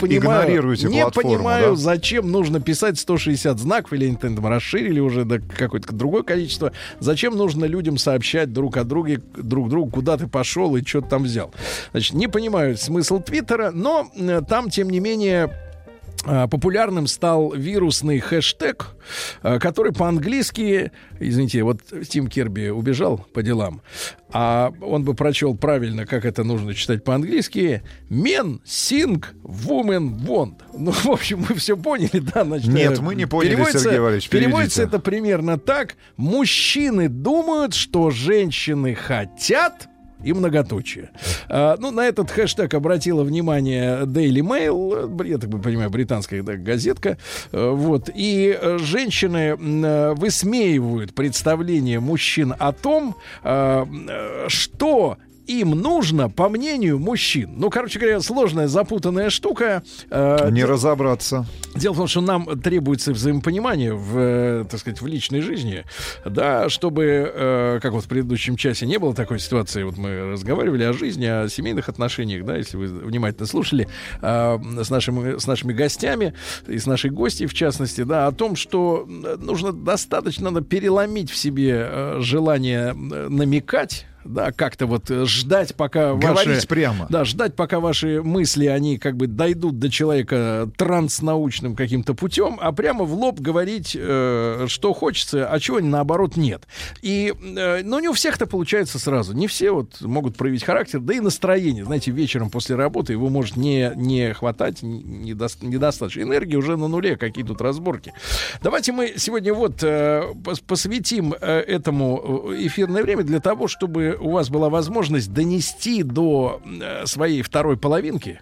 понимаю, да? Зачем нужно писать 160 знаков, или они там расширили уже до какое-то другое количество. Зачем нужно людям сообщать друг другу, куда ты пошел и что ты там взял. Значит, не понимаю смысл Твиттера, но там, тем не менее, популярным стал вирусный хэштег, который по-английски, извините, вот Тим Керби убежал по делам, а он бы прочел правильно, как это нужно читать по-английски: Men sing, women want. Ну, в общем, мы все поняли, да? Значит, нет, мы не поняли, Сергей Валерьевич, переводится это примерно так: мужчины думают, что женщины хотят, и многоточие. Ну, на этот хэштег обратила внимание Daily Mail, я так понимаю, британская, да, газетка. Вот. И женщины высмеивают представление мужчин о том, что им нужно, по мнению мужчин? Ну, короче говоря, сложная, запутанная штука. Не разобраться. Дело в том, что нам требуется взаимопонимание так сказать, в личной жизни, да, чтобы, как вот в предыдущем часе не было такой ситуации, вот мы разговаривали о жизни, о семейных отношениях, да, если вы внимательно слушали, с нашими гостями и с нашей гостьей, в частности, да, о том, что надо переломить в себе желание намекать, да, как-то вот ждать, пока говорить прямо. Да, ждать, пока ваши мысли, они как бы дойдут до человека транснаучным каким-то путем, а прямо в лоб говорить, что хочется, а чего наоборот нет. И, но не у всех это получается сразу. Не все вот могут проявить характер, да и настроение. Знаете, вечером после работы его может не хватать, недостаточно. Энергии уже на нуле, какие тут разборки. Давайте мы сегодня вот посвятим этому эфирное время для того, чтобы у вас была возможность донести до своей второй половинки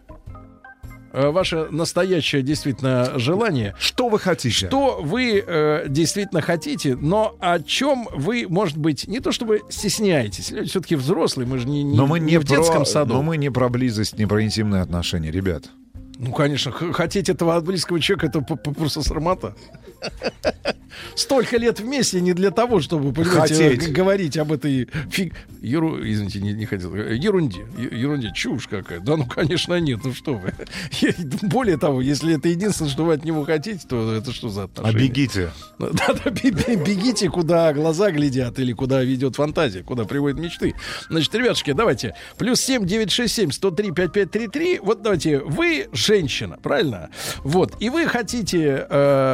ваше настоящее действительно желание. Что вы хотите? Что вы действительно хотите, но о чем вы, может быть, не то чтобы стесняетесь. Люди все-таки взрослые, мы же не в детском саду. Но мы не про близость, не про интимные отношения, ребят. Ну, конечно, хотеть этого от близкого человека, это просто срамота. Столько лет вместе не для того, чтобы, понимаете, говорить об этой извините, не хотел. Ерунде, чушь какая. Да ну, конечно, нет, ну что вы. Более того, если это единственное, что вы от него хотите, то это что за отношения? А бегите. Да, бегите, куда глаза глядят или куда ведет фантазия, куда приводят мечты. Значит, ребятушки, давайте. +7 967 103 5533. Вот давайте, вы женщина, правильно? Вот, и вы хотите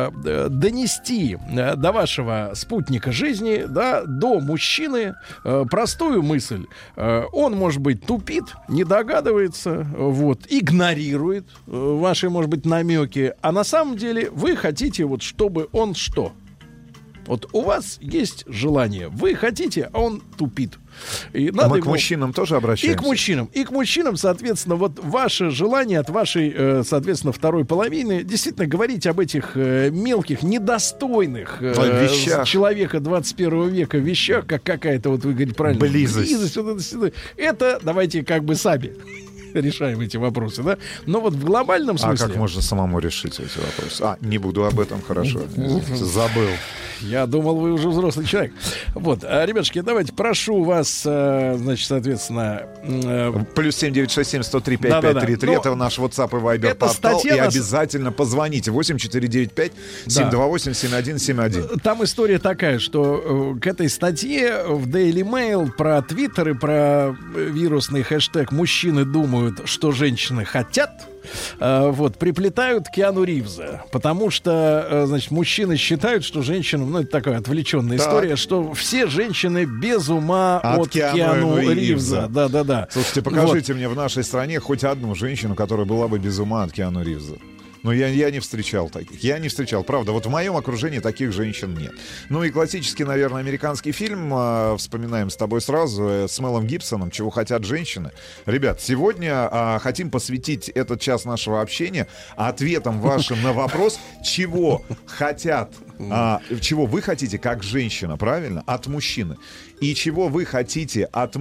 донести до вашего спутника жизни, да, до мужчины простую мысль. Он, может быть, тупит, не догадывается, вот, игнорирует ваши, может быть, намеки, а на самом деле вы хотите, вот, чтобы он что? Вот у вас есть желание, вы хотите, а он тупит. И надо мы к мужчинам тоже обращаемся. И к мужчинам, соответственно, вот ваше желание от вашей, соответственно, второй половины действительно говорить об этих мелких, недостойных вещах человека 21 века вещах, как какая-то, вот вы говорите правильно, близость вот это давайте как бы сами решаем эти вопросы, да? Но вот в глобальном смысле... А как можно самому решить эти вопросы? Не буду об этом, хорошо. Забыл. Я думал, вы уже взрослый человек. Вот, ребятушки, давайте, прошу вас, значит, соответственно... +7 967 103 5533. Это наш WhatsApp и Viber портал. И обязательно позвоните. 8495 728 7171. Там история такая, что к этой статье в Daily Mail про Twitter и про вирусный хэштег «Мужчины думают, что женщины хотят», вот, приплетают Киану Ривза, потому что, значит, мужчины считают, что женщинам, это такая отвлеченная история, что все женщины без ума от Киану Ривза. Да. Слушайте, покажите мне в нашей стране хоть одну женщину, которая была бы без ума от Киану Ривза. Но я не встречал таких. Я не встречал, правда. Вот в моем окружении таких женщин нет. Ну и классический, наверное, американский фильм, вспоминаем с тобой сразу, с Мелом Гибсоном «Чего хотят женщины». Ребят, сегодня хотим посвятить этот час нашего общения ответам вашим на вопрос, чего хотят, чего вы хотите как женщина, правильно, от мужчины. И чего вы хотите от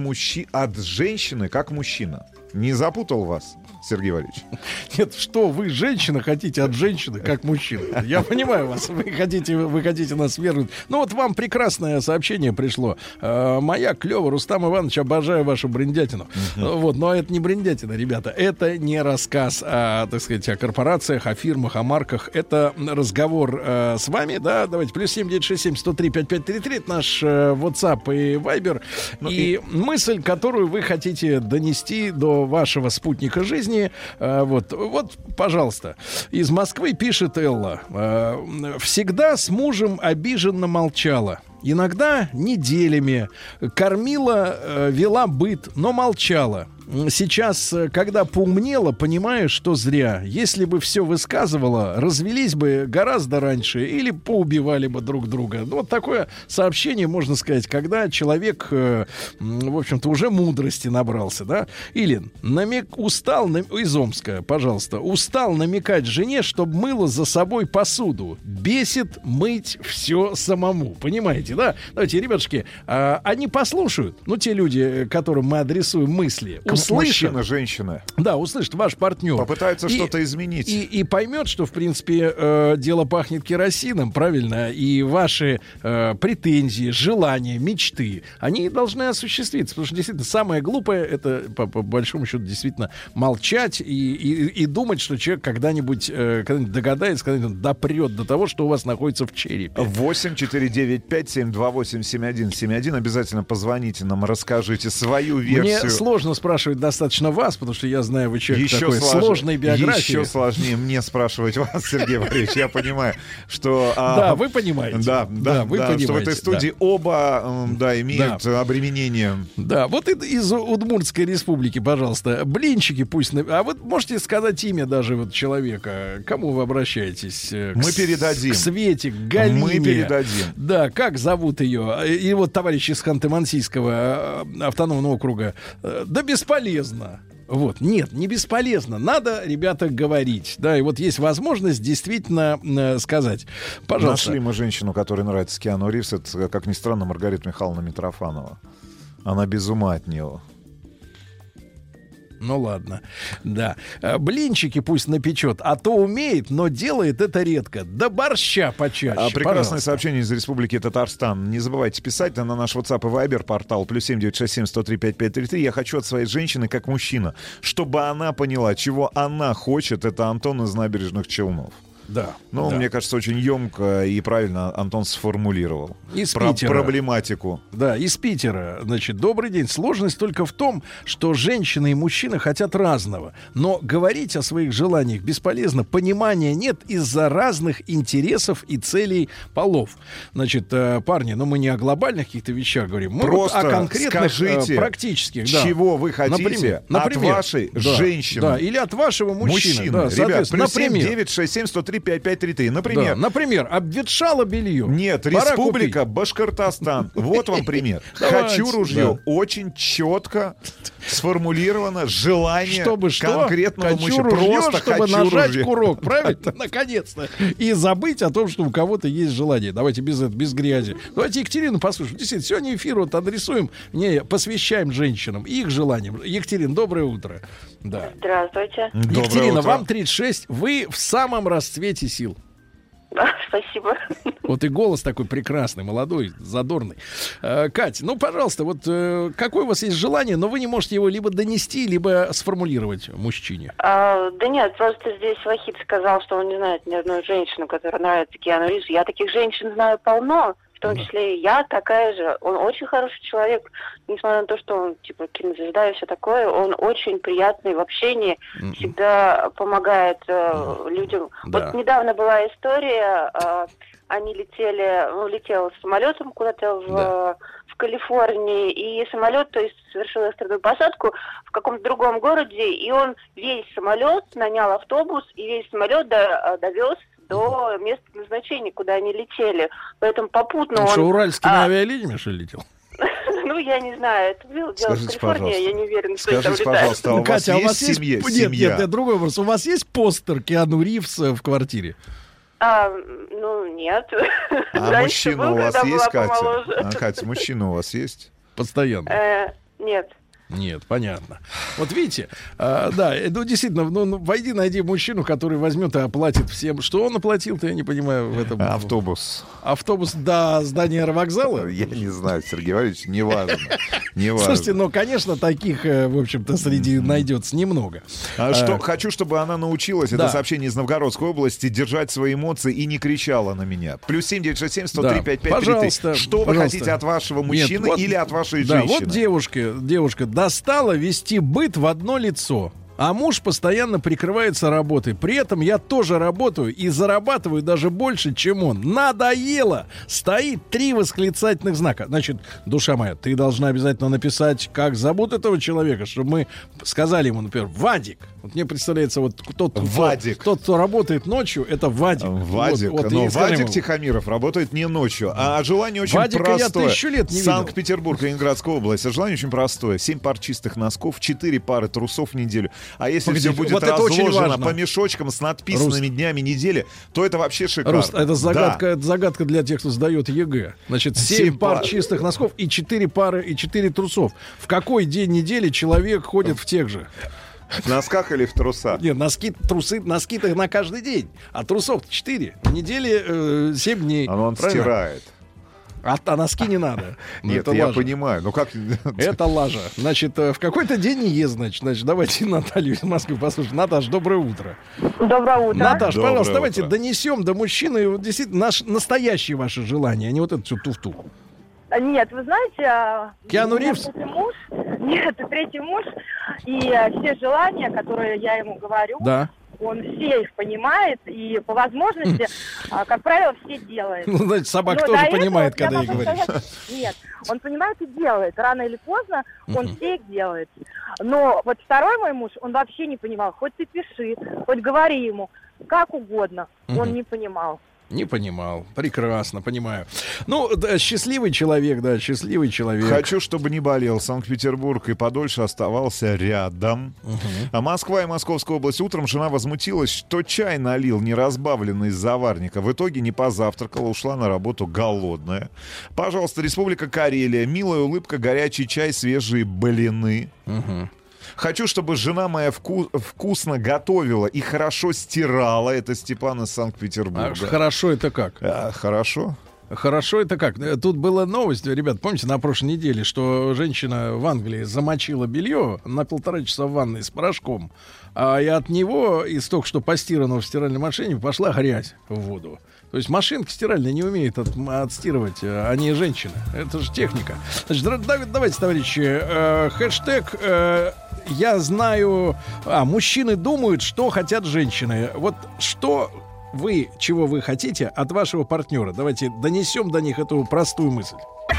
женщины как мужчина. Не запутал вас, Сергей Валерьевич? Нет, что вы, женщина, хотите от женщины, как мужчина? Я понимаю вас, вы хотите нас вернуть. Ну вот вам прекрасное сообщение пришло. Моя клёва, Рустам Иванович, обожаю вашу бриндятину. Вот, но это не бриндятина, ребята. Это не рассказ о, так сказать, о корпорациях, о фирмах, о марках. Это разговор с вами, да, давайте, +7 967 103 5533, это наш WhatsApp и Viber. И мысль, которую вы хотите донести до вашего спутника жизни, вот, пожалуйста. Из Москвы пишет Элла. Всегда с мужем обиженно молчала. Иногда неделями. Кормила, вела быт, но молчала. сейчас, когда поумнела, понимаешь, что зря. Если бы все высказывала, развелись бы гораздо раньше или поубивали бы друг друга. Вот такое сообщение, можно сказать, когда человек, в общем-то, уже мудрости набрался, да? Или устал, из Омска, пожалуйста, устал намекать жене, чтобы мыла за собой посуду. Бесит мыть все самому. Понимаете, да? Давайте, ребятушки, они послушают, ну, те люди, которым мы адресуем мысли, услышат. Мужчина, женщина. Да, услышит ваш партнер. Попытается что-то изменить. И поймет, что, в принципе, дело пахнет керосином, правильно? И ваши претензии, желания, мечты, они должны осуществиться. Потому что, действительно, самое глупое — это, по большому счету, действительно, молчать и думать, что человек когда-нибудь догадается, когда-нибудь допрет до того, что у вас находится в черепе. 8-495-728-7171. Обязательно позвоните нам, расскажите свою версию. Мне сложно спрашивать достаточно вас, потому что я знаю, вы человек такой сложной биографии. Еще сложнее мне спрашивать вас, Сергей Валерьевич. Я понимаю, что... Да, вы понимаете. Да, вы понимаете. Что в этой студии оба имеют обременение. Да, вот из Удмуртской республики, пожалуйста, блинчики пусть... А вы можете сказать имя даже вот человека? Кому вы обращаетесь? Мы передадим. К Свете, к Галине. Мы передадим. Да, как зовут ее? И вот товарищ из Ханты-Мансийского автономного округа. Да бесполезно. Вот, нет, не бесполезно. Надо, ребята, говорить. Да, и вот есть возможность действительно сказать. Пожалуйста. Нашли мы женщину, которой нравится Киану Ривз. Это, как ни странно, Маргарита Михайловна Митрофанова. Она без ума от него. Ну ладно, да. Блинчики пусть напечет, а то умеет, но делает это редко. Да борща почаще. Прекрасное сообщение из Республики Татарстан. Не забывайте писать на наш WhatsApp и Viber портал +7 967 103 5533. Я хочу от своей женщины, как мужчина, чтобы она поняла, чего она хочет. Это Антон из Набережных Челнов. Да. Ну, да. Мне кажется, очень емко и правильно Антон сформулировал Питера. Проблематику. Да, из Питера. Значит, добрый день. Сложность только в том, что женщины и мужчины хотят разного. Но говорить о своих желаниях бесполезно. Понимания нет из-за разных интересов и целей полов. Значит, парни, мы не о глобальных каких-то вещах говорим. Мы просто вот о конкретных, скажите, практических. Чего вы хотите от вашей женщины. Да, или от вашего мужчины. Да, ребят, +7 967 103 5533. Например. Да, например, обветшало белье. Нет, Республика Башкортостан. Вот вам пример. Хочу ружье. Очень четко сформулировано желание конкретного мужчины. Просто чтобы нажать курок, правильно? Наконец-то. И забыть о том, что у кого-то есть желание. Давайте без грязи. Давайте Екатерину послушаем. Действительно, сегодня эфир вот адресуем, посвящаем женщинам и их желаниям. Екатерина, доброе утро. Да. Здравствуйте. Екатерина, вам 36. Вы в самом расцвете сил. Спасибо. Вот и голос такой прекрасный, молодой, задорный. Кать, пожалуйста, вот какое у вас есть желание, но вы не можете его либо донести, либо сформулировать мужчине? Да нет, просто здесь Вахид сказал, что он не знает ни одной женщины, которая нравится Киану Ривз. Я таких женщин знаю полно. В том числе и я такая же. Он очень хороший человек, несмотря на то, что он кинозвезда и все такое. Он очень приятный в общении, всегда помогает людям. Да. Вот недавно была история, они летел самолетом куда-то в Калифорнии, и самолет, то есть, совершил экстренную посадку в каком-то другом городе, и он весь самолет нанял автобус, и весь самолет довез до места назначения, куда они летели. Поэтому попутно он... Что, уральскими авиалиниями, что ли, летел? Я не знаю, это дело в Калифорнии, я не уверена, что это Скажите, пожалуйста, у вас есть семья? Нет, другой вопрос. У вас есть постер Киану Ривз в квартире? Нет. А мужчина у вас есть, Катя? Катя, мужчина у вас есть? Постоянно? Нет. Нет, понятно. Вот видите, действительно, войди, найди мужчину, который возьмет и оплатит всем. Что он оплатил-то, я не понимаю в этом. Автобус. Автобус до здания аэровокзала? Я не знаю, Сергей Валерьевич, неважно. Слушайте, конечно, таких, в общем-то, среди найдется немного. Хочу, чтобы она научилась, это сообщение из Новгородской области, держать свои эмоции и не кричала на меня. +7 967 103 5533. Что вы хотите от вашего мужчины или от вашей женщины? Вот девушка достала вести быт в одно лицо. А муж постоянно прикрывается работой. При этом я тоже работаю и зарабатываю даже больше, чем он. Надоело! Стоит 3 восклицательных знака. Значит, душа моя, ты должна обязательно написать, как зовут этого человека, чтобы мы сказали ему, например, Вадик. Вот мне представляется, вот тот, кто работает ночью, это Вадик. Вадик. Вот, но Вадик Тихомиров работает не ночью. А желание очень Вадика простое. Я 1000 лет не видел. Санкт-Петербург, Ленинградская область. А желание очень простое. 7 пар чистых носков, 4 пары трусов в неделю. А если все будет вот разложено по мешочкам с надписанными днями недели, то это вообще шикарно. Руст, это загадка для тех, кто сдает ЕГЭ. Значит, 7 пар чистых носков и 4 пары и 4 трусов. В какой день недели человек ходит в тех же? В носках или в трусах? Нет, носки-то на каждый день. А трусов 4. В неделе 7 дней. А он стирает. А носки не надо. Нет, я понимаю. Ну как? Это лажа. Значит, в какой-то день не ест, значит, давайте Наталью из Москвы послушаем. Наташ, доброе утро. Доброе утро. Наташ, пожалуйста, давайте донесем до мужчины вот, действительно настоящее ваше желание, а не вот эту всю туфту. Нет, вы знаете... Киану Ривз? Нет, третий муж. И все желания, которые я ему говорю... Да. Он все их понимает и по возможности, как правило, все делает. Ну, значит, собака тоже понимает, когда ей говоришь. Нет, он понимает и делает. Рано или поздно он все их делает. Но вот второй мой муж, он вообще не понимал. Хоть ты пиши, хоть говори ему, как угодно. Он не понимал. Не понимал. Прекрасно, понимаю. Ну, да, счастливый человек. Хочу, чтобы не болел Санкт-Петербург и подольше оставался рядом. А Москва и Московская область. Утром жена возмутилась, что чай налил неразбавленный из заварника. В итоге не позавтракала, ушла на работу голодная. Пожалуйста, Республика Карелия. Милая улыбка, горячий чай, свежие блины. Хочу, чтобы жена моя вкусно готовила и хорошо стирала. Это Степан из Санкт-Петербурга. Хорошо это как? Хорошо. Хорошо это как? Тут была новость, ребят, помните, на прошлой неделе, что женщина в Англии замочила белье на 1,5 часа в ванной с порошком, и от него, из только что постиранного в стиральной машине, пошла грязь в воду. То есть машинка стиральная не умеет отстирывать, они женщины. Это же техника. Значит, давайте, товарищи, хэштег «Я знаю...» мужчины думают, что хотят женщины. Вот что... чего вы хотите от вашего партнера? Давайте донесем до них эту простую мысль.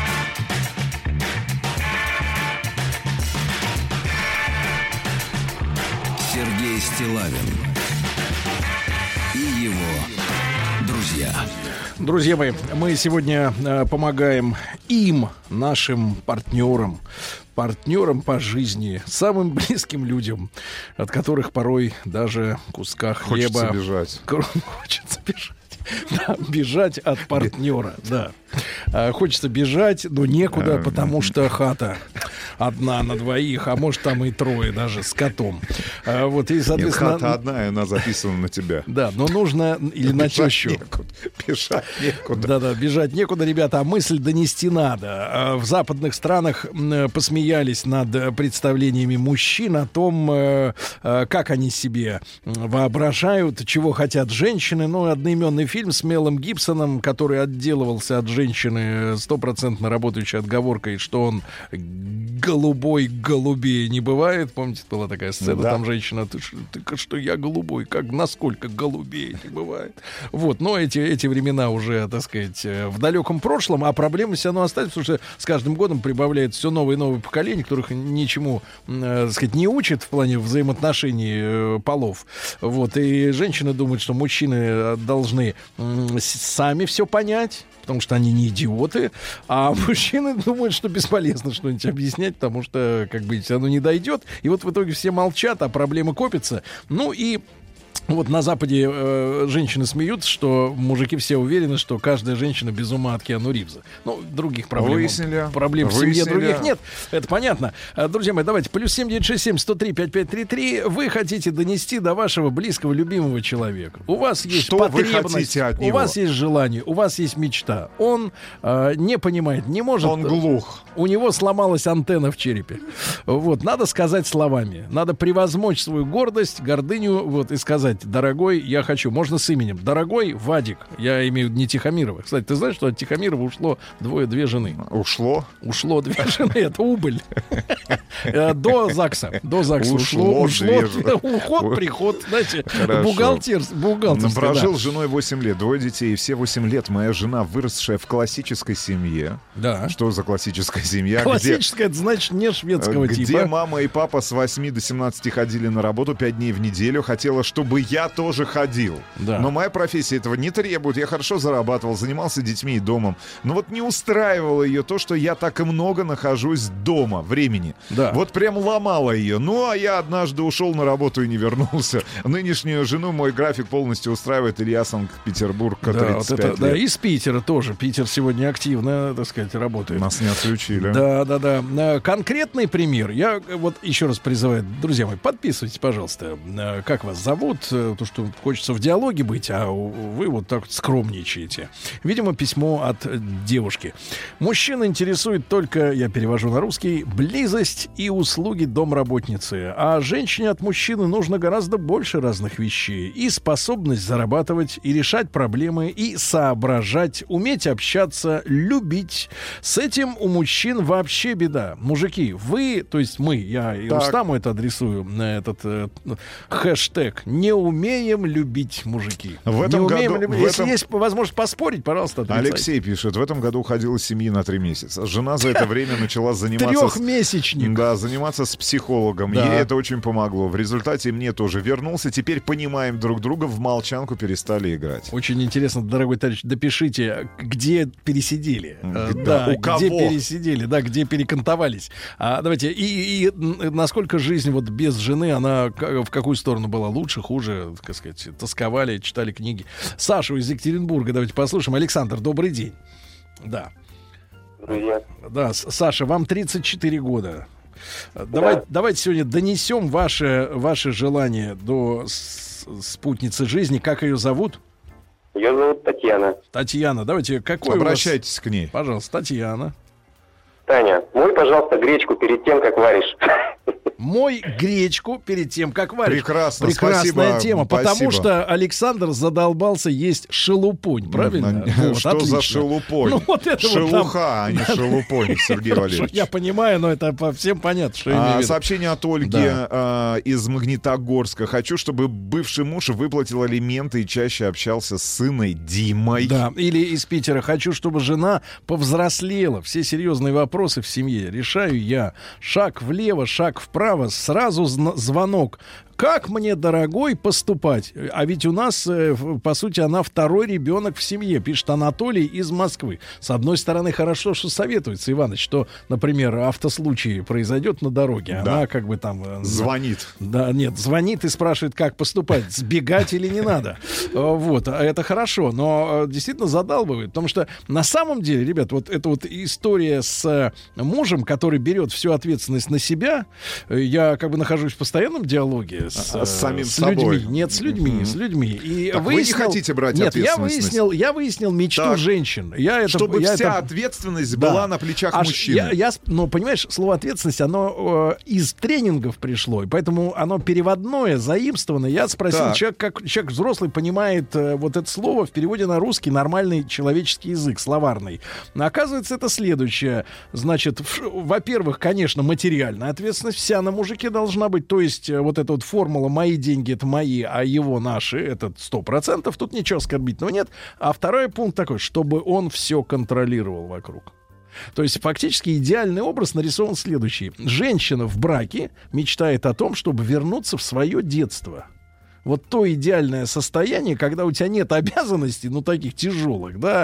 Сергей Стиллавин и его друзья. Друзья мои, мы сегодня помогаем им, нашим партнерам по жизни, самым близким людям, от которых порой даже куска хлеба... Хочется бежать. Хочется бежать. Да, бежать от партнера, да. Хочется бежать, но некуда, потому что хата одна на двоих, а может там и трое даже с котом. Вот, и, соответственно... Нет, хата одна, и она записана на тебя. Да, но нужно или на тещу. Бежать некуда. Да-да, бежать некуда, ребята, а мысль донести надо. В западных странах посмеялись над представлениями мужчин о том, как они себе воображают, чего хотят женщины. Ну, одноименный фильм с Мелом Гибсоном, который отделывался от женщины 100% работающей отговоркой, что он голубой голубее не бывает. Помните, была такая сцена, там женщина, ты что я голубой, насколько голубее не бывает. Вот, но эти времена уже, так сказать, в далеком прошлом, а проблемы все равно остаются, потому что с каждым годом прибавляется все новое и новое поколение, которых ничему, так сказать, не учат в плане взаимоотношений полов. Вот, и женщины думают, что мужчины должны сами все понять, потому что они не идиоты, а мужчины думают, что бесполезно что-нибудь объяснять, потому что, как бы, оно не дойдет. И вот в итоге все молчат, а проблемы копятся. Ну и вот на Западе женщины смеются, что мужики все уверены, что каждая женщина без ума от Киану Ривза. Ну, других проблем в семье других нет. Это понятно. Друзья мои, давайте. +7 967 103 5533. Вы хотите донести до вашего близкого, любимого человека. У вас есть что потребность, от него? У вас есть желание, у вас есть мечта. Он не понимает, не может. Он глух. У него сломалась антенна в черепе. Вот, надо сказать словами. Надо превозмочь свою гордость, гордыню, вот, и сказать: дорогой, я хочу. Можно с именем. Дорогой Вадик. Я имею в виду не Тихомирова. Кстати, ты знаешь, что от Тихомирова ушло две жены? Ушло 2 жены. Это убыль. До ЗАГСа. До ЗАГСа ушло. Уход, приход, знаете, бухгалтерский. Прожил с женой 8 лет, 2 детей. И все 8 лет моя жена, выросшая в классической семье. Да. Что за классическая семья? Классическая, это значит не шведского типа. Где мама и папа с 8 до 17 ходили на работу 5 дней в неделю. Хотела, чтобы я тоже ходил. Да. Но моя профессия этого не требует. Я хорошо зарабатывал, занимался детьми и домом. Но вот не устраивало ее то, что я так и много нахожусь дома, времени. Да. Вот прям ломало ее. Ну, а я однажды ушел на работу и не вернулся. Нынешнюю жену мой график полностью устраивает. Илья, Санкт-Петербург, 35 лет. Да, из Питера тоже. Питер сегодня активно, так сказать, работает. Нас не отключили. Да. Конкретный пример. Я вот еще раз призываю, друзья мои, подписывайтесь, пожалуйста. Как вас зовут? То, что хочется в диалоге быть, а вы вот так вот скромничаете. Видимо, письмо от девушки. Мужчина интересует только, я перевожу на русский, близость и услуги домработницы. А женщине от мужчины нужно гораздо больше разных вещей. И способность зарабатывать, и решать проблемы, и соображать, уметь общаться, любить. С этим у мужчин вообще беда. Мужики, вы, то есть мы, я и Рустаму это адресую, на этот хэштег, не умеем любить, мужики. В этом году, Если есть возможность поспорить, пожалуйста, отрицайте. Алексей пишет, в этом году уходил из семьи на 3 месяца. Жена за это время начала заниматься... Трехмесячник. Да, заниматься с психологом. Да. Ей это очень помогло. В результате мне тоже вернулся. Теперь понимаем друг друга, в молчанку перестали играть. Очень интересно, дорогой товарищ, допишите, где пересидели. У кого? Где пересидели, да, где перекантовались. Давайте, и насколько жизнь вот без жены, она в какую сторону была? Лучше, хуже, так сказать, тосковали, читали книги. Сашу из Екатеринбурга давайте послушаем. Александр, добрый день. Да. Друзья. Да, Саша, вам 34 года. Давайте сегодня донесем ваше желание до спутницы жизни. Как ее зовут? Ее зовут Татьяна. Татьяна, давайте, какой Обращайтесь у вас... к ней. Пожалуйста, Татьяна. Таня, мой, пожалуйста, гречку перед тем, как варишь. Мой гречку перед тем, как варишь. Прекрасная спасибо, тема, потому спасибо. Что Александр задолбался есть шелупонь, правильно? Что отлично. за шелупонь? Ну, вот это шелуха, а не шелупонь, Сергей Валерьевич. Я понимаю, но это всем понятно, что я имею в виду. Сообщение от Ольги из Магнитогорска. Хочу, чтобы бывший муж выплатил алименты и чаще общался с сыном Димой. Да, или из Питера. Хочу, чтобы жена повзрослела. Все серьезные вопросы в семье решаю я. Шаг влево, шаг вправо, сразу звонок. Как мне, дорогой, поступать? А ведь у нас, по сути, она второй ребенок в семье, пишет Анатолий из Москвы. С одной стороны, хорошо, что советуется, Иваныч, что, например, автослучай произойдет на дороге, да. Она как бы там... Звонит. Да, нет, звонит и спрашивает, как поступать, сбегать или не надо. Вот, это хорошо, но действительно задалбывает, потому что на самом деле, ребят, вот эта вот история с мужем, который берет всю ответственность на себя, я как бы нахожусь в постоянном диалоге с самим собой. Людьми. Нет, с людьми. И так вы не хотите брать ответственность? Я выяснил мечту так. женщин. Чтобы вся ответственность была на плечах мужчины. Ну, понимаешь, слово ответственность, оно из тренингов пришло, и поэтому оно переводное, заимствовано. Я спросил человек, как человек взрослый понимает вот это слово в переводе на русский, нормальный человеческий язык, словарный. Оказывается, это следующее. Значит, во-первых, конечно, материальная ответственность вся на мужике должна быть, то есть вот эта вот формула «мои деньги — это мои, а его наши» — это 100%, тут ничего оскорбительного нет. А второй пункт такой, чтобы он все контролировал вокруг. То есть фактически идеальный образ нарисован следующий. Женщина в браке мечтает о том, чтобы вернуться в свое детство. Вот то идеальное состояние, когда у тебя нет обязанностей, ну, таких тяжелых, да,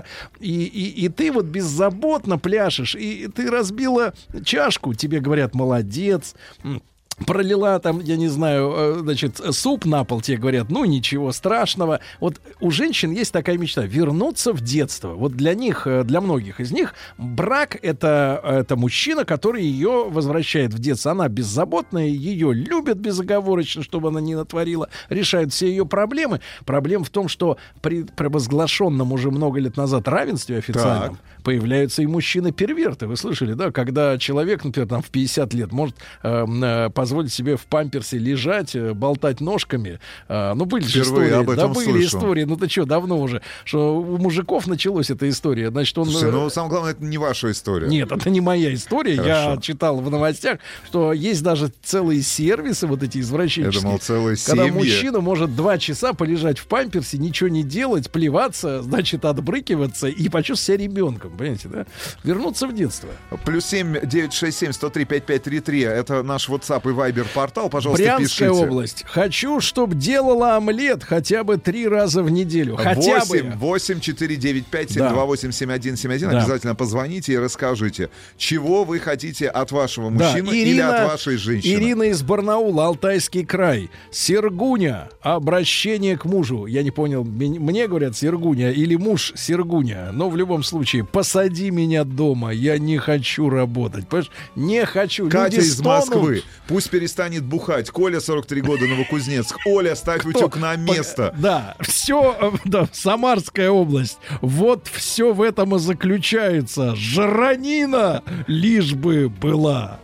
и ты вот беззаботно пляшешь, и ты разбила чашку, тебе говорят «молодец», пролила там, я не знаю, значит, суп на пол, тебе говорят, ну, ничего страшного. Вот у женщин есть такая мечта — вернуться в детство. Вот для них, для многих из них, брак — это мужчина, который ее возвращает в детство. Она беззаботная, ее любят безоговорочно, чтобы она не натворила, решают все ее проблемы. Проблема в том, что при провозглашенном уже много лет назад равенстве официальном появляются и мужчины-перверты. Вы слышали, да? Когда человек, например, там в 50 лет может позволить позволить себе в памперсе лежать, болтать ножками. Ну, были же Впервые истории. об этом были слышу. истории. Ну, ты что, давно уже. Что у мужиков началась эта история. Значит, он... Слушайте, ну, самое главное, это не ваша история. Нет, это не моя история. Хорошо. Я читал в новостях, что есть даже целые сервисы вот эти извращенческие. Я думал, целые когда семьи. мужчина может 2 часа полежать в памперсе, ничего не делать, плеваться, значит, отбрыкиваться и почувствовать себя ребенком. Понимаете, да? Вернуться в детство. +7 967 103 5533. Это наш WhatsApp и Viber портал. Пожалуйста, Брянская пишите. область. Хочу, чтобы делала омлет хотя бы 3 раза в неделю. Хотя бы. 8 495 728 7171. Да. Обязательно позвоните и расскажите, чего вы хотите от вашего мужчины или Ирина, от вашей женщины. Ирина из Барнаула, Алтайский край. Сергуня. Обращение к мужу. Я не понял, мне говорят Сергуня или муж Сергуня. Но в любом случае, посади меня дома. Я не хочу работать. Понимаешь? Не хочу. Катя Люди из стонут. Москвы. Пусть перестанет бухать. Коля, 43 года, Новокузнецк. Оля, ставь утюг на место. Да, все, да, Самарская область. Вот все в этом и заключается. Жранина, лишь бы была.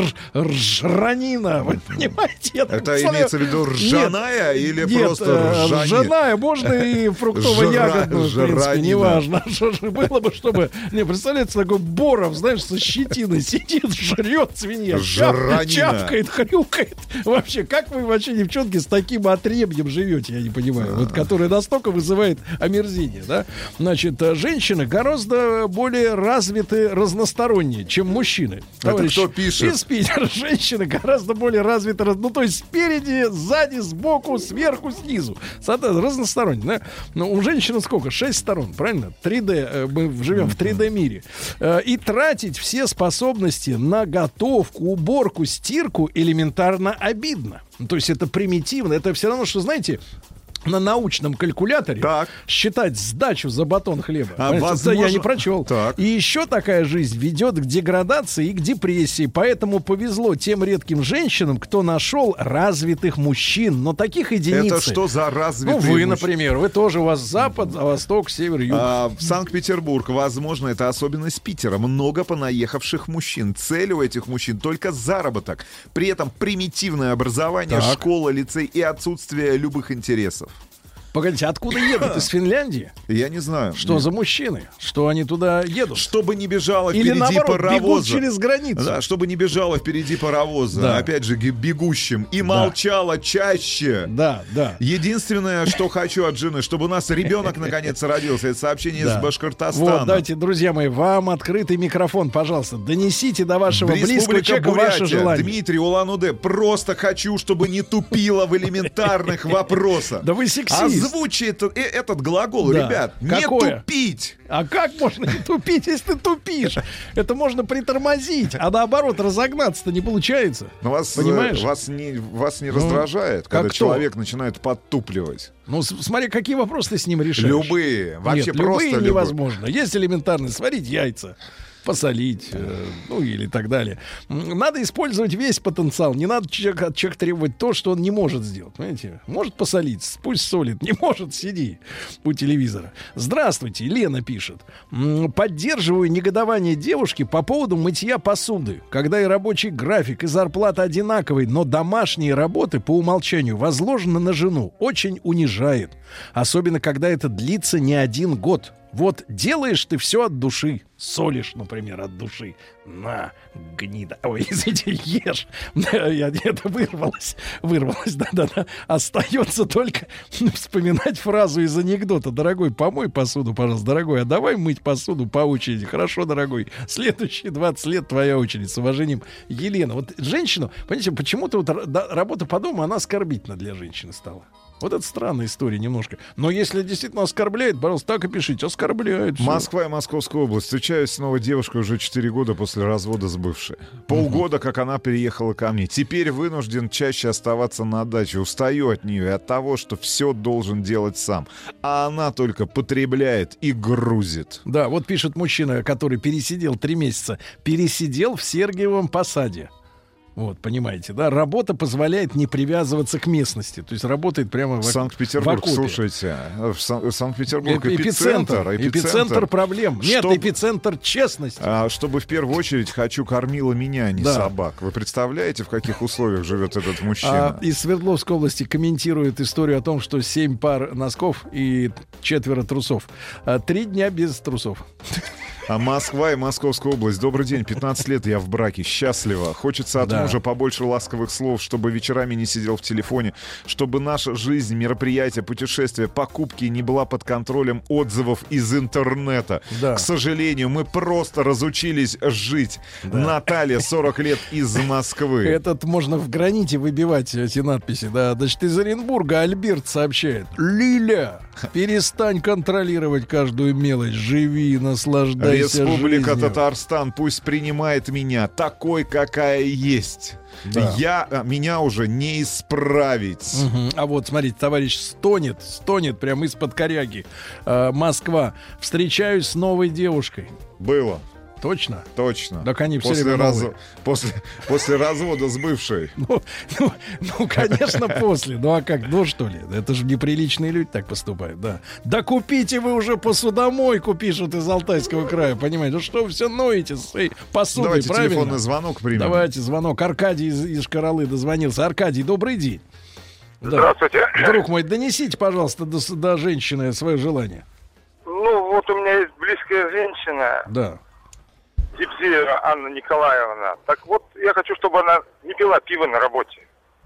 Ржанина, вы понимаете? Это имеется в виду ржаная или просто ржанина? Ржаная, можно и фруктово-ягодную, в принципе, неважно. Что же было бы, чтобы... Не, представляете, такой Боров, знаешь, со щетиной сидит, жрет свинья, чавкает, хрюкает. Вообще, как вы вообще, девчонки, с таким отребьем живете, я не понимаю, вот, которое настолько вызывает омерзение, да? Значит, женщины гораздо более развиты разносторонние, чем мужчины. Товарищ, кто пишет? из Питера женщины гораздо более развиты, ну, то есть спереди, сзади, сбоку, сверху, снизу. Соответственно, разносторонне, да? Но у женщины сколько? 6 сторон, правильно? 3D, мы живем в 3D мире. И тратить все способности на готовку, уборку, стирку элементарно обидно. То есть это примитивно, это все равно, что, знаете, на научном калькуляторе считать сдачу за батон хлеба. Это я не прочел. И еще такая жизнь ведет к деградации и к депрессии. Поэтому повезло тем редким женщинам, кто нашел развитых мужчин. Но таких единиц. Это что за развитые мужчины? Вы, мужчины? например. Вы тоже, у вас запад, а восток, север, юг. В Санкт-Петербург. Возможно, это особенность Питера. Много понаехавших мужчин. Цель у этих мужчин только заработок. При этом примитивное образование, школа, лицей и отсутствие любых интересов. Погодите, откуда едут? Из Финляндии? Я не знаю. Что за мужчины? Что они туда едут? Чтобы не бежало или впереди наоборот, паровоза. Бегут через границу. Да, чтобы не бежало впереди паровоза. Да. Опять же, бегущим. И молчало чаще. Да, да. Единственное, что хочу от жены, чтобы у нас ребенок наконец родился. Это сообщение из Башкортостана. Вот, давайте, друзья мои, вам открытый микрофон, пожалуйста. Донесите до вашего близкого человека ваше желание. Дмитрий, Улан-Удэ. Просто хочу, чтобы не тупило в элементарных вопросах. Да вы сексист. Озвучи этот глагол, ребят. Не тупить. А как можно не тупить, если ты тупишь? Это можно притормозить, а наоборот разогнаться-то не получается. Но вас, понимаешь? Вас не раздражает, когда человек начинает подтупливать? Ну, смотри, какие вопросы ты с ним решаешь. Любые. Вообще Нет, просто любые невозможно. Есть элементарно сварить яйца, посолить, ну или так далее. Надо использовать весь потенциал. Не надо от человека требовать то, что он не может сделать. Понимаете? Может посолить, пусть солит. Не может, сиди у телевизора. Здравствуйте, Лена пишет. Поддерживаю негодование девушки по поводу мытья посуды. Когда и рабочий график, и зарплата одинаковые, но домашние работы по умолчанию возложены на жену. Очень унижает. Особенно, когда это длится не 1 год. Вот делаешь ты все от души. Солишь, например, от души. На, гнида. Ой, извините, ешь. Это вырвалось. Да-да-да. Остается только вспоминать фразу из анекдота. Дорогой, помой посуду, пожалуйста. Дорогой, а давай мыть посуду по очереди. Хорошо, дорогой. Следующие 20 лет твоя очередь. С уважением, Елена. Вот женщину, понимаете, почему-то вот работа по дому, она оскорбительна для женщины стала. Вот это странная история немножко. Но если действительно оскорбляет, пожалуйста, так и пишите. Оскорбляет. Москва и Московская область. Встречаюсь с новой девушкой уже 4 года после развода с бывшей. Полгода, как она переехала ко мне. Теперь вынужден чаще оставаться на даче. Устаю от нее и от того, что все должен делать сам. А она только потребляет и грузит. Да, вот пишет мужчина, который пересидел 3 месяца. Пересидел в Сергиевом Посаде. Вот, понимаете, да? Работа позволяет не привязываться к местности. То есть работает прямо Санкт-Петербург, слушайте. Санкт-Петербург эпицентр проблем. Нет, эпицентр честности. Чтобы в первую очередь хочу кормила меня, а не собак. Вы представляете, в каких условиях живет этот мужчина? Из Свердловской области комментирует историю о том, что 7 пар носков и 4 трусов. 3 дня без трусов. Москва и Московская область. Добрый день, 15 лет я в браке, счастлива. Хочется от мужа побольше ласковых слов, чтобы вечерами не сидел в телефоне, чтобы наша жизнь, мероприятия, путешествия, покупки не была под контролем отзывов из интернета. Да. К сожалению, мы просто разучились жить. Да. Наталья, 40 лет, из Москвы. Этот можно в граните выбивать, эти надписи. Да. Значит, из Оренбурга Альберт сообщает: Лиля, перестань контролировать каждую мелочь, живи, наслаждайся. Республика жизнью. Татарстан пусть принимает меня такой, какая есть. Да. Меня уже не исправить. А вот, смотрите, товарищ стонет прямо из-под коряги. Москва. Встречаюсь с новой девушкой. Было. Точно? Точно. Так они все время после развода с бывшей. Конечно, после. Ну а как? Ну что ли? Это же неприличные люди так поступают, да. Да купите вы уже посудомойку, пишут из Алтайского края, понимаете? Ну что вы все ноете с посудой, давайте правильно? Телефонный звонок примем. Давайте звонок. Аркадий из Шкаралы дозвонился. Аркадий, добрый день. Здравствуйте. Друг мой, донесите, пожалуйста, до женщины свое желание. Ну, вот у меня есть близкая женщина. Да. Зипзира Анна Николаевна. Так вот, я хочу, чтобы она не пила пиво на работе.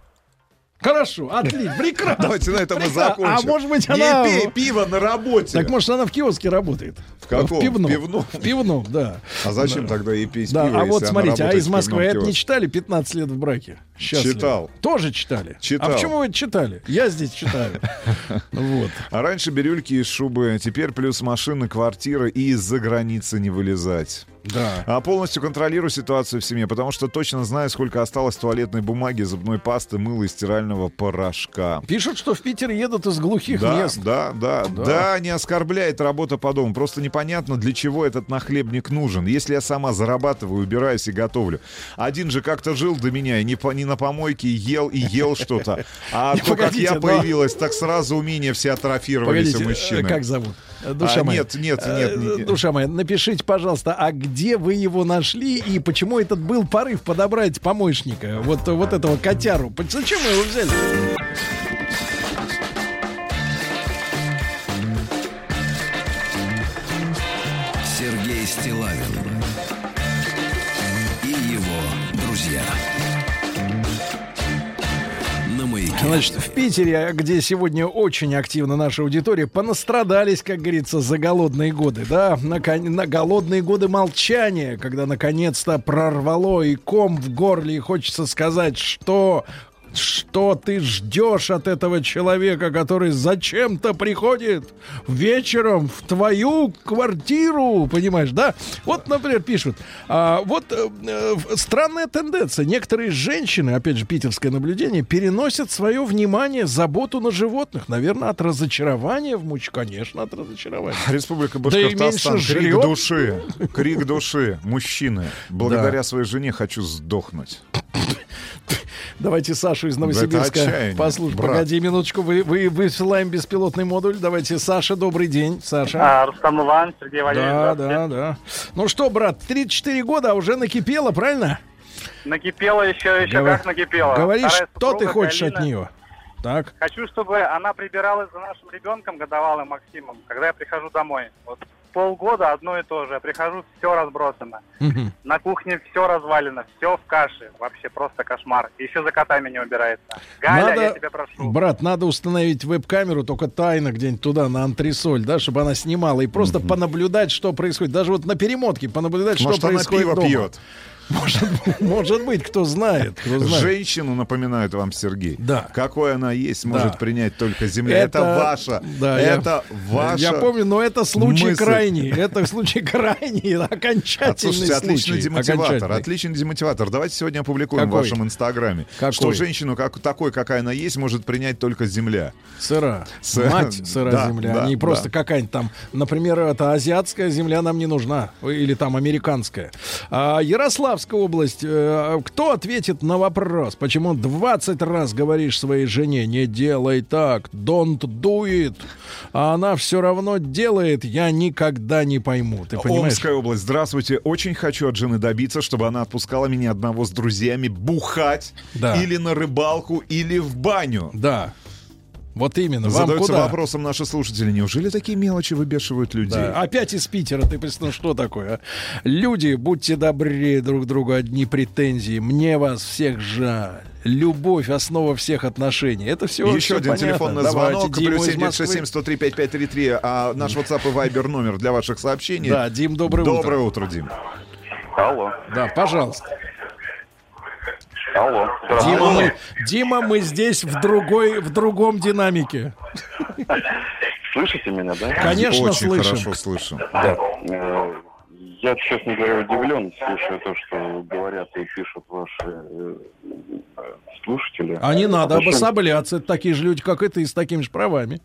Хорошо, отлично, прекрасно. Давайте на этом мы закончим. А может быть, она... Не пей пиво на работе. Так может, она в киоске работает. В каком? В пивном, да. А зачем тогда ей пить пиво, а вот смотрите, из Москвы это не читали 15 лет в браке? Счастливо. Читал. Тоже читали? Читал. А почему вы это читали? Я здесь читаю. Вот. А раньше бирюльки из шубы, теперь плюс машины, квартира и из-за границы не вылезать. Да. А полностью контролирую ситуацию в семье, потому что точно знаю, сколько осталось туалетной бумаги, зубной пасты, мыла и стирального порошка. Пишут, что в Питер едут из глухих мест. Да, не оскорбляет работа по дому. Просто непонятно, для чего этот нахлебник нужен. Если я сама зарабатываю, убираюсь и готовлю. Один же как-то жил до меня и не на помойке ел что-то. А то, как я появилась, так сразу умения все атрофировались у мужчины. Как зовут? Душа моя. Нет. Душа моя, напишите, пожалуйста, а где вы его нашли и почему этот был порыв подобрать помощника? Вот этого котяру. Зачем вы его взяли? Сергей Стиллавин и его друзья. Значит, в Питере, где сегодня очень активна наша аудитория, понастрадались, как говорится, за голодные годы, да, на голодные годы молчания, когда наконец-то прорвало и ком в горле, и хочется сказать, что ты ждешь от этого человека, который зачем-то приходит вечером в твою квартиру, понимаешь, да? Вот, например, пишут, странная тенденция. Некоторые женщины, опять же, питерское наблюдение, переносят свое внимание, заботу на животных. Наверное, от разочарования в мужчине. Конечно, от разочарования. Республика Башкортостан. Крик души. Мужчины. Благодаря своей жене хочу сдохнуть. Давайте Сашу из Новосибирска послушаем. Погоди минуточку, вы высылаем беспилотный модуль. Давайте, Саша, добрый день. Саша. Рустам Иван, Сергей Валерьевич. Да. Ну что, брат, 34 года, а уже накипело, правильно? Накипело еще как накипело. Говори, что ты хочешь от нее? Так. Хочу, чтобы она прибиралась за нашим ребенком годовалым Максимом, когда я прихожу домой. Вот полгода одно и то же. Я прихожу, все разбросано. Угу. На кухне все развалено, все в каше. Вообще просто кошмар. Еще за котами не убирается. Галя, я тебя прошу. Брат, надо установить веб-камеру, только тайно где-нибудь туда, на антресоль, да, чтобы она снимала. И просто понаблюдать, что происходит. Даже вот на перемотке понаблюдать, что происходит дома. Пьет. Может быть, кто знает. Женщину, напоминает вам Сергей. Да. Какой она есть, может принять только земля. Это ваша. Да, это ваша. Я помню, но это случай крайний. Это случай крайний, окончательный случай. Отличный демотиватор. Давайте сегодня опубликуем в вашем инстаграме, что женщину такой, какая она есть, может принять только земля. Сыра. Мать сыра земля. Не просто какая-нибудь там, например, это азиатская земля нам не нужна. Или там американская. Ярославский Ивановская область. Кто ответит на вопрос, почему 20 раз говоришь своей жене: не делай так, don't do it, а она все равно делает, я никогда не пойму. Ты понимаешь? Омская область. Здравствуйте. Очень хочу от жены добиться, чтобы она отпускала меня одного с друзьями бухать, да, или на рыбалку, или в баню. Да. Вот именно. Задаются вам куда? вопросом наши слушатели. Неужели такие мелочи выбешивают людей? Да. Опять из Питера. Ты представляешь, что такое? А? Люди, будьте добрее друг к другу, одни претензии. Мне вас всех жаль. Любовь — основа всех отношений. Это все. Еще один понятно. телефонный Давайте, звонок. Дима Плюс из Москвы. 7967-103-5533. А наш WhatsApp и Viber номер для ваших сообщений. Да, Дим, доброе утро. Доброе утро, Дим. Алло. Да, пожалуйста. Алло. Дима, мы здесь в другом динамике. Слышите меня, да? Конечно, очень слышим. хорошо слышим. Да. Я, честно говоря, удивлен, слушая то, что говорят и пишут ваши слушатели. А не надо обособляться. Это такие же люди, как и ты, с такими же правами.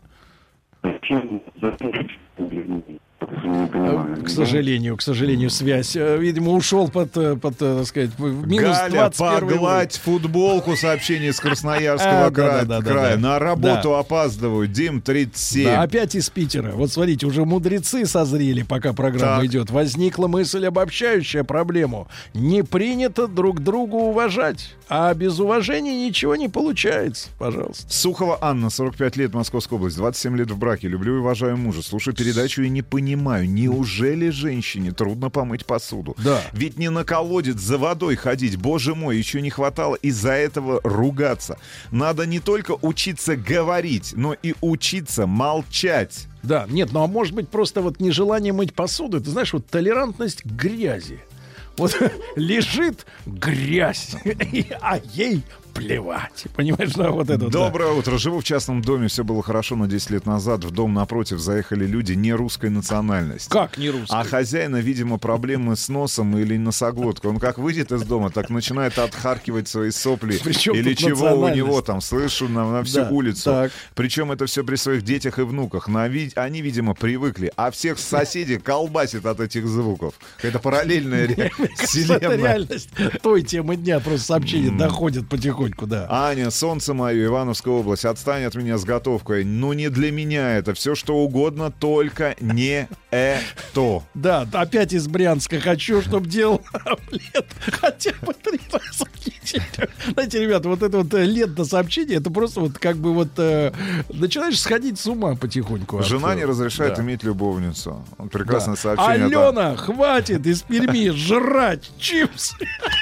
К сожалению, связь. Видимо, ушел под так сказать, минус Галя, 21 погладь футболку, сообщение из Красноярского края. На работу опаздываю. Дим, 37. Да, опять из Питера. Вот смотрите, уже мудрецы созрели, пока программа идет. Возникла мысль, обобщающая проблему. Не принято друг друга уважать. А без уважения ничего не получается. Пожалуйста. Сухова Анна, 45 лет, Московская область, 27 лет в браке. Люблю и уважаю мужа. Слушаю передачу и не понимаю, неужели женщине трудно помыть посуду? Да. Ведь не на колодец за водой ходить, боже мой, еще не хватало из-за этого ругаться. Надо не только учиться говорить, но и учиться молчать. Да, нет, ну а может быть просто вот нежелание мыть посуду, ты знаешь, вот толерантность к грязи. Вот лежит грязь, а ей плевать. Понимаешь, да, вот это. Доброе утро. Живу в частном доме, все было хорошо, но 10 лет назад в дом напротив заехали люди не русской национальности. Как не русской? А хозяина, видимо, проблемы с носом или носоглоткой. Он как выйдет из дома, так начинает отхаркивать свои сопли. Причем или чего у него там, слышу на всю улицу. Так. Причем это все при своих детях и внуках. Они, видимо, привыкли. А всех соседей колбасит от этих звуков. Какая-то параллельная вселенная. Это реальность той темы дня. Просто сообщения доходят потихоньку. Да. Аня, солнце мое, Ивановская область, отстань от меня с готовкой. Ну, не для меня это. Все, что угодно, только не это. Да, опять из Брянска. Хочу, чтобы делал омлет хотя бы 3 раза в неделю. Знаете, ребята, вот это вот лента сообщения, это просто вот как бы вот начинаешь сходить с ума потихоньку. Жена не разрешает иметь любовницу. Прекрасное сообщение. Алена, хватит из Перми жрать чипсы.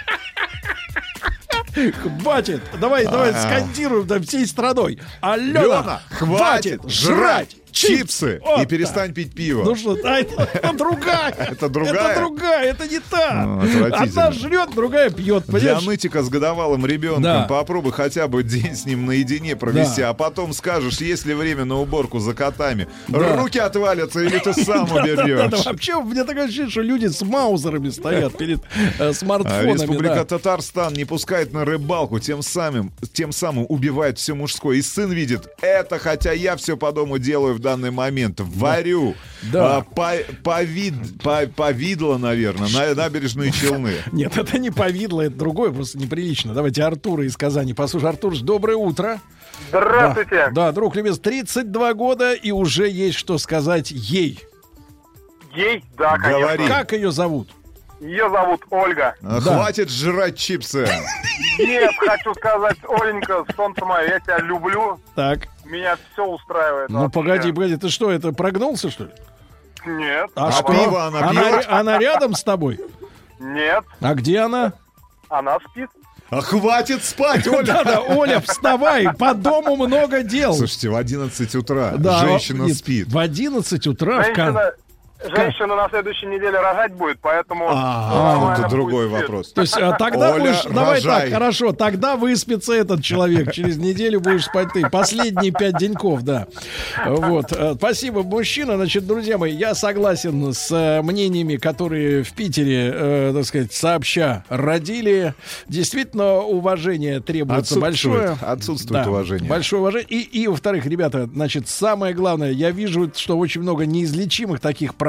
Хватит! Давай скандируем там всей страной. Алена, хватит жрать чипсы! И перестань пить пиво. Ну что, это другая. Это другая? Это не та. Одна жрет, другая пьет. Для нытика с годовалым ребенком попробуй хотя бы день с ним наедине провести, а потом скажешь, есть ли время на уборку за котами. Руки отвалятся или ты сам уберешь. Вообще, мне такое ощущение, что люди с маузерами стоят перед смартфонами. Республика Татарстан не пускает на рыбалку, тем самым убивает все мужское. И сын видит это, хотя я все по дому делаю в данный момент. Варю. Да. Повидло, наверное, на набережные Челны. Нет, это не повидло, это другое, просто неприлично. Давайте Артура из Казани. Послушай, Артур, доброе утро. Здравствуйте. Да, друг любезный, 32 года, и уже есть что сказать ей. Ей? Да, конечно. Говори. Как ее зовут? Ее зовут Ольга. Хватит жрать чипсы. Нет, хочу сказать, Оленька, солнце мое, я тебя люблю. Так. Меня все устраивает. Ну, погоди, ты что, это прогнулся, что ли? Нет. А что? Пиво она пьет? Она рядом с тобой? Нет. А где она? Она спит. А хватит спать, Оля! Да, Оля, вставай, по дому много дел. Слушайте, в 11 утра женщина спит. В 11 утра Женщина на следующей неделе рожать будет, поэтому... это другой вопрос. То есть тогда Оля, будешь... Давай рожай. так, хорошо, тогда выспится этот человек. Через неделю будешь спать ты. Последние 5 деньков, да. Вот. Спасибо, мужчина. Значит, друзья мои, я согласен с мнениями, которые в Питере, так сказать, сообща родили. Действительно, уважение требуется большое. Отсутствует уважение. Большое уважение. И, во-вторых, ребята, значит, самое главное, я вижу, что очень много неизлечимых таких проблем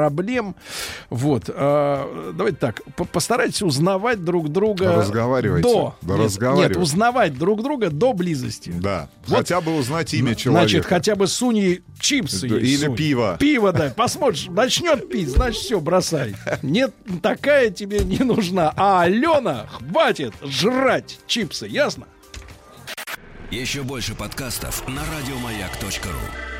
проблем. Вот. Давайте так. Постарайтесь узнавать друг друга. Разговаривайте. Нет, узнавать друг друга до близости. Да. Вот. Хотя бы узнать имя человека. Значит, хотя бы сунь чипсы. Или пиво. Пиво, да. Посмотришь, начнет пить, значит, все, бросай. Нет, такая тебе не нужна. А Алена, хватит жрать чипсы, ясно? Еще больше подкастов на радиомаяк.ру.